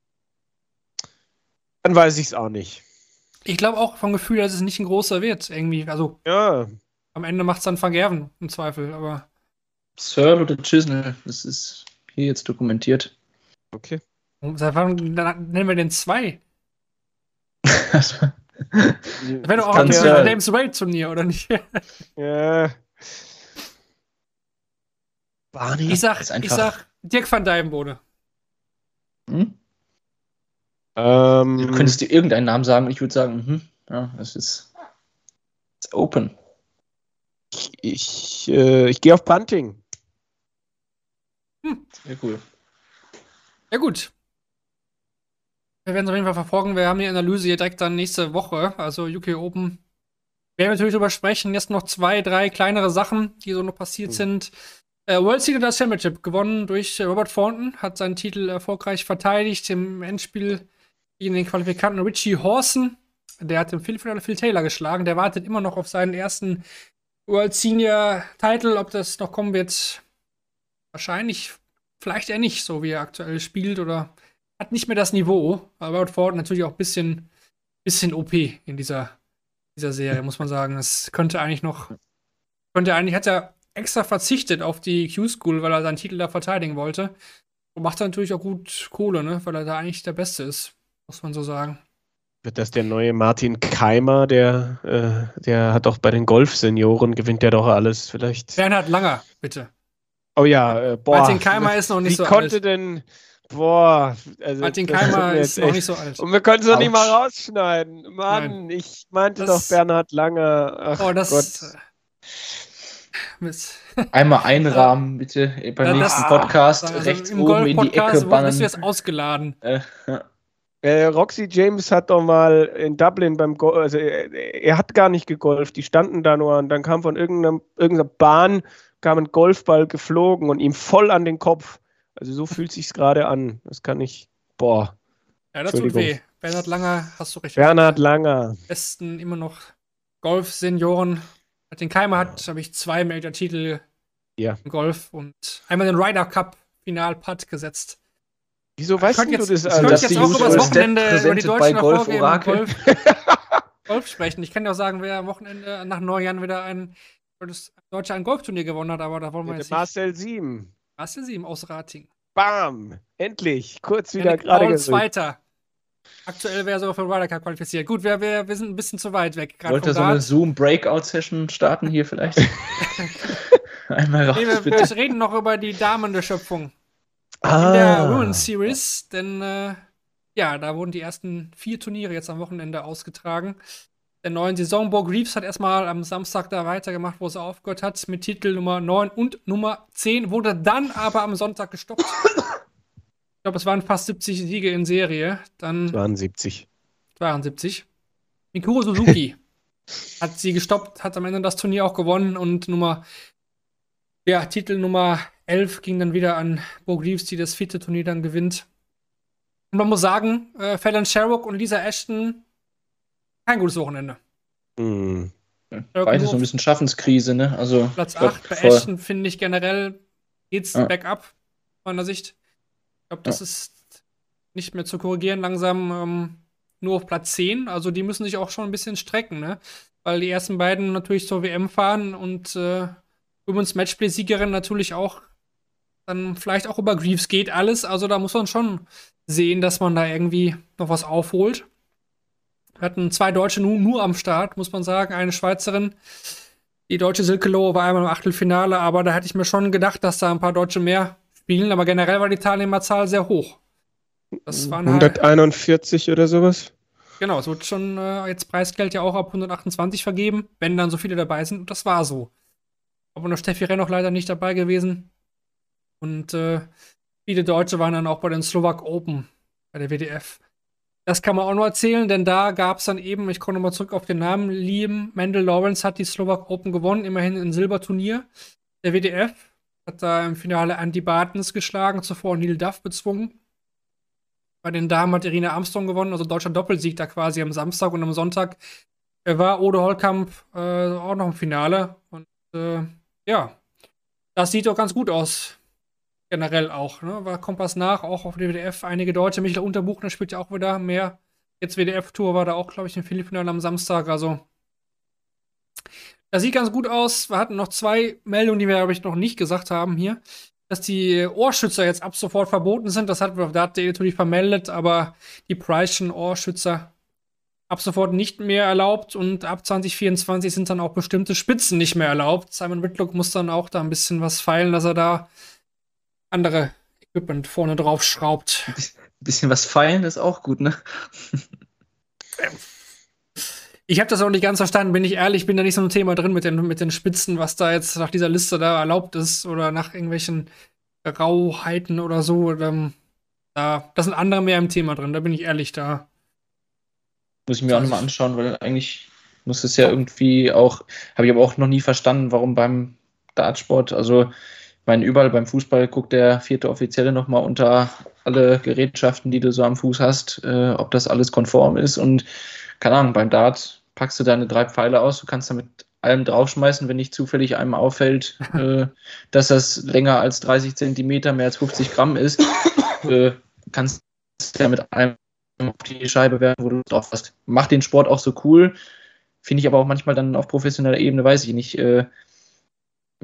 Dann weiß ich es auch nicht. Ich glaube auch vom Gefühl, dass es nicht ein großer wird, irgendwie. Also, ja. Am Ende macht es dann Van Gerven im Zweifel, aber. Searle oder Chisnell, das ist hier jetzt dokumentiert. Okay. Seit wann nennen wir den 2? Das wäre doch auch ein James Wade-Turnier, oder nicht? Ja. Barney. Ich sag Dirk van Dijvenbode. Du könntest dir irgendeinen Namen sagen und ich würde sagen, ja, es ist open. Ich gehe auf Bunting. Sehr cool. Ja, gut. Wir werden es auf jeden Fall verfolgen. Wir haben die Analyse hier direkt dann nächste Woche, also UK Open. Wir werden natürlich drüber sprechen. Jetzt noch 2, 3 kleinere Sachen, die so noch passiert sind. World Senior Championship gewonnen durch Robert Thornton, hat seinen Titel erfolgreich verteidigt im Endspiel gegen den Qualifikanten Richie Hawson. Der hat im Viertelfinale Phil Taylor geschlagen. Der wartet immer noch auf seinen ersten World Senior Title. Ob das noch kommen wird, wahrscheinlich, vielleicht eher nicht, so wie er aktuell spielt oder hat nicht mehr das Niveau. Aber Robert Thornton natürlich auch ein bisschen OP in dieser Serie, muss man sagen. Das hat er extra verzichtet auf die Q-School, weil er seinen Titel da verteidigen wollte. Und macht dann natürlich auch gut Kohle, ne? Weil er da eigentlich der Beste ist, muss man so sagen. Wird das der neue Martin Keimer, der hat doch bei den Golfsenioren, gewinnt der doch alles vielleicht. Bernhard Langer, bitte. Oh ja, Martin Keimer ist noch nicht so alt. Wie konnte denn, also Martin Keimer ist noch nicht so alt. Und wir können es doch nicht mal rausschneiden. Mann, Nein. ich meinte doch Bernhard Langer. Ach Gott. Mist. Einmal einrahmen, bitte, beim nächsten Podcast. Also rechts oben in die Ecke bannen. Wirst du jetzt ausgeladen. Roxy James hat doch mal in Dublin er hat gar nicht gegolft, die standen da nur und dann kam von irgendeiner Bahn ein Golfball geflogen und ihm voll an den Kopf. Also so fühlt sich's gerade an. Das kann ich, Ja, das tut weh. Bernhard Langer, hast du recht. Bernhard Langer. Besten immer noch Golf-Senioren. Den Keimer habe ich 2 Major-Titel im Golf und einmal den Ryder Cup Final-Putt gesetzt. Wieso weißt du das? Ich könnte jetzt auch über das Wochenende über die deutschen Erfolge im Golf sprechen. Ich kann ja auch sagen, wer am Wochenende nach Neujahren wieder ein Deutscher Golfturnier gewonnen hat, aber da wollen wir jetzt Marcel Siem. Marcel Siem aus Rating. Bam! Endlich! Kurz wieder gerade gerückt. Zweiter. Aktuell wäre sogar für den Ryder Cup qualifiziert. Gut, wir sind ein bisschen zu weit weg. Wollt ihr so eine Zoom-Breakout-Session starten hier vielleicht? Einmal raus, wir reden noch über die Damen der Schöpfung. In der Women's Series, denn da wurden die ersten 4 Turniere jetzt am Wochenende ausgetragen. Der neuen Saison. Bo Greaves hat erstmal am Samstag da weitergemacht, wo es aufgehört hat, mit Titel Nummer 9 und Nummer 10, wurde dann aber am Sonntag gestoppt. Ich glaube, es waren fast 70 Siege in Serie. Dann 72. Mikuru Suzuki hat sie gestoppt, hat am Ende das Turnier auch gewonnen und Titel Nummer 11 ging dann wieder an Bo Greaves, die das 4. Turnier dann gewinnt. Und man muss sagen, Fallon Sherrock und Lisa Ashton kein gutes Wochenende. Beides so ein bisschen Schaffenskrise, ne? Also Platz 8 bei Ashton finde ich generell geht's bergab, aus meiner Sicht. Ich glaube, das ist nicht mehr zu korrigieren, langsam nur auf Platz 10. Also die müssen sich auch schon ein bisschen strecken, ne? Weil die ersten beiden natürlich zur WM fahren und Women's Matchplay-Siegerin natürlich auch dann vielleicht auch über Greaves geht alles. Also da muss man schon sehen, dass man da irgendwie noch was aufholt. Wir hatten 2 Deutsche nur am Start, muss man sagen. Eine Schweizerin. Die deutsche Silke Lohe war einmal im Achtelfinale, aber da hätte ich mir schon gedacht, dass da ein paar Deutsche mehr spielen. Aber generell war die Teilnehmerzahl sehr hoch. Das waren 141 oder sowas? Genau, es wird schon jetzt Preisgeld ja auch ab 128 vergeben, wenn dann so viele dabei sind. Und das war so. Aber noch Steffi Rennoch leider nicht dabei gewesen. Und viele Deutsche waren dann auch bei den Slovak Open, bei der WDF. Das kann man auch noch erzählen, denn da gab es dann eben, ich komme nochmal zurück auf den Namen, Liam Mendel Lawrence hat die Slovak Open gewonnen, immerhin ein Silberturnier. Der WDF hat da im Finale Andy Bartens geschlagen, zuvor Neil Duff bezwungen. Bei den Damen hat Irina Armstrong gewonnen, also deutscher Doppelsieg da quasi am Samstag und am Sonntag war Ode Holkamp auch noch im Finale. Und das sieht doch ganz gut aus. Generell auch, ne? War Kompass nach, auch auf der WDF. Einige Deutsche, Michael Unterbuchner spielt ja auch wieder mehr. Jetzt WDF-Tour war da auch, glaube ich, im Viertelfinale am Samstag. Also, das sieht ganz gut aus. Wir hatten noch 2 Meldungen, die wir, glaube ich, noch nicht gesagt haben hier. Dass die Ohrschützer jetzt ab sofort verboten sind. Das hat wir auf Dart.de natürlich vermeldet, aber die Pryce'schen Ohrschützer ab sofort nicht mehr erlaubt und ab 2024 sind dann auch bestimmte Spitzen nicht mehr erlaubt. Simon Whitlock muss dann auch da ein bisschen was feilen, dass er da andere Equipment vorne drauf schraubt. Ein bisschen was feilen ist auch gut, ne? Ich habe das auch nicht ganz verstanden, bin ich ehrlich, bin da nicht so ein Thema drin mit den Spitzen, was da jetzt nach dieser Liste da erlaubt ist oder nach irgendwelchen Rauheiten oder so. Da sind andere mehr im Thema drin, da bin ich ehrlich, da. Muss ich mir auch nochmal anschauen, weil eigentlich muss es ja irgendwie auch, habe ich aber auch noch nie verstanden, warum beim Dartsport, also ich meine, überall beim Fußball guckt der 4. Offizielle nochmal unter alle Gerätschaften, die du so am Fuß hast, ob das alles konform ist. Und keine Ahnung, beim Dart packst du deine 3 Pfeile aus, du kannst damit allem draufschmeißen, wenn nicht zufällig einem auffällt, dass das länger als 30 Zentimeter, mehr als 50 Gramm ist, kannst du ja mit einem auf die Scheibe werfen, wo du drauf hast. Macht den Sport auch so cool, finde ich aber auch manchmal dann auf professioneller Ebene, weiß ich nicht,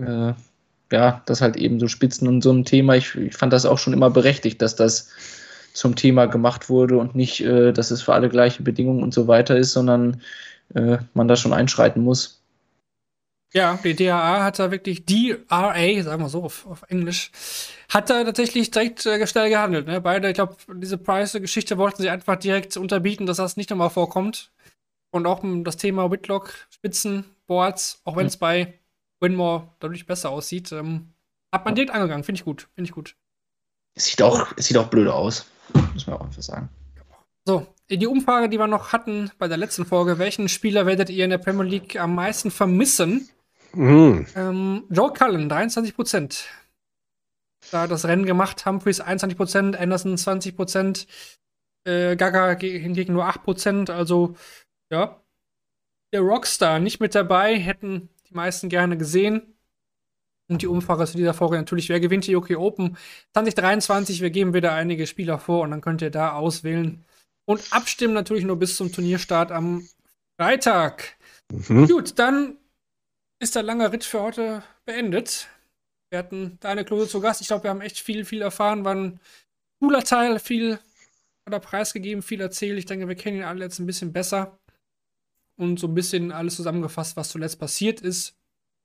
das halt eben so Spitzen und so ein Thema. Ich fand das auch schon immer berechtigt, dass das zum Thema gemacht wurde und nicht, dass es für alle gleiche Bedingungen und so weiter ist, sondern man da schon einschreiten muss. Ja, die DRA hat da wirklich, DRA, sagen wir so auf Englisch, hat da tatsächlich direkt schnell gehandelt. Ne? Beide, ich glaube, diese Price-Geschichte wollten sie einfach direkt unterbieten, dass das nicht nochmal vorkommt. Und auch das Thema Whitlock, Spitzen, Boards, auch wenn es bei Winmore dadurch besser aussieht, hat man direkt angegangen. Finde ich gut. Es sieht auch blöde aus, muss man auch einfach sagen. So, die Umfrage, die wir noch hatten bei der letzten Folge, welchen Spieler werdet ihr in der Premier League am meisten vermissen? Joe Cullen, 23%. Da das Rennen gemacht, Humphries 21%, Anderson 20%, Gaga hingegen nur 8%. Also, ja, der Rockstar nicht mit dabei, hätten die meisten gerne gesehen. Und die Umfrage zu dieser Folge natürlich, wer gewinnt die UK Open 2023? Wir geben wieder einige Spieler vor und dann könnt ihr da auswählen. Und abstimmen natürlich nur bis zum Turnierstart am Freitag. Gut, dann ist der lange Ritt für heute beendet. Wir hatten Daniel Klose zu Gast. Ich glaube, wir haben echt viel erfahren. War ein cooler Teil, viel hat er preisgegeben, viel erzählt. Ich denke, wir kennen ihn alle jetzt ein bisschen besser. Und so ein bisschen alles zusammengefasst, was zuletzt passiert ist.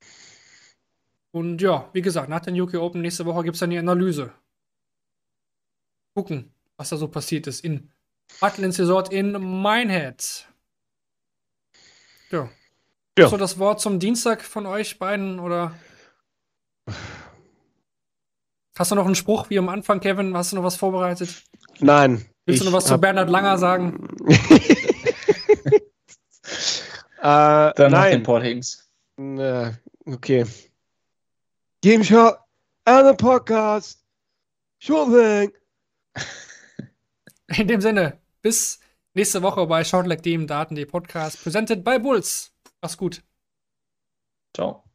Und ja, wie gesagt, nach den UK Open nächste Woche gibt es dann die Analyse. Gucken, was da so passiert ist in Butlins Resort in Minehead. Ja. So das Wort zum Dienstag von euch beiden, oder? Hast du noch einen Spruch wie am Anfang, Kevin? Hast du noch was vorbereitet? Nein. Willst du noch was zu Bernhard Langer sagen? Dann nach den Paul Higgins. Okay. Game Show and a Podcast. Sure thing. In dem Sinne, bis nächste Woche bei Shortleg, dem Daten.de Podcast, presented by Bulls. Mach's gut. Ciao.